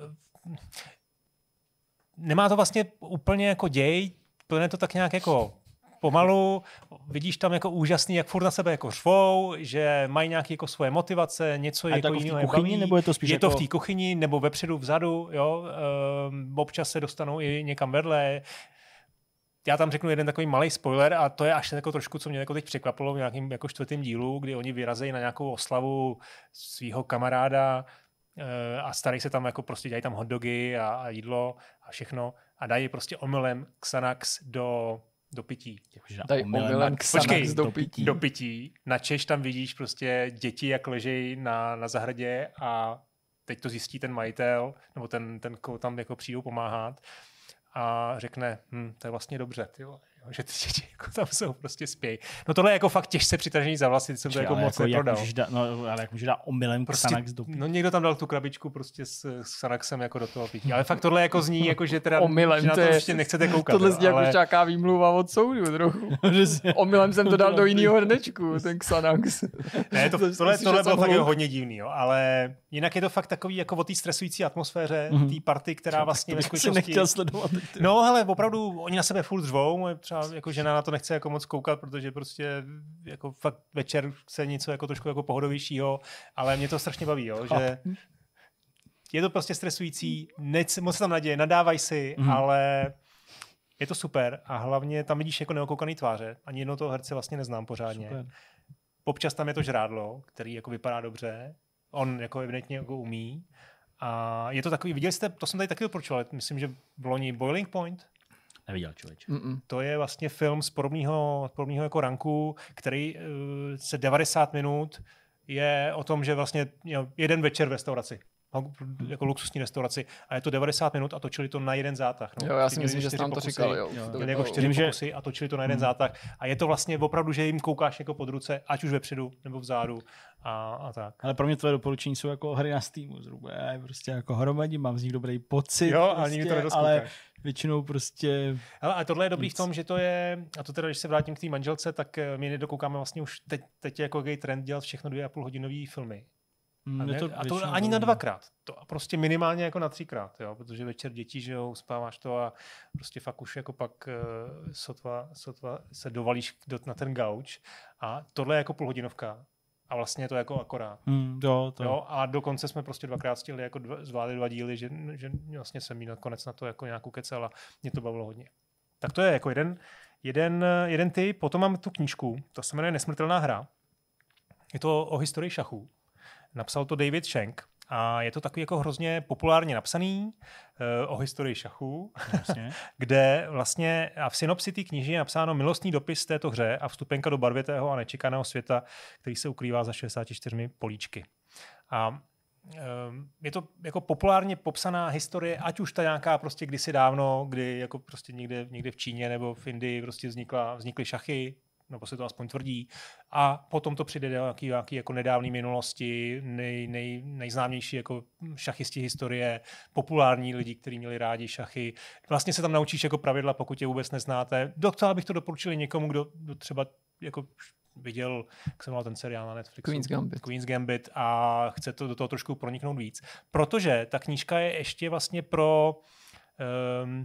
Nemá to vlastně úplně jako děj, plně to tak nějak jako pomalu, vidíš tam jako úžasný, jak furt na sebe jako řvou, že mají nějaké jako svoje motivace, něco A je to jako jako v té jiného je kuchyni, baví. nebo je to spíš Je to jako- v té kuchyni, nebo vepředu, vzadu, jo. Um, občas se dostanou i někam vedle. Já tam řeknu jeden takový malý spoiler a to je až jako trošku, co mě jako teď překvapilo v nějakém jako čtvrtém dílu, kdy oni vyrazejí na nějakou oslavu svého kamaráda eh, a starají se tam jako prostě dělají tam hotdogy a, a jídlo a všechno a dají prostě omylem Xanax do, do pití. Daj omylem Xanax Počkej, do pití. Do pití. Načež tam vidíš prostě děti, jak ležejí na, na zahradě a teď to zjistí ten majitel, nebo ten, ten koho tam jako přijdou pomáhat a řekne, hm, to je vlastně dobře, ty vole, jo, že ty děti jako tam jsou prostě spějí. No tohle je jako fakt těžce přitažený za vlasy, jsem to jako Ale moc jak neprodal. můžeš dát, no, ale jak můžeš dát omylem Prostě, Xanax do pití? no někdo tam dal tu krabičku prostě s, s Xanaxem jako do toho pití. Ale fakt tohle jako zní, jako že teda Omylem, že na to to je- ještě nechcete koukat. Tohle jo, zní jako ale... nějaká výmluva od soudu trochu. Přesně. Omylem jsem to dal do jiného hrnečku, ten Xanax. Ne, to, To tohle, myslíš, tohle že bylo jsem fakt jako hloupý? hodně divný, jo, ale jinak je to fakt takový jako o té stresující atmosféře, mm-hmm. té party, která vlastně ve To bych si skutečnosti... nechtěl sledovat. ty- No, ale opravdu oni na sebe furt řvou, moje třeba jako žena na to nechce jako moc koukat, protože prostě jako fakt večer chce něco jako trošku jako pohodovějšího, ale mě to strašně baví, jo, že je to prostě stresující, nec, moc se tam naděje, nadávaj si, mm. ale je to super a hlavně tam vidíš jako neokoukaný tváře, ani jednoho toho herce vlastně neznám pořádně. Super. Občas tam je to žrádlo, který jako vypadá dobře, on jako evidentně jako umí a je to takový, viděli jste, to jsem tady taky doporučoval, myslím, že v loni Boiling Point, Neviděl člověk. Mm-mm. to je vlastně film z podobného, z podobného jako ranku, který uh, se devadesát minut je o tom, že vlastně jo, jeden večer v restauraci. Jako luxusní restauraci. A je to devadesát minut a točili to na jeden zátah. No. Jo, já si Měli myslím, že jsi čtyři nám to pokusy, říkal. Jo. jo. To Měli jako vypadalo. čtyři Vím, že- pokusy a točili to na jeden zátah. A je to vlastně opravdu, že jim koukáš jako pod ruce, ať už vepředu nebo vzadu a, a tak. Ale pro mě tvoje doporučení jsou jako hry na Steamu zhruba. Já je prostě jako hromadím, mám z nich dobrý pocit. Jo, ale prostě, nikdy to nedoskoukáš. ale většinou prostě... Hele, a tohle je dobrý Nic. v tom, že to je, a to teda, když se vrátím k té manželce, tak eh, my nedokoukáme vlastně už teď, teď je jako gay trend dělat všechno dvě a půl hodinový filmy. mm, A, je ne, a to většinou ani na dobrý. dvakrát. To prostě minimálně jako na třikrát, jo, protože večer děti, že jo, spáváš to a prostě fakt už jako pak uh, sotva, sotva se dovalíš do, na ten gauč a tohle je jako půlhodinovka. A vlastně je to jako akorát. Hmm, jo, to. Jo, a dokonce jsme prostě dvakrát stihli jako dva, zvládli dva díly, že, že vlastně jsem jí nakonec na to jako nějakou kecal a mě to bavilo hodně. Tak to je jako jeden, jeden, jeden typ. Potom mám tu knížku, to se jmenuje Nesmrtelná hra. Je to o historii šachů. Napsal to David Shank a je to takový jako hrozně populárně napsaný uh, o historii šachů, kde vlastně a v synopsi té knihy je napsáno milostný dopis této hře a vstupenka do barvitého a nečekaného světa, který se ukrývá za šedesáti čtyřmi políčky. A je to jako populárně popsaná historie, ať už ta nějaká prostě kdysi dávno, kdy jako prostě někde, někde v Číně nebo v Indii prostě vznikla, vznikly šachy, nebo se to aspoň tvrdí, a potom to přijde do nějaký, nějaký jako nedávné minulosti, nej, nej, nejznámější jako šachisti historie, populární lidi, kteří měli rádi šachy. Vlastně se tam naučíš jako pravidla, pokud je vůbec neznáte. Docela bych to doporučil někomu, kdo, kdo třeba jako viděl, jak se jmenoval ten seriál na Netflixu. Queen's Gambit. Queen's Gambit a chce to do toho trošku proniknout víc. Protože ta knížka je ještě vlastně pro um,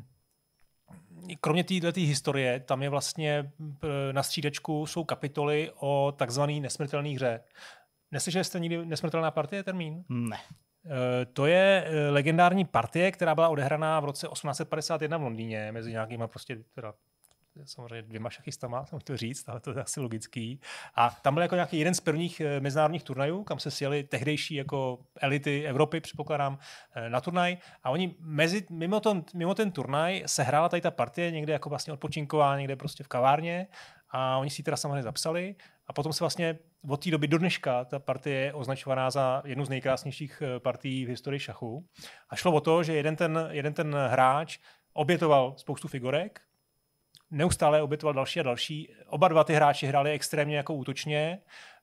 kromě této historie, tam je vlastně na střídačku jsou kapitoly o takzvaný nesmrtelný hře. Neslyšeli jste někdy Nesmrtelná partie termín? Ne. To je legendární partie, která byla odehraná v roce osmnáct set padesát jedna v Londýně mezi nějakýma prostě teda samozřejmě dvěma šachistama, jsem chtěl říct, ale to je asi logický. A tam byl jako nějaký jeden z prvních mezinárodních turnajů, kam se sjeli tehdejší jako elity Evropy, předpokládám, na turnaj. A oni mezi, mimo, to, mimo ten turnaj se hrála tady ta partie někde jako vlastně odpočinková, někde prostě v kavárně. A oni si ji teda samozřejmě zapsali. A potom se vlastně od té doby do dneška ta partie je označovaná za jednu z nejkrásnějších partií v historii šachu. A šlo o to, že jeden ten, jeden ten hráč obětoval spoustu figurek, neustále obětoval další a další. Oba dva ty hráči hráli extrémně jako útočně,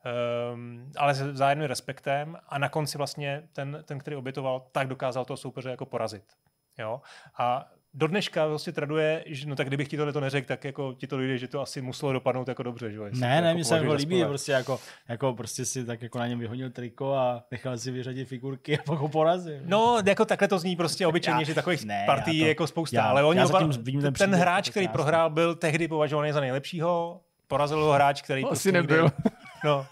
um, ale s vzájemným respektem a na konci vlastně ten, ten, který obětoval, tak dokázal toho soupeře jako porazit. Jo? A do dneška vlastně traduje, že no tak kdybych ti tohle to neřekl, tak jako ti to dojde, že to asi muselo dopadnout jako dobře. Že? Ne, ne, mi se jako líbí, prostě jako, jako prostě si tak jako na něm vyhodil triko a nechal si vyřadit figurky a pak ho porazil. No, jako takhle to zní prostě obyčejně, já, že takových ne, partí je jako spousta, já, ale oni oba, ten, ten hráč, který krásný. prohrál, byl tehdy považovaný za nejlepšího, porazil ho hráč, který asi prostě nebyl. Někde, no,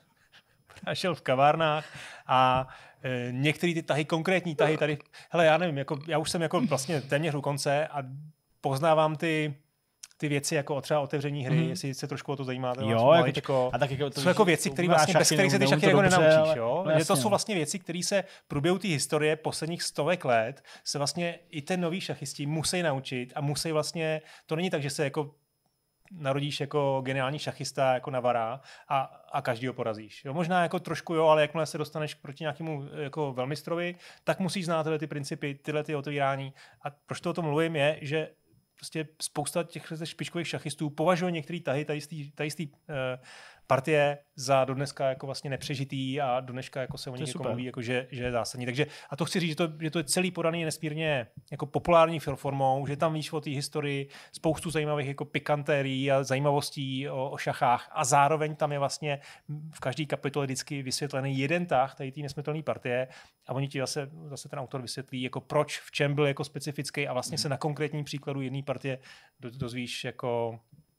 šel v kavárnách a e, některé ty tahy, konkrétní tahy tady, hele, já nevím, jako, já už jsem jako vlastně téměř u konce a poznávám ty ty věci jako třeba otevření hry, mm-hmm. jestli se trošku o to zajímáte. Jo, jako to, a tak jako to, jsou jako věci, které vlastně, bez kterých se ty šachy jako nenaučíš. Jo? No, to jsou vlastně věci, které se v průběhu té historie posledních stovek let se vlastně i ten nový šachisti musí naučit a musí vlastně, to není tak, že se jako narodíš jako geniální šachista jako Navara a, a každý ho porazíš. Jo, možná jako trošku jo, ale jakmile se dostaneš proti nějakému jako velmistrovi, tak musíš znát tyhle ty principy, tyhle ty otvírání. A proč to o tom mluvím je, že prostě spousta těch špičkových šachistů považuje některé tahy tady z té uh, partie za dodneska jako vlastně nepřežitý a dodneška jako se o nich jako mluví, jako že, že je zásadní. Takže a to chci říct, že to, že to je celý podaný nesmírně jako populární formou, že tam víš o té historii spoustu zajímavých jako pikantérií a zajímavostí o, o šachách a zároveň tam je vlastně v každé kapitole vždycky vysvětlený jeden tah tady té nesmrtelné partie a oni ti zase, zase ten autor vysvětlí, jako proč, v čem byl jako specifický a vlastně hmm. se na konkrétním příkladu jedné partie dozvíš jako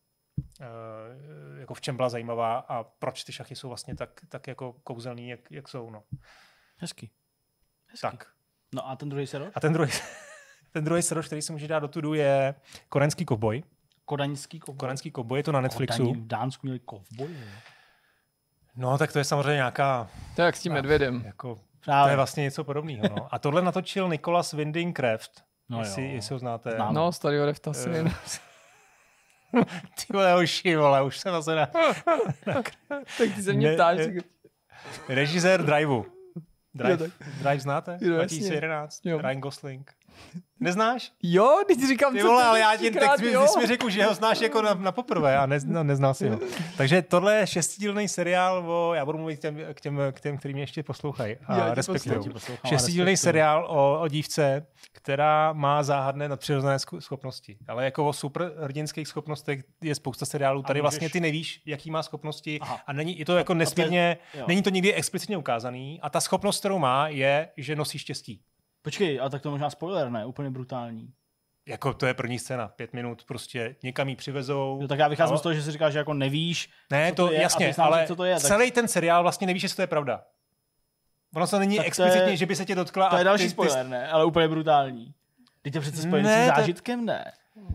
Uh, jako v čem byla zajímavá a proč ty šachy jsou vlastně tak, tak jako kouzelný, jak, jak jsou. No. Hezky. Hezky. Tak. No a ten druhý seroš? A ten druhý, ten druhý seroš, který se může dát do tudu, je Kodaňský kovboj. Kodaňský kovboj? Kodaňský kovboj, je to na Netflixu. Kodaní v Dánsku měli kovboj. No, tak to je samozřejmě nějaká... To je jak s tím medvědem. Jako, to je vlastně něco podobného. No. A tohle natočil Nicholas Winding Refn. No jestli, jestli ho znáte. Znám. No, starýho Refta si uh, Ty vole, uši, vole, už se zase na... na... Tak ty se mě ptáš. Režisér Driveu. Drive, jo, Drive znáte? Jo, dva tisíce jedenáct. Jo. Ryan Gosling. Neznáš? Jo, teď říkám, ty co vole, ale já ti teď jsi mi řekl, že ho znáš jako na, na poprvé a ne, no, neznal si ho. Takže tohle je šestidílný seriál o, já budu mluvit k těm, k těm, k těm který mě ještě poslouchají a respektují. Šestidílný seriál o, o dívce, která má záhadné nadpřirozené schopnosti. Ale jako o super hrdinských schopnostech je spousta seriálů. Tady vlastně ty nevíš, jaký má schopnosti. Aha. A není je to jako nesmírně, to, není to nikdy explicitně ukázaný. A ta schopnost, kterou má, je, že nosí štěstí. Počkej, ale tak to možná spoiler, ne? Úplně brutální. jako to je první scéna, pět minut, prostě někam jí přivezou. Jo, tak já vycházím ale... z toho, že si říkáš, že jako nevíš, ne, co to, to je, jasně, a ty znáš, ale co to je. celý Tak... ten seriál vlastně nevíš, jestli to je pravda. Ono se není Tak to explicitně, je- že by se tě dotkla. To je a další ty, spoiler, ne? Ale úplně brutální. Teď to přece spojený Ne, s to- zážitkem, ne?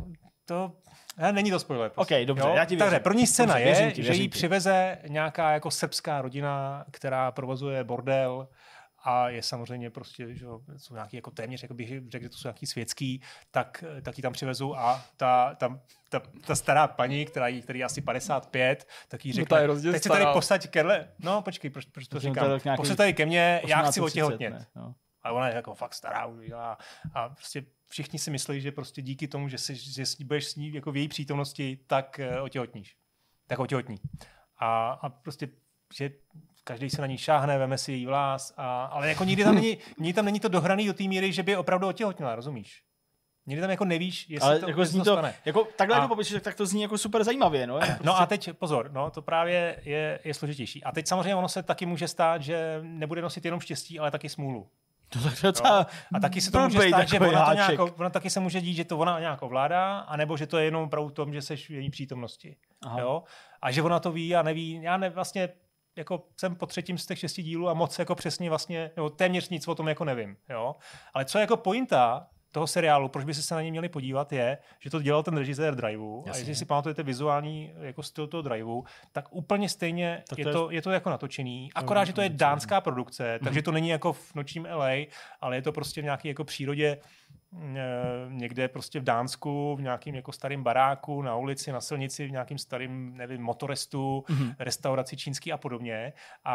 To, ne, není to spoiler. Prostě. OK, dobře, já ti věřím. Takže první scéna Dobře, je, věřím ti, že věřím jí ti. přiveze nějaká jako srbská rodina, která provozuje bordel a je samozřejmě prostě, že jo, jsou nějaký jako téměř, jako bych řekl, že to jsou nějaký světský, tak, tak ji tam přivezou a ta, ta, ta, ta stará paní, která jí, který je asi padesát pět, tak jí No, ta je řekne, hrozně teď se tady stará. posaď Kerle, no počkej, proč, proč to Protože to je říkám, tak nějaký posaď tady ke mně, já chci osmnáct třicet, otěhotnět. ne? No. A ona je jako fakt stará už dělá. A prostě všichni si myslí, že prostě díky tomu, že, si, že s ní budeš s ní jako v její přítomnosti, tak uh, otěhotníš. Tak otěhotní. A, a prostě, že každý se na ní šáhne, veme si její vlás, a, ale jako nikdy tam není, nikdy tam není to dohraný do té míry, že by opravdu otěhotněla, rozumíš? Nikdy tam jako nevíš, jestli Ale to, jako jestli zní to to, stane. jako takhle A- to popíšeš, tak, tak to zní jako super zajímavě, no. Jako No a teď pozor, no, to právě je, je složitější. A teď samozřejmě ono se taky může stát, že nebude nosit jenom štěstí, ale taky smůlu. to tak docela A taky se to může blbej stát, že takový ona, to háček. nějak, ona taky se může dít, že to ona nějak ovládá, anebo že to je jenom opravdu v tom, že seš v její přítomnosti. Jo? A že ona to ví a neví. Já ne, vlastně jako jsem po třetím z těch šesti dílů a moc jako přesně vlastně, nebo téměř nic o tom jako nevím. Jo? Ale co je jako pointa toho seriálu, proč by se na něj měli podívat, je, že to dělal ten režisér Driveu. A jestli si pamatujete vizuální jako styl toho Driveu, tak úplně stejně Tak je, to je- to, je to jako natočený. Akorát, že to je dánská produkce, takže to není jako v nočním L A, ale je to prostě v nějaké jako přírodě eh, někde prostě v Dánsku, v nějakým jako starým baráku, na ulici, na silnici, v nějakým starým, nevím, motorestu, mm-hmm. restauraci čínský a podobně.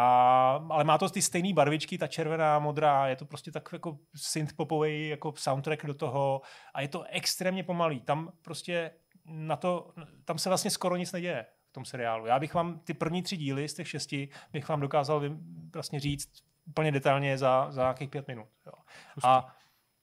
A, ale má to ty stejné barvičky, ta červená, modrá, je to prostě tak jako synth-popový jako soundtrack do toho a je to extrémně pomalý. Tam prostě na to, tam se vlastně skoro nic neděje v tom seriálu. Já bych vám ty první tři díly z těch šesti bych vám dokázal vy- vlastně říct úplně detailně za, za nějakých pět minut. Jo. A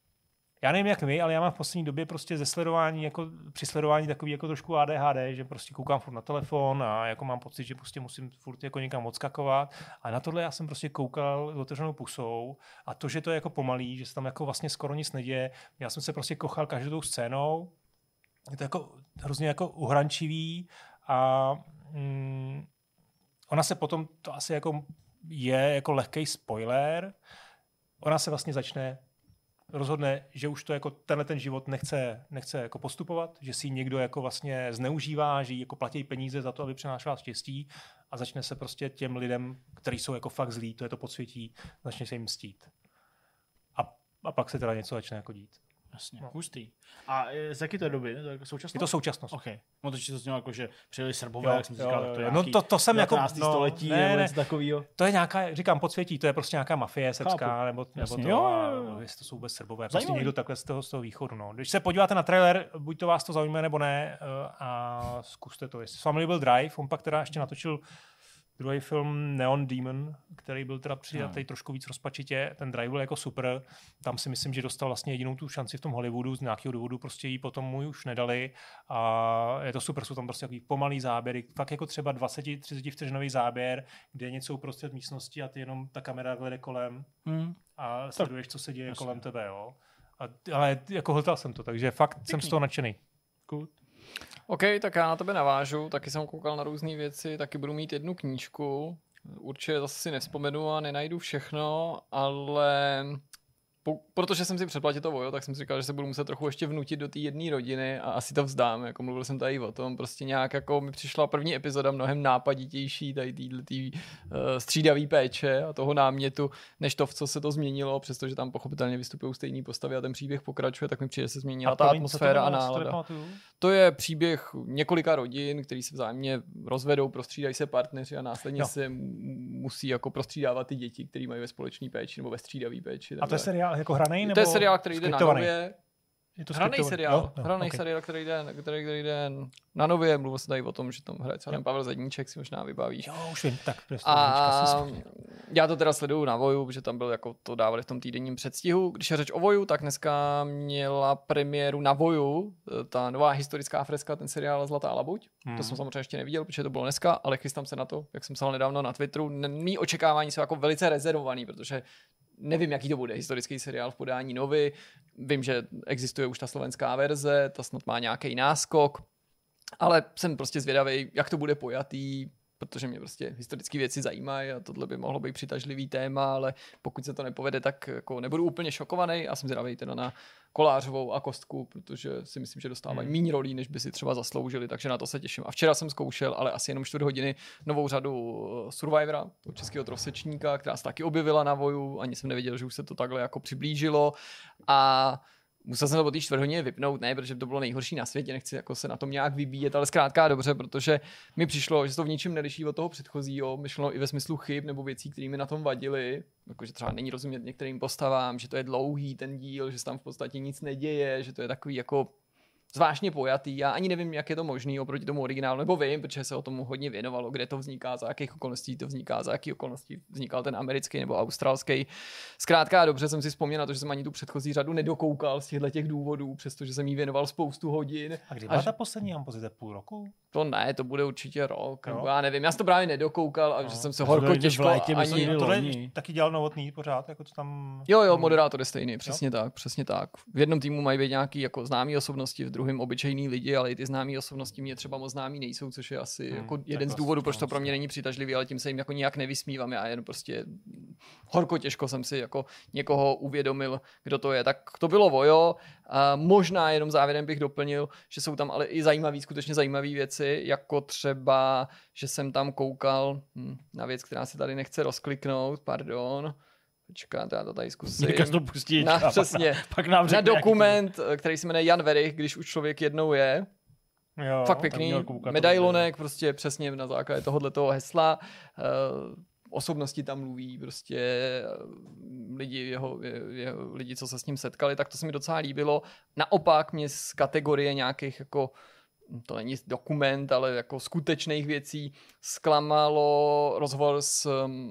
já nevím, jak vy, ale já mám v poslední době prostě ze sledování, jako při sledování takový jako trošku A D H D, že prostě koukám furt na telefon a jako mám pocit, že prostě musím furt jako někam odskakovat. A na tohle já jsem prostě koukal s otevřenou pusou a to, že to je jako pomalý, že se tam jako vlastně skoro nic neděje, já jsem se prostě kochal každou tou scénou. Je to jako hrozně jako uhrančivý a mm, ona se potom, to asi jako je jako lehkej spoiler, ona se vlastně začne rozhodne, že už to jako tenhle ten život nechce, nechce jako postupovat, že si ji někdo jako vlastně zneužívá, že jí jako platí peníze za to, aby přinášela štěstí a začne se prostě těm lidem, kteří jsou jako fakt zlí, to je to podsvětí, začne se jim mstít. A, a pak se teda něco začne jako dít. Jasně, no. Hustý. A e, z jaké to je doby? To je jako současnost? Je to současnost. OK. No to či to znělo jako, že přijeli Srbové, Jo, jak jsem si jo, říkal, jo, to je jo. No nějaký to- to jsem jako- devatenáctého no, století ne, nebo ne. něco takového. To je nějaká, říkám, podsvětí, to je prostě nějaká mafie srbská, Chápu. nebo, nebo Jasně, to, jo, a, jo, jo. jestli to jsou vůbec Srbové, prostě Zajímavý. někdo takhle z toho, z toho východu. No. Když se podíváte na trailer, buď to vás to zaujme, nebo ne, eh, a zkuste to. Jestli s vámi byl Drive, on pak teda ještě natočil druhý film Neon Demon, který byl teda přijatý no. trošku víc rozpačitě. Ten Drive byl jako super. Tam si myslím, že dostal vlastně jedinou tu šanci v tom Hollywoodu, z nějakého důvodu prostě jí potom mu už nedali. A je to super, jsou tam prostě takový pomalý záběry, fakt jako třeba dvacet třicet vteřinový záběr, kde je něco uprostřed místnosti a ty jenom ta kamera glede kolem Hmm. a sleduješ, co se děje Jasně. kolem tebe. Jo. A, ale jako hltal jsem to, takže fakt Pěkný. jsem z toho nadšený. Good. OK, tak já na tebe navážu, taky jsem koukal na různé věci, taky budu mít jednu knížku, určitě zase si nevzpomenu a nenajdu všechno, ale po, protože jsem si předplatil to Vojo, tak jsem si říkal, že se budu muset trochu ještě vnutit do té jedné rodiny a asi to vzdám, jako mluvil jsem tady o tom, prostě nějak jako mi přišla první epizoda mnohem nápaditější tady týhletý uh, střídavý péče a toho námětu, než to, v co se to změnilo, přestože tam pochopitelně vystupují stejné postavy a ten příběh pokračuje, tak mi přijde, že se změnila ta atmosféra a nálada. To je příběh několika rodin, který se vzájemně rozvedou, prostřídají se partneři a následně jo. se m- musí jako prostřídávat ty děti, které mají ve společné péči nebo ve střídavé péči. A to je seriál jako hranej? Nebo to je seriál, který jde na skriptovaný? Nově. Je to Hranej skriptovaný? seriál, Jo? Jo, hranej okay. seriál, který jde, který, který jde na Nově. Mluvil se tady o tom, že tam hraje třeba ten Pavel Zedníček, si možná vybavíš. Jo, už vím, tak prostě. A já to teda sleduju na Voju, protože tam byl, jako to dávali v tom týdenním předstihu. Když je řeč o Voju, tak dneska měla premiéru na Voju ta nová historická freska, ten seriál Zlatá labuť. Hmm. To jsem samozřejmě ještě neviděl, protože to bylo dneska, ale chystám se na to, jak jsem psal nedávno na Twitteru. Mí očekávání jsou jako velice rezervovaný, protože nevím, jaký to bude historický seriál v podání Novy. Vím, že existuje už ta slovenská verze, ta snad má nějaký náskok, ale jsem prostě zvědavý, jak to bude pojatý, protože mě prostě historické věci zajímají a tohle by mohlo být přitažlivý téma, ale pokud se to nepovede, tak jako nebudu úplně šokovaný a jsem zvědavý teda na Kolářovou a Kostku, protože si myslím, že dostávají hmm. méně rolí, než by si třeba zasloužili, takže na to se těším. A včera jsem zkoušel, ale asi jenom čtvrt hodiny, novou řadu Survivora, toho českého trosečníka, která se taky objevila na Voju, ani jsem nevěděl, že už se to takhle jako přiblížilo a musel jsem to po té čtvrt hodině vypnout, ne, protože to bylo nejhorší na světě, nechci jako se na tom nějak vybíjet, ale zkrátka dobře, protože mi přišlo, že se to v ničem neliší od toho předchozího, myšleno i ve smyslu chyb nebo věcí, které mi na tom vadily, jakože třeba není rozumět některým postavám, že to je dlouhý ten díl, že se tam v podstatě nic neděje, že to je takový jako zvláštně pojatý. Já ani nevím, jak je to možný oproti tomu originálu, nebo vím, protože se o tomu hodně věnovalo, kde to vzniká, za jakých okolností to vzniká, za jakých okolností vznikal ten americký nebo australský. Zkrátka dobře jsem si vzpomněl na to, že jsem ani tu předchozí řadu nedokoukal z těchto těch důvodů, přestože jsem jí věnoval spoustu hodin. A kdy byla ta poslední ampozice, půl roku? To ne, to bude určitě rok, jo. nebo já nevím, já jsem to právě nedokoukal a no. že jsem se horko těžko ani... To je taky dělal Novotný pořád, jako to tam... Jo, jo, moderátor je stejný, přesně jo? tak, přesně tak. V jednom týmu mají být nějaký jako známý osobnosti, v druhém obyčejný lidi, ale i ty známý osobnosti mě třeba moc známý nejsou, což je asi hmm, jako jeden z důvodů, proč to pro mě není přitažlivý, ale tím se jim jako nijak nevysmívám. Já jen prostě horko těžko jsem si jako někoho uvědomil, kdo to je. Tak to bylo Vojo. A možná jenom závěrem bych doplnil, že jsou tam ale i zajímavý, skutečně zajímavé věci, jako třeba, že jsem tam koukal hm, na věc, která se tady nechce rozkliknout, pardon. Počkat, já to tady zkusím. To pustí, na, přesně, pak nám na dokument, nějaký... který se jmenuje Jan Werich, když už člověk jednou je. Jo, fakt pěkný, medailonek, prostě přesně na základě tohoto hesla. Uh, osobnosti tam mluví, prostě lidi, jeho, jeho, lidi, co se s ním setkali, tak to se mi docela líbilo. Naopak mě z kategorie nějakých jako to není dokument, ale jako skutečných věcí zklamalo rozhovor s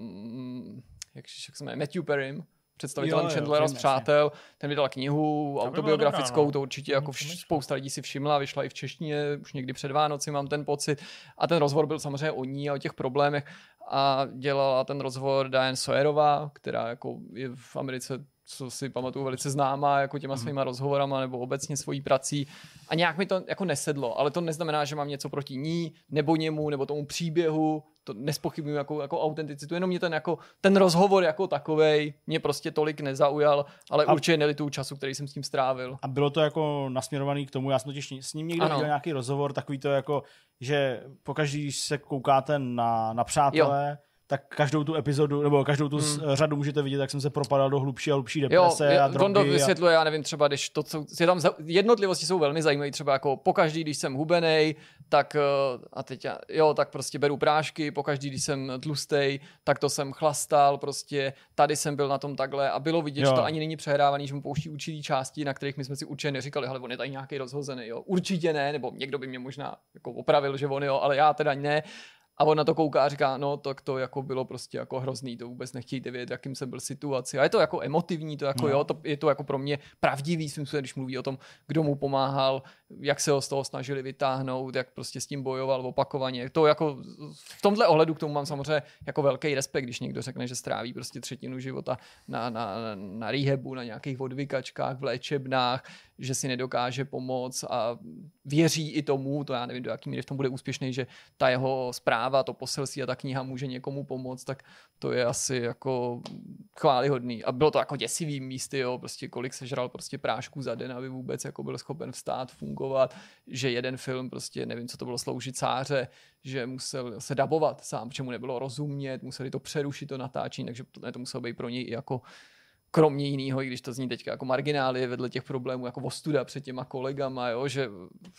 um, jak, jak se jmenuje, Matthew Perrym, představitelem Chandlera z Přátel. Ten vydal knihu to autobiografickou, dobrá, no. To určitě jako vš- spousta lidí si všimla, vyšla i v češtině, už někdy před Vánoci mám ten pocit. A ten rozhovor byl samozřejmě o ní a o těch problémech. A dělala ten rozhovor Diane Sawyerova, která jako je v Americe, co si pamatuju, velice známá jako těma svýma rozhovorama nebo obecně svojí prací. A nějak mi to jako nesedlo, ale to neznamená, že mám něco proti ní, nebo němu, nebo tomu příběhu. To nespochybnuju jako, jako autenticitu, jenom mě ten, jako, ten rozhovor jako takovej mě prostě tolik nezaujal, ale a určitě nelituju času, který jsem s tím strávil. A bylo to jako nasměrovaný k tomu, já jsem totiž s ním někdo viděl nějaký rozhovor, takový to jako, že pokaždý, když se koukáte na, na Přátelé, jo. tak každou tu epizodu, nebo každou tu hmm. řadu můžete vidět, jak jsem se propadal do hlubší a hlubší deprese jo, a drogy. Gondo vysvětluje, a... já nevím, třeba když to, co, je tam jednotlivosti jsou velmi zajímavé, třeba jako pokaždý, když jsem hubenej, tak a teď já, jo, tak prostě beru prášky, pokaždý, když jsem tlustej, tak to jsem chlastal, prostě tady jsem byl na tom takhle a bylo vidět, jo. že to ani není přehrávaný, že mu pouští určitý části, na kterých my jsme si určitě neříkali, hele, on je tady nějaký rozhozený, jo. Určitě ne, nebo někdo by mě možná jako opravil, že on jo, ale já teda ne. A on na to kouká a říká, no tak to jako bylo prostě jako hrozný, to vůbec nechtějte vědět, jakým jsem byl situaci. A je to jako emotivní, to jako no. jo, to, je to jako pro mě pravdivý, svým způsobem, když mluví o tom, kdo mu pomáhal, jak se ho z toho snažili vytáhnout, jak prostě s tím bojoval opakovaně. To jako v tomhle ohledu k tomu mám samozřejmě jako velký respekt, když někdo řekne, že stráví prostě třetinu života na, na, na rehabu, na nějakých odvykačkách, v léčebnách, že si nedokáže pomoct a věří i tomu, to já nevím, do jaký míry v tom bude úspěšný, že ta jeho zpráva, to poselství a ta kniha může někomu pomoct, tak to je asi jako chvályhodný. A bylo to jako děsivý místy, jo, prostě kolik sežral prostě prášku za den, aby vůbec jako byl schopen vstát, fungovat, že jeden film prostě, nevím, co to bylo, Sloužit Sáře, že musel se dabovat sám, protože mu nebylo rozumět, museli to přerušit, to natáčení, takže to, to muselo být pro něj i jako kromě jiného, i když to zní teďka jako marginálie vedle těch problémů, jako ostuda před těma kolegama, jo, že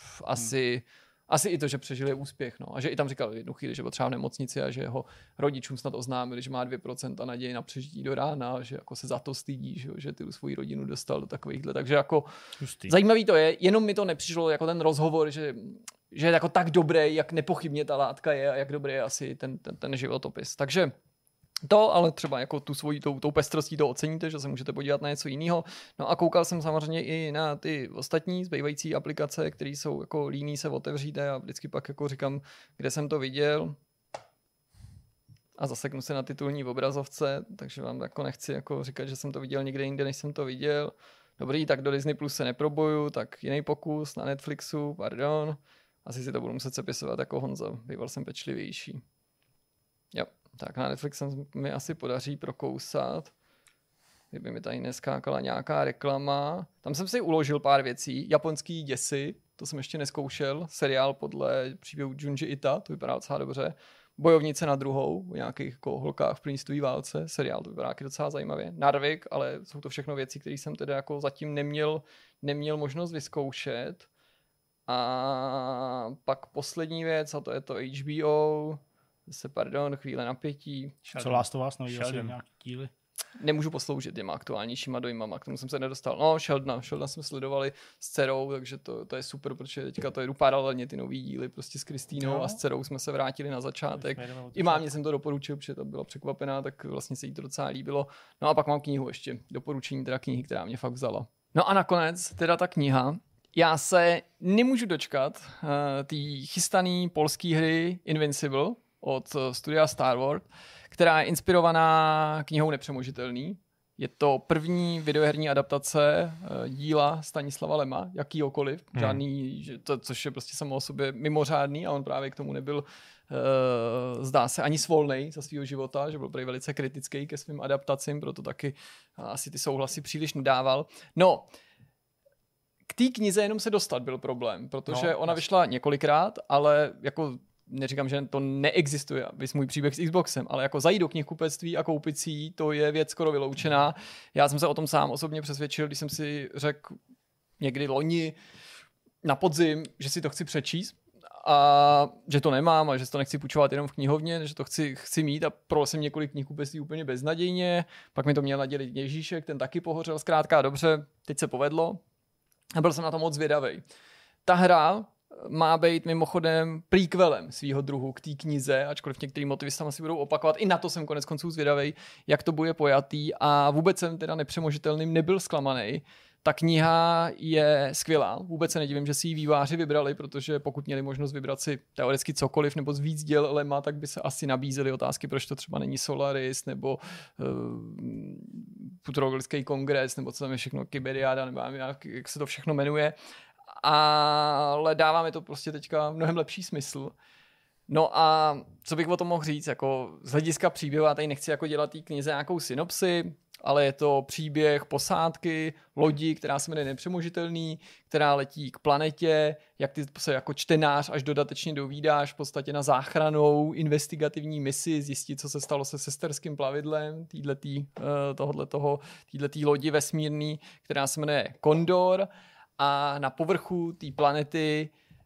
asi, hmm. asi i to, že přežili úspěch. No. A že i tam říkal jednu chvíli, že byl třeba v nemocnici a že jeho rodičům snad oznámili, že má dvě procenta naději na přežití do rána, že jako se za to stydí, že, že ty svoji rodinu dostal do takovýchhle. Takže jako Justý. zajímavý to je, jenom mi to nepřišlo jako ten rozhovor, že, že je jako tak dobrý, jak nepochybně ta látka je a jak dobrý je asi ten, ten, ten životopis. Takže to, ale třeba jako tu svojí tou, tou pestrostí to oceníte, že se můžete podívat na něco jiného. No a koukal jsem samozřejmě i na ty ostatní zbývající aplikace, které jsou jako líní se otevřít a já vždycky pak jako říkám, kde jsem to viděl. a zaseknu se na titulní obrazovce, takže vám jako nechci jako říkat, že jsem to viděl někde jinde, než jsem to viděl. Dobrý, tak do Disney Plus se neproboju, tak jiný pokus na Netflixu, pardon. Asi si to budu muset sepisovat jako Honza, býval jsem pečlivější. Jo, tak na Netflix mi asi podaří prokousat. Kdyby mi tady neskákala nějaká reklama. Tam jsem si uložil pár věcí. Japonský děsy, to jsem ještě neskoušel. Seriál podle příběhu Junji Ita, to vypadá docela dobře. Bojovnice na druhou, o nějakých jako holkách v první světové válce. Seriál, to vypadá taky docela zajímavě. Narvik, ale jsou to všechno věci, které jsem teda jako zatím neměl, neměl možnost vyzkoušet. A pak poslední věc, a to je to H B O. Zase, pardon, chvíle napětí. Co Last of Us, neviděl jsi nějaký díly? Nemůžu posloužit těma aktuálnějšíma dojmama, k tomu jsem se nedostal. No, Sheldona, Sheldona jsme sledovali s dcerou, takže to, to je super, protože teďka to jedu paralelně ty nový díly prostě s Kristýnou no. a s dcerou jsme se vrátili na začátek. I mámě jsem to doporučil, protože to byla překvapená, tak vlastně se jí to docela líbilo. No a pak mám knihu ještě, doporučení teda knihy, která mě fakt vzala. No a nakonec teda ta kniha. Já se nemůžu dočkat uh, té chystané polské hry Invincible od uh, studia Star Wars, která je inspirovaná knihou Nepřemožitelný. Je to první videoherní adaptace uh, díla Stanislava Lema, jakýhokoliv, hmm. žádný, že to, což je prostě samo o sobě mimořádný a on právě k tomu nebyl, uh, zdá se, ani svolnej za svého života, že byl prý velice kritický ke svým adaptacím, proto taky uh, asi ty souhlasy příliš nedával. No, k té knize jenom se dostat byl problém, protože no, ona vyšla několikrát, ale jako neříkám, že to neexistuje, vys můj příběh s Xboxem, ale jako zajít do knihkupectví a koupit si ji, to je věc skoro vyloučená. Já jsem se o tom sám osobně přesvědčil, když jsem si řekl někdy loni na podzim, že si to chci přečíst a že to nemám a že to nechci půjčovat jenom v knihovně, že to chci, chci mít a projel jsem několik knihkupectví úplně beznadějně, pak mi to měl nadělit Ježíšek, ten taky pohořel zkrátka dobře, teď se povedlo. A byl jsem na to moc zvědavej. Ta hra má být mimochodem prequelem svýho druhu k té knize, ačkoliv některý motivy tam asi budou opakovat. I na to jsem konec konců zvědavej, jak to bude pojatý a vůbec jsem teda Nepřemožitelným nebyl zklamaný. Ta kniha je skvělá, vůbec se nedivím, že si ji výváři vybrali, protože pokud měli možnost vybrat si teoreticky cokoliv nebo z víc děl Lema, tak by se asi nabízely otázky, proč to třeba není Solaris nebo uh, Futurologický kongres nebo co tam je všechno, Kyberiáda nebo jak, jak se to všechno jmenuje. Ale dává mi to prostě teďka mnohem lepší smysl. No a co bych o tom mohl říct, jako z hlediska příběhu, já tady nechci jako dělat té knize nějakou synopsi, ale je to příběh posádky, lodi, která se jmenuje Nepřemožitelný, která letí k planetě, jak ty se jako čtenář až dodatečně dovídáš v podstatě na záchranou investigativní misi, zjistit, co se stalo se sesterským plavidlem týhletý, tohoto, týhletý lodi vesmírný, která se jmenuje Kondor a na povrchu té planety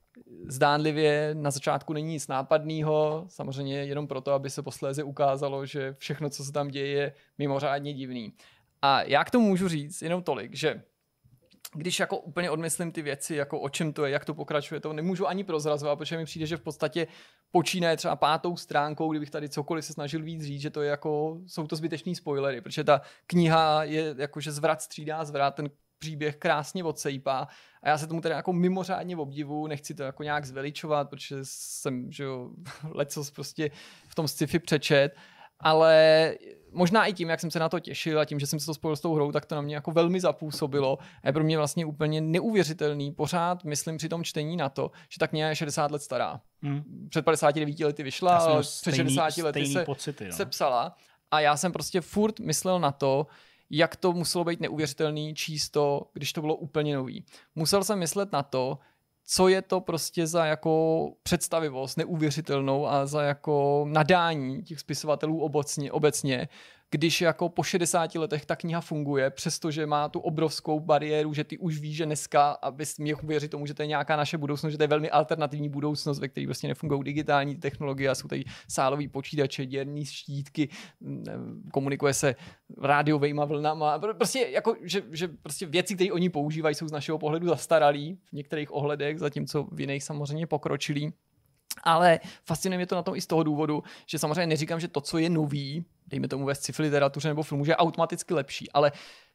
zdánlivě na začátku není nic nápadného, samozřejmě jenom proto, aby se posléze ukázalo, že všechno, co se tam děje, je mimořádně divný. A já k tomu můžu říct jenom tolik, že když jako úplně odmyslím ty věci, jako o čem to je, jak to pokračuje, to nemůžu ani prozrazovat, protože mi přijde, že v podstatě počínaje třeba pátou stránkou, kdybych tady cokoliv se snažil víc říct, že to je jako, jsou to zbytečný spoilery, protože ta kniha je jakože zvrat střídá zvrat, ten příběh krásně odsejpá a já se tomu teda jako mimořádně obdivu, nechci to jako nějak zveličovat, protože jsem, že jo, lecos prostě v tom sci-fi přečet, ale možná i tím, jak jsem se na to těšil a tím, že jsem se to spojil s tou hrou, tak to na mě jako velmi zapůsobilo a je pro mě vlastně úplně neuvěřitelný. Pořád myslím při tom čtení na to, že ta kniha je šedesát let stará. Hmm. Před padesáti devíti lety vyšla, ale před šedesáti lety se, pocity, no. se psala a já jsem prostě furt myslel na to, jak to muselo být neuvěřitelný číst to, když to bylo úplně nový. Musel jsem myslet na to, co je to prostě za jako představivost neuvěřitelnou a za jako nadání těch spisovatelů obecně, obecně, když jako po šedesáti letech ta kniha funguje, přestože má tu obrovskou bariéru, že ty už víš, že dneska, abys měl uvěřit tomu, že to je nějaká naše budoucnost, že to je velmi alternativní budoucnost, ve které prostě nefungují digitální technologie a jsou tady sálový počítače, děrní štítky, komunikuje se rádiovejma vlnama, prostě jako, že, že prostě věci, které oni používají, jsou z našeho pohledu zastaralý v některých ohledech, zatímco v jiných samozřejmě pokročilý. Ale fascinuje mě to na tom i z toho důvodu, že samozřejmě neříkám, že to, co je nový, dejme tomu ve sci-fi literatuře nebo filmu, že je automaticky lepší, ale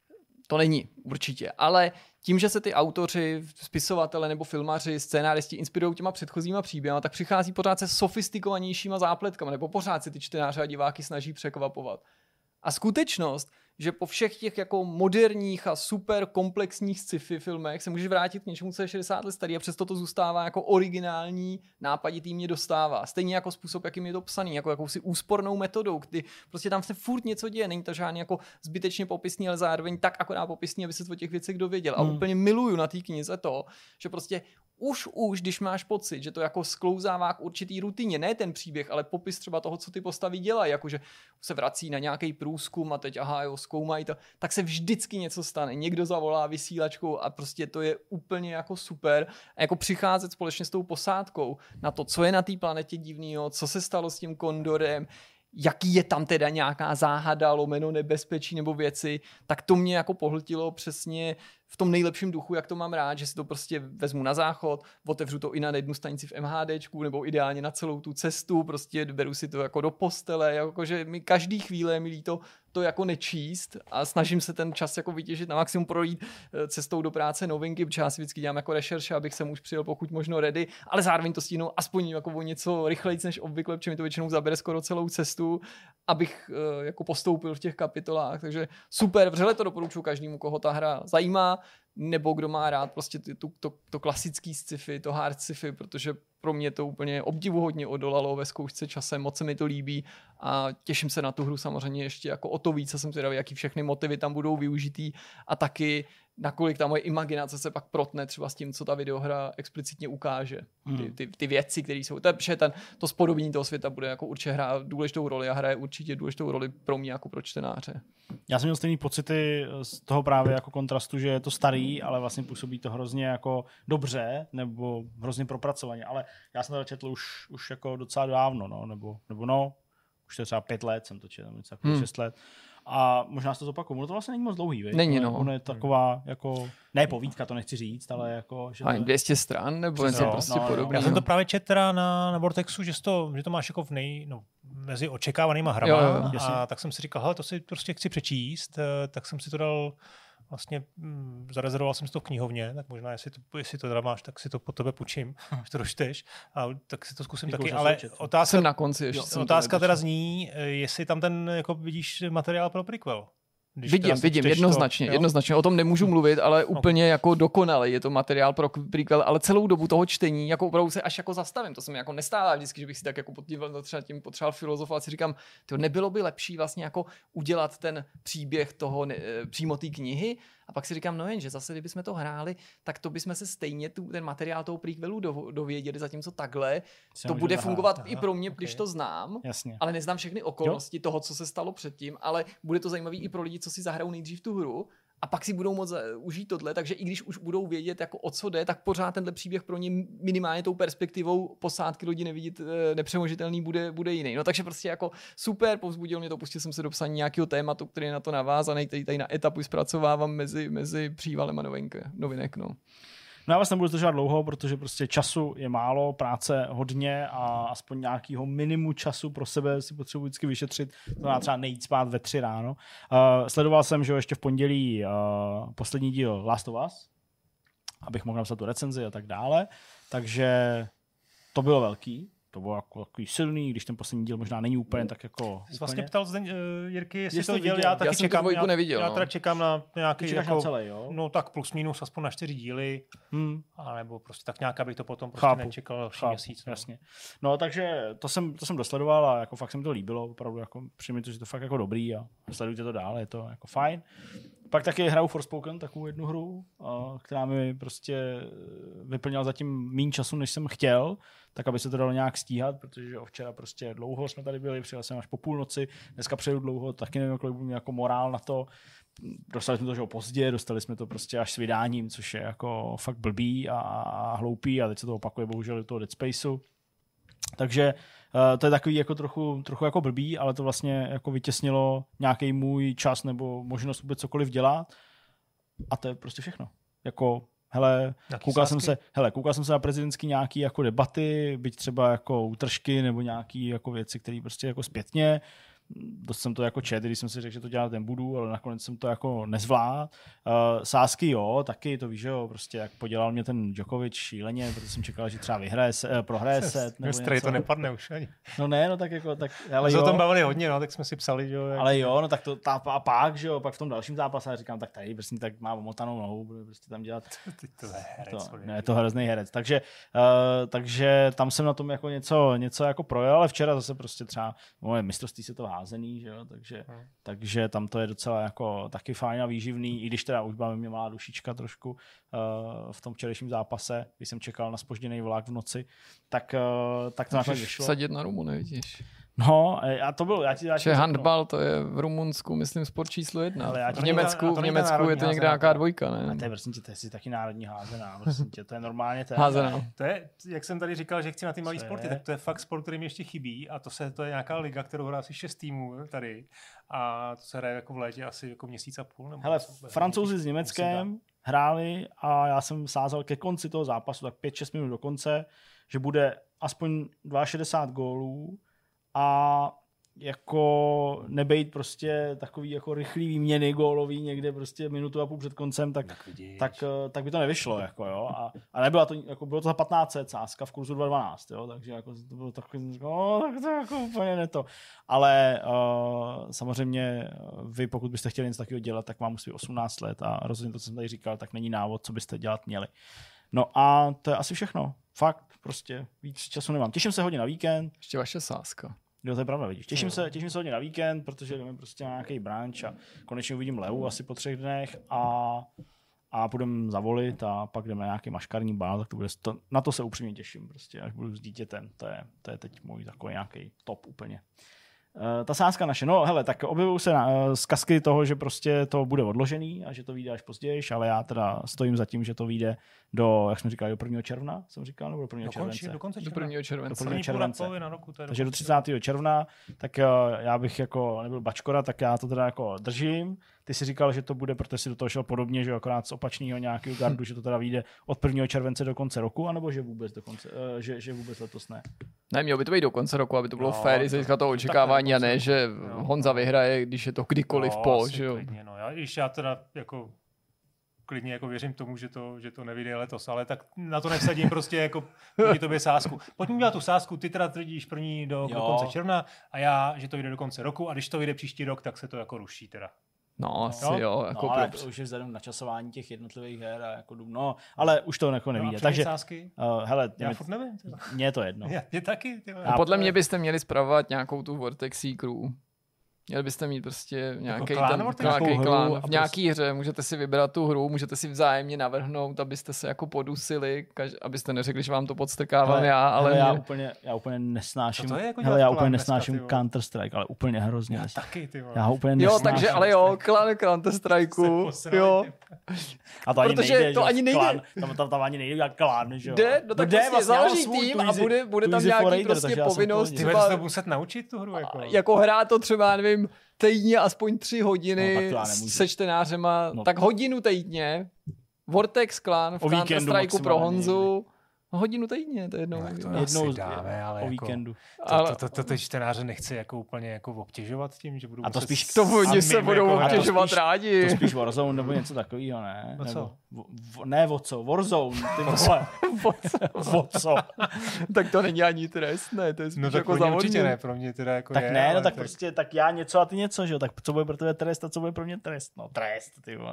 To není, určitě. Ale tím, že se ty autoři, spisovatele nebo filmaři, scénáristi inspirují těma předchozíma příběhama, tak přichází pořád se sofistikovanějšíma zápletkama, nebo pořád se ty čtenáře a diváky snaží překvapovat. A skutečnost, že po všech těch jako moderních a super komplexních sci-fi filmech se můžeš vrátit k něčemu, co je šedesát let starý a přesto to zůstává jako originální nápaditý mě dostává. Stejně jako způsob, jakým je to psaný, jako jakousi úspornou metodou, kdy prostě tam se furt něco děje, není to žádný jako zbytečně popisný, ale zároveň tak akorát popisný, aby se o těch věcech dověděl. A Hmm. úplně miluju na té knize to, že prostě už už, když máš pocit, že to jako sklouzává k určitý rutině, ne ten příběh, ale popis třeba toho, co ty postavy dělají, jakože se vrací na nějaký průzkum a teď aha, jo, zkoumají to, tak se vždycky něco stane. Někdo zavolá vysílačkou a prostě to je úplně jako super. A jako přicházet společně s tou posádkou na to, co je na té planetě divnýho, co se stalo s tím kondorem, jaký je tam teda nějaká záhada, lomeno nebezpečí nebo věci, tak to mě jako pohltilo přesně v tom nejlepším duchu, jak to mám rád, že si to prostě vezmu na záchod, otevřu to i na jednu stanici v MHDčku, nebo ideálně na celou tu cestu, prostě beru si to jako do postele, jakože mi každý chvíle je mi líto to jako nečíst a snažím se ten čas jako vytěžit na maximum, projít cestou do práce novinky, protože já si vždycky dělám jako rešerše, abych sem už přijel pokud možno ready, ale zároveň to stínu aspoň jako o něco rychlejc než obvykle, protože mi to většinou zabere skoro celou cestu, abych jako postoupil v těch kapitolách, takže super, vřele to doporučuji každému, koho ta hra zajímá, nebo kdo má rád prostě ty, tu, to, to klasický sci-fi, to hard sci-fi, protože pro mě to úplně obdivuhodně odolalo ve zkoušce časem, moc se mi to líbí a těším se na tu hru samozřejmě ještě jako o to víc, a jsem zvědavý, jaký všechny motivy tam budou využitý a taky nakolik ta moje imaginace se pak protne třeba s tím, co ta videohra explicitně ukáže. Ty, ty, ty věci, které jsou, to je, ten, to spodobnění toho světa bude jako určitě hrát důležitou roli a hraje určitě důležitou roli pro mě jako pro čtenáře. Já jsem měl stejný pocity z toho právě jako kontrastu, že je to starý, ale vlastně působí to hrozně jako dobře, nebo hrozně propracovaně, ale já jsem to četl už, už jako docela dávno, no, nebo, nebo no, už to je třeba pět let jsem to četl, něco jako hmm. šest let. A možná se to zopakuju. No to vlastně není moc dlouhý, viď? Není, no. no. Ono je taková, jako, ne povídka, to nechci říct, ale jako... Že a to... dvě stě stran, nebo něco no, prostě no, podobný. Já jsem to právě četl teda na, na Vortexu, že to, že to máš jako v nej, no, mezi očekávanýma hrama, jo, jo, a tak jsem si říkal, hele, to si prostě chci přečíst, tak jsem si to dal, vlastně hm, zarezervoval jsem si to v knihovně, tak možná, jestli to, jestli to teda máš, tak si to po tebe půjčím, že to dočteš, a tak si to zkusím Děkuji, taky, ale otázka, jsem na konci ještě. jo, otázka teda zní, jestli tam ten, jako vidíš, materiál pro prequel. Když Vidím, vidím, jednoznačně, to, jednoznačně. O tom nemůžu mluvit, ale úplně jako dokonale je to materiál pro prequel, ale celou dobu toho čtení, jako opravdu se až jako zastavím. To se mi jako nestává vždycky, že bych si tak jako podíval, třeba tím potřeboval filozofovat, si říkám, to nebylo by lepší vlastně jako udělat ten příběh toho ne, přímo té knihy, a pak si říkám, no jen, že zase kdybychom to hráli, tak to bychom se stejně tu, ten materiál toho prequelu do, dověděli, zatímco takhle Se to může bude nahrát. fungovat Aha, i pro mě, okay. když to znám, Jasně. ale neznám všechny okolnosti jo? toho, co se stalo předtím, ale bude to zajímavý i pro lidi, co si zahrajou nejdřív tu hru a pak si budou moct užít tohle, takže i když už budou vědět, jako o co jde, tak pořád tenhle příběh pro ně minimálně tou perspektivou posádky lidi nevidět nepřemožitelný bude, bude jiný. No takže prostě jako super, povzbudil mě to, pustil jsem se do psaní nějakého tématu, který je na to navázaný, který tady na etapu zpracovávám mezi, mezi přívalem a novinky, novinek, no. No já vás nebudu zdržovat dlouho, protože prostě času je málo, práce hodně a aspoň nějakýho minimu času pro sebe si potřebuji vždycky vyšetřit. To má třeba nejít spát ve tři ráno. Uh, sledoval jsem, že ještě v pondělí uh, poslední díl Last of Us, abych mohl napsat tu recenzi a tak dále. Takže to bylo velký. To bylo jako takový silný, když ten poslední díl možná není úplně tak jako... Jsi vlastně ptal Zdeň, uh, Jirky, jestli Jestli to viděl, viděl. já taky Já jsem čekám. tu dvojku já, neviděl, já no. teda čekám na nějaký Ty čekáš jako, na celý, jo? no tak plus minus aspoň na čtyři díly, Hmm. a nebo prostě tak nějak, abych to potom prostě Chápu, nečekal další chápu, měsíc. No. Jasně. No takže to jsem, to jsem dosledoval a jako fakt se mi to líbilo, opravdu jako přijmi to, že to fakt jako dobrý a sledujte to dál, je to jako fajn. Pak taky hraju Forspoken, takovou jednu hru, která mi prostě vyplnila zatím méně času, než jsem chtěl, tak aby se to dalo nějak stíhat, protože včera prostě dlouho jsme tady byli, přijel jsem až po půlnoci, dneska přejdu dlouho, taky nevím, kolik byl jako morál na to. Dostali jsme to že pozdě, dostali jsme to prostě až s vydáním, což je jako fakt blbý a hloupý a teď se to opakuje bohužel do toho Dead Spaceu. Takže uh, to je takový jako trochu, trochu jako blbý, ale to vlastně jako vytěsnilo nějaký můj čas nebo možnost vůbec cokoliv dělat a to je prostě všechno. Jako, hele, koukal jsem, se, hele koukal jsem se na prezidentský nějaký jako debaty, byť třeba jako útržky nebo nějaký jako věci, které prostě jako zpětně, dost jsem to jako čet, když jsem si řekl, že to dělat nebudu, ale nakonec jsem to jako nezvládl. Uh, sázky jo, taky to víš, že jo, prostě jak podělal mě ten Djokovic šíleně, protože jsem čekal, že třeba vyhraje se, uh, prohraje set. Nebo něco. To nepadne už ani. No ne, no tak jako, tak, ale jsme jo. o tom bavili hodně, no, tak jsme si psali, že jo. Jak... Ale jo, no tak to, ta, a pak, že jo, pak v tom dalším zápase říkám, tak tady prostě tak má omotanou nohou, bude prostě tam dělat. to je herec. To, ne, je to hrozný herec. Takže, uh, takže tam jsem na tom jako něco, něco jako projel, ale včera zase prostě třeba moje mistrovství se to házený, že jo, takže, hmm. takže tam to je docela jako taky fajn a výživný, i když teda už byla mě malá dušička trošku uh, v tom včerejším zápase, když jsem čekal na zpožděný vlak v noci, tak, uh, tak to nakonec vyšlo. Sadit na Rumu, nevidíš. No, a to bylo, já ti, já ti že handbal, to je v Rumunsku, myslím, sport číslo jedna. Ale já ti v Německu, v Německu je to někde nějaká dvojka, ne? A to je prostě tě, to je taky národní házená, prostě tě, to je normálně. To je, házená. To je, jak jsem tady říkal, že chci na ty malý sporty, je? Tak to je fakt sport, který mi ještě chybí a to, se, to je nějaká liga, kterou hrá asi šest týmů tady a to se hraje jako v létě asi jako měsíc a půl. Nebo hele, co, Francouzi s Německem hráli a já jsem sázel ke konci toho zápasu, tak pět šest minut do konce, že bude aspoň šedesát dva gólů a jako nebejt prostě takový jako rychlý výměny gólový někde prostě minutu a půl před koncem, tak, tak, tak, tak by to nevyšlo. Jako, jo. A, a nebylo to, jako bylo to za patnáct set sázka v kurzu dva dvanáct, jo, takže jako to bylo takový, no, tak to jako úplně ne to. Ale uh, samozřejmě vy, pokud byste chtěli něco takového dělat, tak vám musí osmnáct let a rozhodně to, co jsem tady říkal, tak není návod, co byste dělat měli. No a to je asi všechno. Fakt, prostě víc času nemám. Těším se hodně na víkend. Ještě vaše sázka. Jo, to je pravda, vidíš. Těším se, těším se hodně na víkend, protože jdeme prostě na nějaký brunch a konečně uvidím Leu asi po třech dnech a, a půjdeme zavolit a pak jdeme na nějaký maškarní bál, tak to bude, to, na to se upřímně těším, prostě, až budu s dítětem. To je, to je teď můj takový nějaký top úplně. Uh, ta sázka naše, no hele, tak objevují se uh, zkazky toho, že prostě to bude odložený a že to vyjde až později, ale já teda stojím za tím, že to vyjde do, jak jsme říkali, do prvního června, jsem říkal, nebo do prvního července. Do, konce do prvního července. Do prvního července. Roku, to je Takže do třicátého června, tak uh, já bych jako nebyl bačkora, tak já to teda jako držím. Ty jsi říkal, že to bude, protože si do toho šel podobně, že akorát z opačného nějakého gardu, že to teda vyjde od prvního července do konce roku, anebo že vůbec do konce, uh, že, že vůbec letos ne. Ne, mělo by to být do konce roku, aby to bylo no, fér, z hlediska toho očekávání a ne, že no, Honza vyhraje, když je to kdykoliv no, po, že jo. Klidně, no. Já, když já teda jako klidně jako věřím tomu, že to, že to nevyjde letos, ale tak na to nevsadím prostě jako proti tobě sázku. Pojďme udělat tu sázku, ty teda tvrdíš první do, do konce června a já, že to vyjde do konce roku a když to vyjde příští rok, tak se to jako ruší teda. No, asi no, jo. Jako no, ale to už je vzhledem na časování těch jednotlivých her a jako no, ale už to jako nevíde. No, takže sázky? Uh, hele, já mě, furt nevím. Mně je to jedno. Já, mě taky. A podle mě byste měli spravovat nějakou tu Vortex crew. Měli byste mít prostě nějaký jako ten, nějaký klán. V nějaký hře můžete si vybrat tu hru, můžete si vzájemně navrhnout, abyste se jako podusili, kaž, abyste neřekli, že vám to podstrkávám hele, já, ale hele, mě... já úplně já úplně nesnáším. Jako hele, já úplně nesnáším Counter Strike, ale úplně hrozně. Já taky, ty vole. Já ho úplně nesnáším. Jo, takže ale jo, klan Counter Strikeu. Jo. A to ani protože nejde, to ani nejde. Klan, tam, tam, tam ani nejde jak klan, že jo. Jde, no tak vlastně založí tým a bude, bude tam nějaký prostě povinnost. Ty budeš to muset naučit tu hru. Jako, jako hrát to třeba, nevím, týdně aspoň tři hodiny no, se čtenářema, no. Tak hodinu týdně, Vortex Clan v Counter Strikeu pro Honzu, hodinu týdně, to je jednou. No, to jednou dáme, ale o jako, víkendu. To, to, to, to ty čtenáře nechci jako úplně jako obtěžovat tím, že budou a to spíš to oni se budou jako obtěžovat spíš, rádi. To spíš Warzone nebo něco takového, ne? No co? Nebo, v, ne, o co? Warzone, ty vole. O co? Tak to není ani trest, ne? To je spíš no, jako závodní. Určitě ne, pro mě teda jako tak je. ne, no tak, tak prostě, tak já něco a ty něco, že jo? Tak co bude pro tebe trest a co bude pro mě trest? No trest, ty vole.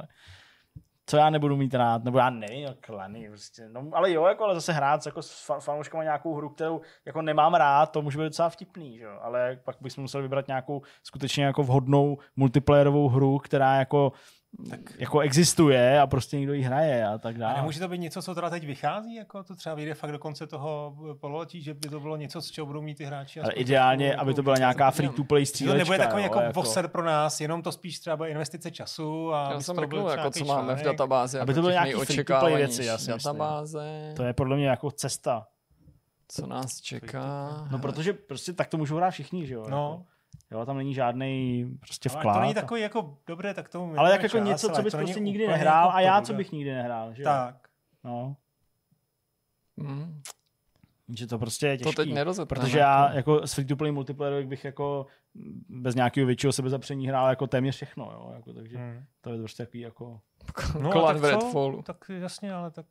Co já nebudu mít rád, nebo já nevím, no, klany, prostě, no, ale jo, jako, ale zase hrát jako s fanouškama nějakou hru, kterou jako nemám rád, to může být docela vtipný, že jo, ale pak bychom museli vybrat nějakou skutečně jako vhodnou multiplayerovou hru, která jako tak jako existuje a prostě někdo ji hraje a tak dále. A nemůže to být něco, co teda teď vychází, jako to třeba vyjde fakt do konce toho pololetí, že by to bylo něco, z čeho budou mít ty hráči. Ale ideálně, aby to byla nějaká free-to-play střílečka. To nebude takový jo, jako, jako boxer pro nás, jenom to spíš třeba investice času. A já jsem řekl, jako co máme v databázi. Aby to byly nějaký free-to-play věci, já si databáze. To je podle mě jako cesta. Co nás čeká? No protože prostě tak to můžou hrát všichni, že jo. No. Jo, tam není žádný prostě vklad. Ale to není takový jako dobré, tak tomu ale jak jako čas, něco, co bys prostě nikdy nehrál jako a já, co bych nikdy nehrál, že jo? Tak. No. Mm. Že to prostě je těžký. To teď nerozhodneme. Protože já jako s free-to-play multiplayer bych jako bez nějakého většího sebezapření hrál jako téměř všechno, jo, jako, takže Hmm. to je prostě takový jako... No, Kolan a v tak co? Redfallu. Tak jasně, ale tak...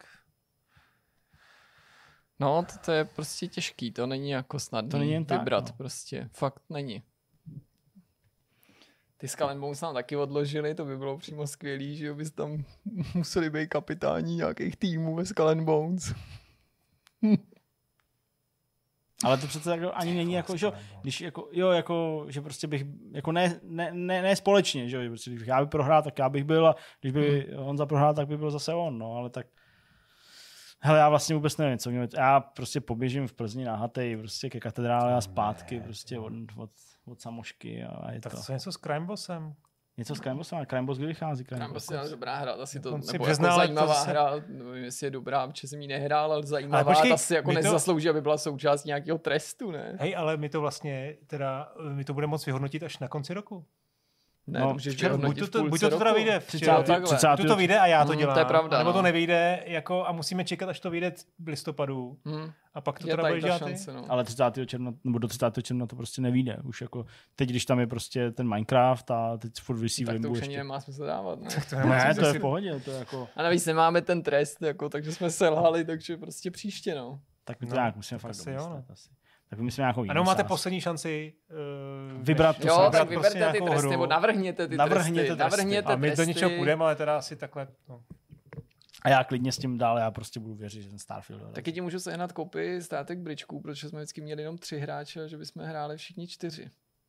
No, to, to je prostě těžký, to není jako snadný To není jen tak, vybrat, no. prostě, fakt není. Ty Skull and Bones nám taky odložili, to by bylo přímo skvělý, že bys tam museli být kapitáni nějakých týmů ve Skull and Bones. Ale to přece jako ani není jako, že když jako, jo, jako, že prostě bych, jako ne, ne, ne, ne společně, že jo, prostě když já bych prohrál, tak já bych byl a když by Honza prohrál, tak by byl zase on, no, ale tak hele, já vlastně vůbec nevím, co mě, já prostě poběžím v Plzni na Hatej, prostě ke katedrále a zpátky, prostě od, od, od Samošky a je Tak to. co něco s Crime Bossem? Něco s Crime Bossem, a Crime Boss kdy vychází? Crime Tam Boss? prostě je dobrá hra, asi to, Konci nebo března, jako ale zajímavá to zase- hra, nevím, jestli je dobrá, protože jsem ji nehrál, ale zajímavá, Ale počkej, ta si jako my to- nezaslouží, aby byla součást nějakého trestu, ne? Hej, ale my to vlastně, teda, my to budeme moc vyhodnotit až na konci roku. Ne, No, to můžeš v červnu, vyhodnotit Buď v to, buď půlce to teda roku. vyjde v třicátého červnu, takhle. třicátého buď to vyjde a já to Mm, dělám, to je pravda, nebo to no. nevyjde jako, a musíme čekat, až to vyjde v listopadu. Hmm. A pak to Je teda tady budeš ta dělat ty? šance, no. Ale třicátého června, nebo do třicátého června to prostě nevyjde. Už jako, teď, když tam je prostě ten Minecraft a teď furt vysí v Tak to limbu už ještě. ani nemá smysl dávat, ne? Ne, to je v pohodě, to je jako, A navíc nemáme ten trest, jako, takže jsme selhali, takže prostě příště, no. tak my to No, nějak musíme tak fakt asi jo, domyslet no. asi. Tak vymyslíme nějakou jinou Ano, máte sázku. poslední šanci uh, Vybrat tu Jo, sázku. tak prostě vyberte ty nějakou tresty, hru. nebo navrhněte ty Navrhněte tresty. tresty. Navrhněte A my do tresty. něčeho půjdeme, ale teda asi takhle. No. A já klidně s tím dál, já prostě budu věřit, že ten Starfield dorazí. Taky ti můžu sehnat kopii státek bridžků, protože jsme vždycky měli jenom tři hráče a že bychom hráli všichni čtyři.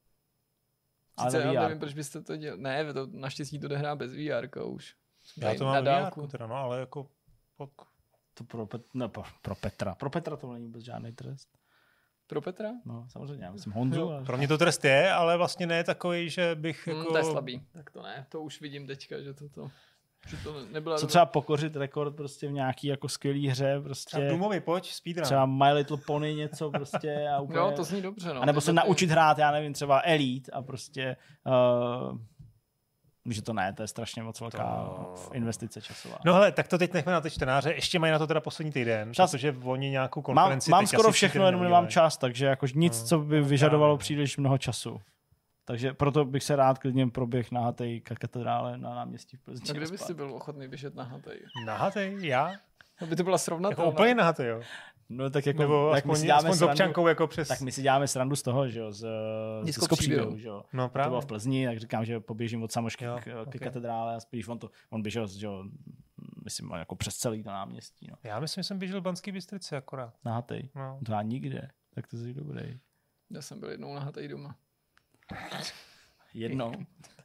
Ale Sice na já V R. nevím, proč byste to dělali. Ne, to, naštěstí to jde hrát bez V R už. Já to Na mám v dálku. V R, teda, no, ale jako... Pok... To pro, Pet- ne, pro, pro Petra. Pro Petra to není vůbec žádný trest. Pro Petra? No, samozřejmě, já myslím Honzu. Ale... Pro mě to trest je, ale vlastně ne takový, že bych Hmm, jako... to je slabý. Tak to ne, to už vidím teďka, že to, to, že to nebyla Co dobrá. třeba pokořit rekord prostě v nějaký jako skvělý hře, Třeba prostě Doomovi, pojď, speedrun. třeba My Little Pony něco prostě a úplně... Jo, to zní dobře, no. A nebo Ty se to- naučit hrát, já nevím, třeba Elite a prostě... Uh, že to ne, to je strašně moc velká To- investice časová. No hele, tak to teď nechme na ty čtenáře, ještě mají na to teda poslední týden, Čas. protože oni nějakou mám konferenci mám teď skoro asi všechno, týden jenom nemám neudělají. čas, takže jako nic, No, co by tak vyžadovalo právě. příliš mnoho času. Takže proto bych se rád klidně proběh na té katedrále na náměstí v Plzni. A kde a bys zpátky. si byl ochotný běžet na hatej? Nahatej, já? Aby to byla Jako srovnatelná. úplně nahatej, jo? No tak jako, Nebo tak my si aspoň, děláme aspoň s srandu, občankou jako přes... tak my si děláme srandu z toho, že jo, z, z Nízko Skopříběhu, příběhu. že jo. No To právě. bylo v Plzni, tak říkám, že poběžím od Samošky Jo, k, k ok. katedrále a spíš on to, on běžel, že jo, myslím, jako přes celý to náměstí, no. Já myslím, že jsem běžel v Banský Bystrici akorát. Na Hatej. No. To já nikde, tak to jsi dobrý. Já jsem byl jednou na hatej doma. Jednou.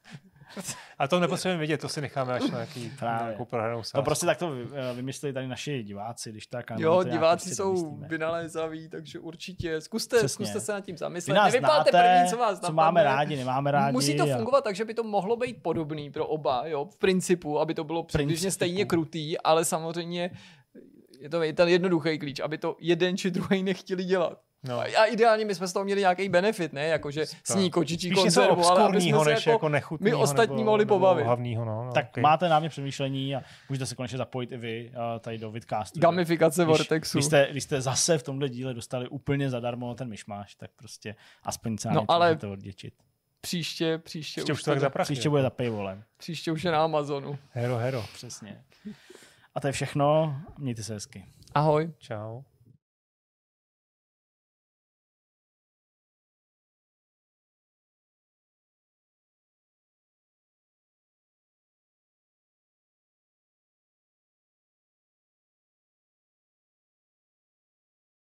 A to nepotřebujeme vědět, to si necháme až na nějaký, Právě. nějakou prohranou sázku. To prostě tak to vy- vymysleli tady naši diváci, když tak. a my Jo, to nějak diváci prostě jsou domyslíme. vynalézaví, takže určitě zkuste, Přesně. zkuste se nad tím Vy zamyslet. nás Nevypálte znáte, první, co vás co napadne. máme rádi, nemáme rádi. Musí to a- fungovat tak, že by to mohlo být podobný pro oba, jo, v principu, aby to bylo přibližně Principu. stejně krutý, ale samozřejmě je to ten jednoduchý klíč, aby to jeden či druhý nechtěli dělat. No. A ideálně my jsme z toho měli nějaký benefit, ne? Jakože sní kočičí Spíš něco konzervu, ale aby jsme obskurního, se než jako, jako nechutného. my ostatní nebo, mohli nebo pobavit. Hlavního, no, no, Tak okay. máte námě přemýšlení a můžete se konečně zapojit i vy uh, tady do Vidcastu. Gamifikace Když- Vortexu. Když jste, když jste zase v tomhle díle dostali úplně zadarmo ten myšmáš, tak prostě aspoň se No, no, ale- můžete odděčit. Příště, příště, Ještě už, už to tak to, za prachy. Příště bude za paywallem. příště už je na Amazonu. Hero, hero. Přesně. A to je všechno. Mějte se hezky. Ahoj. Čau.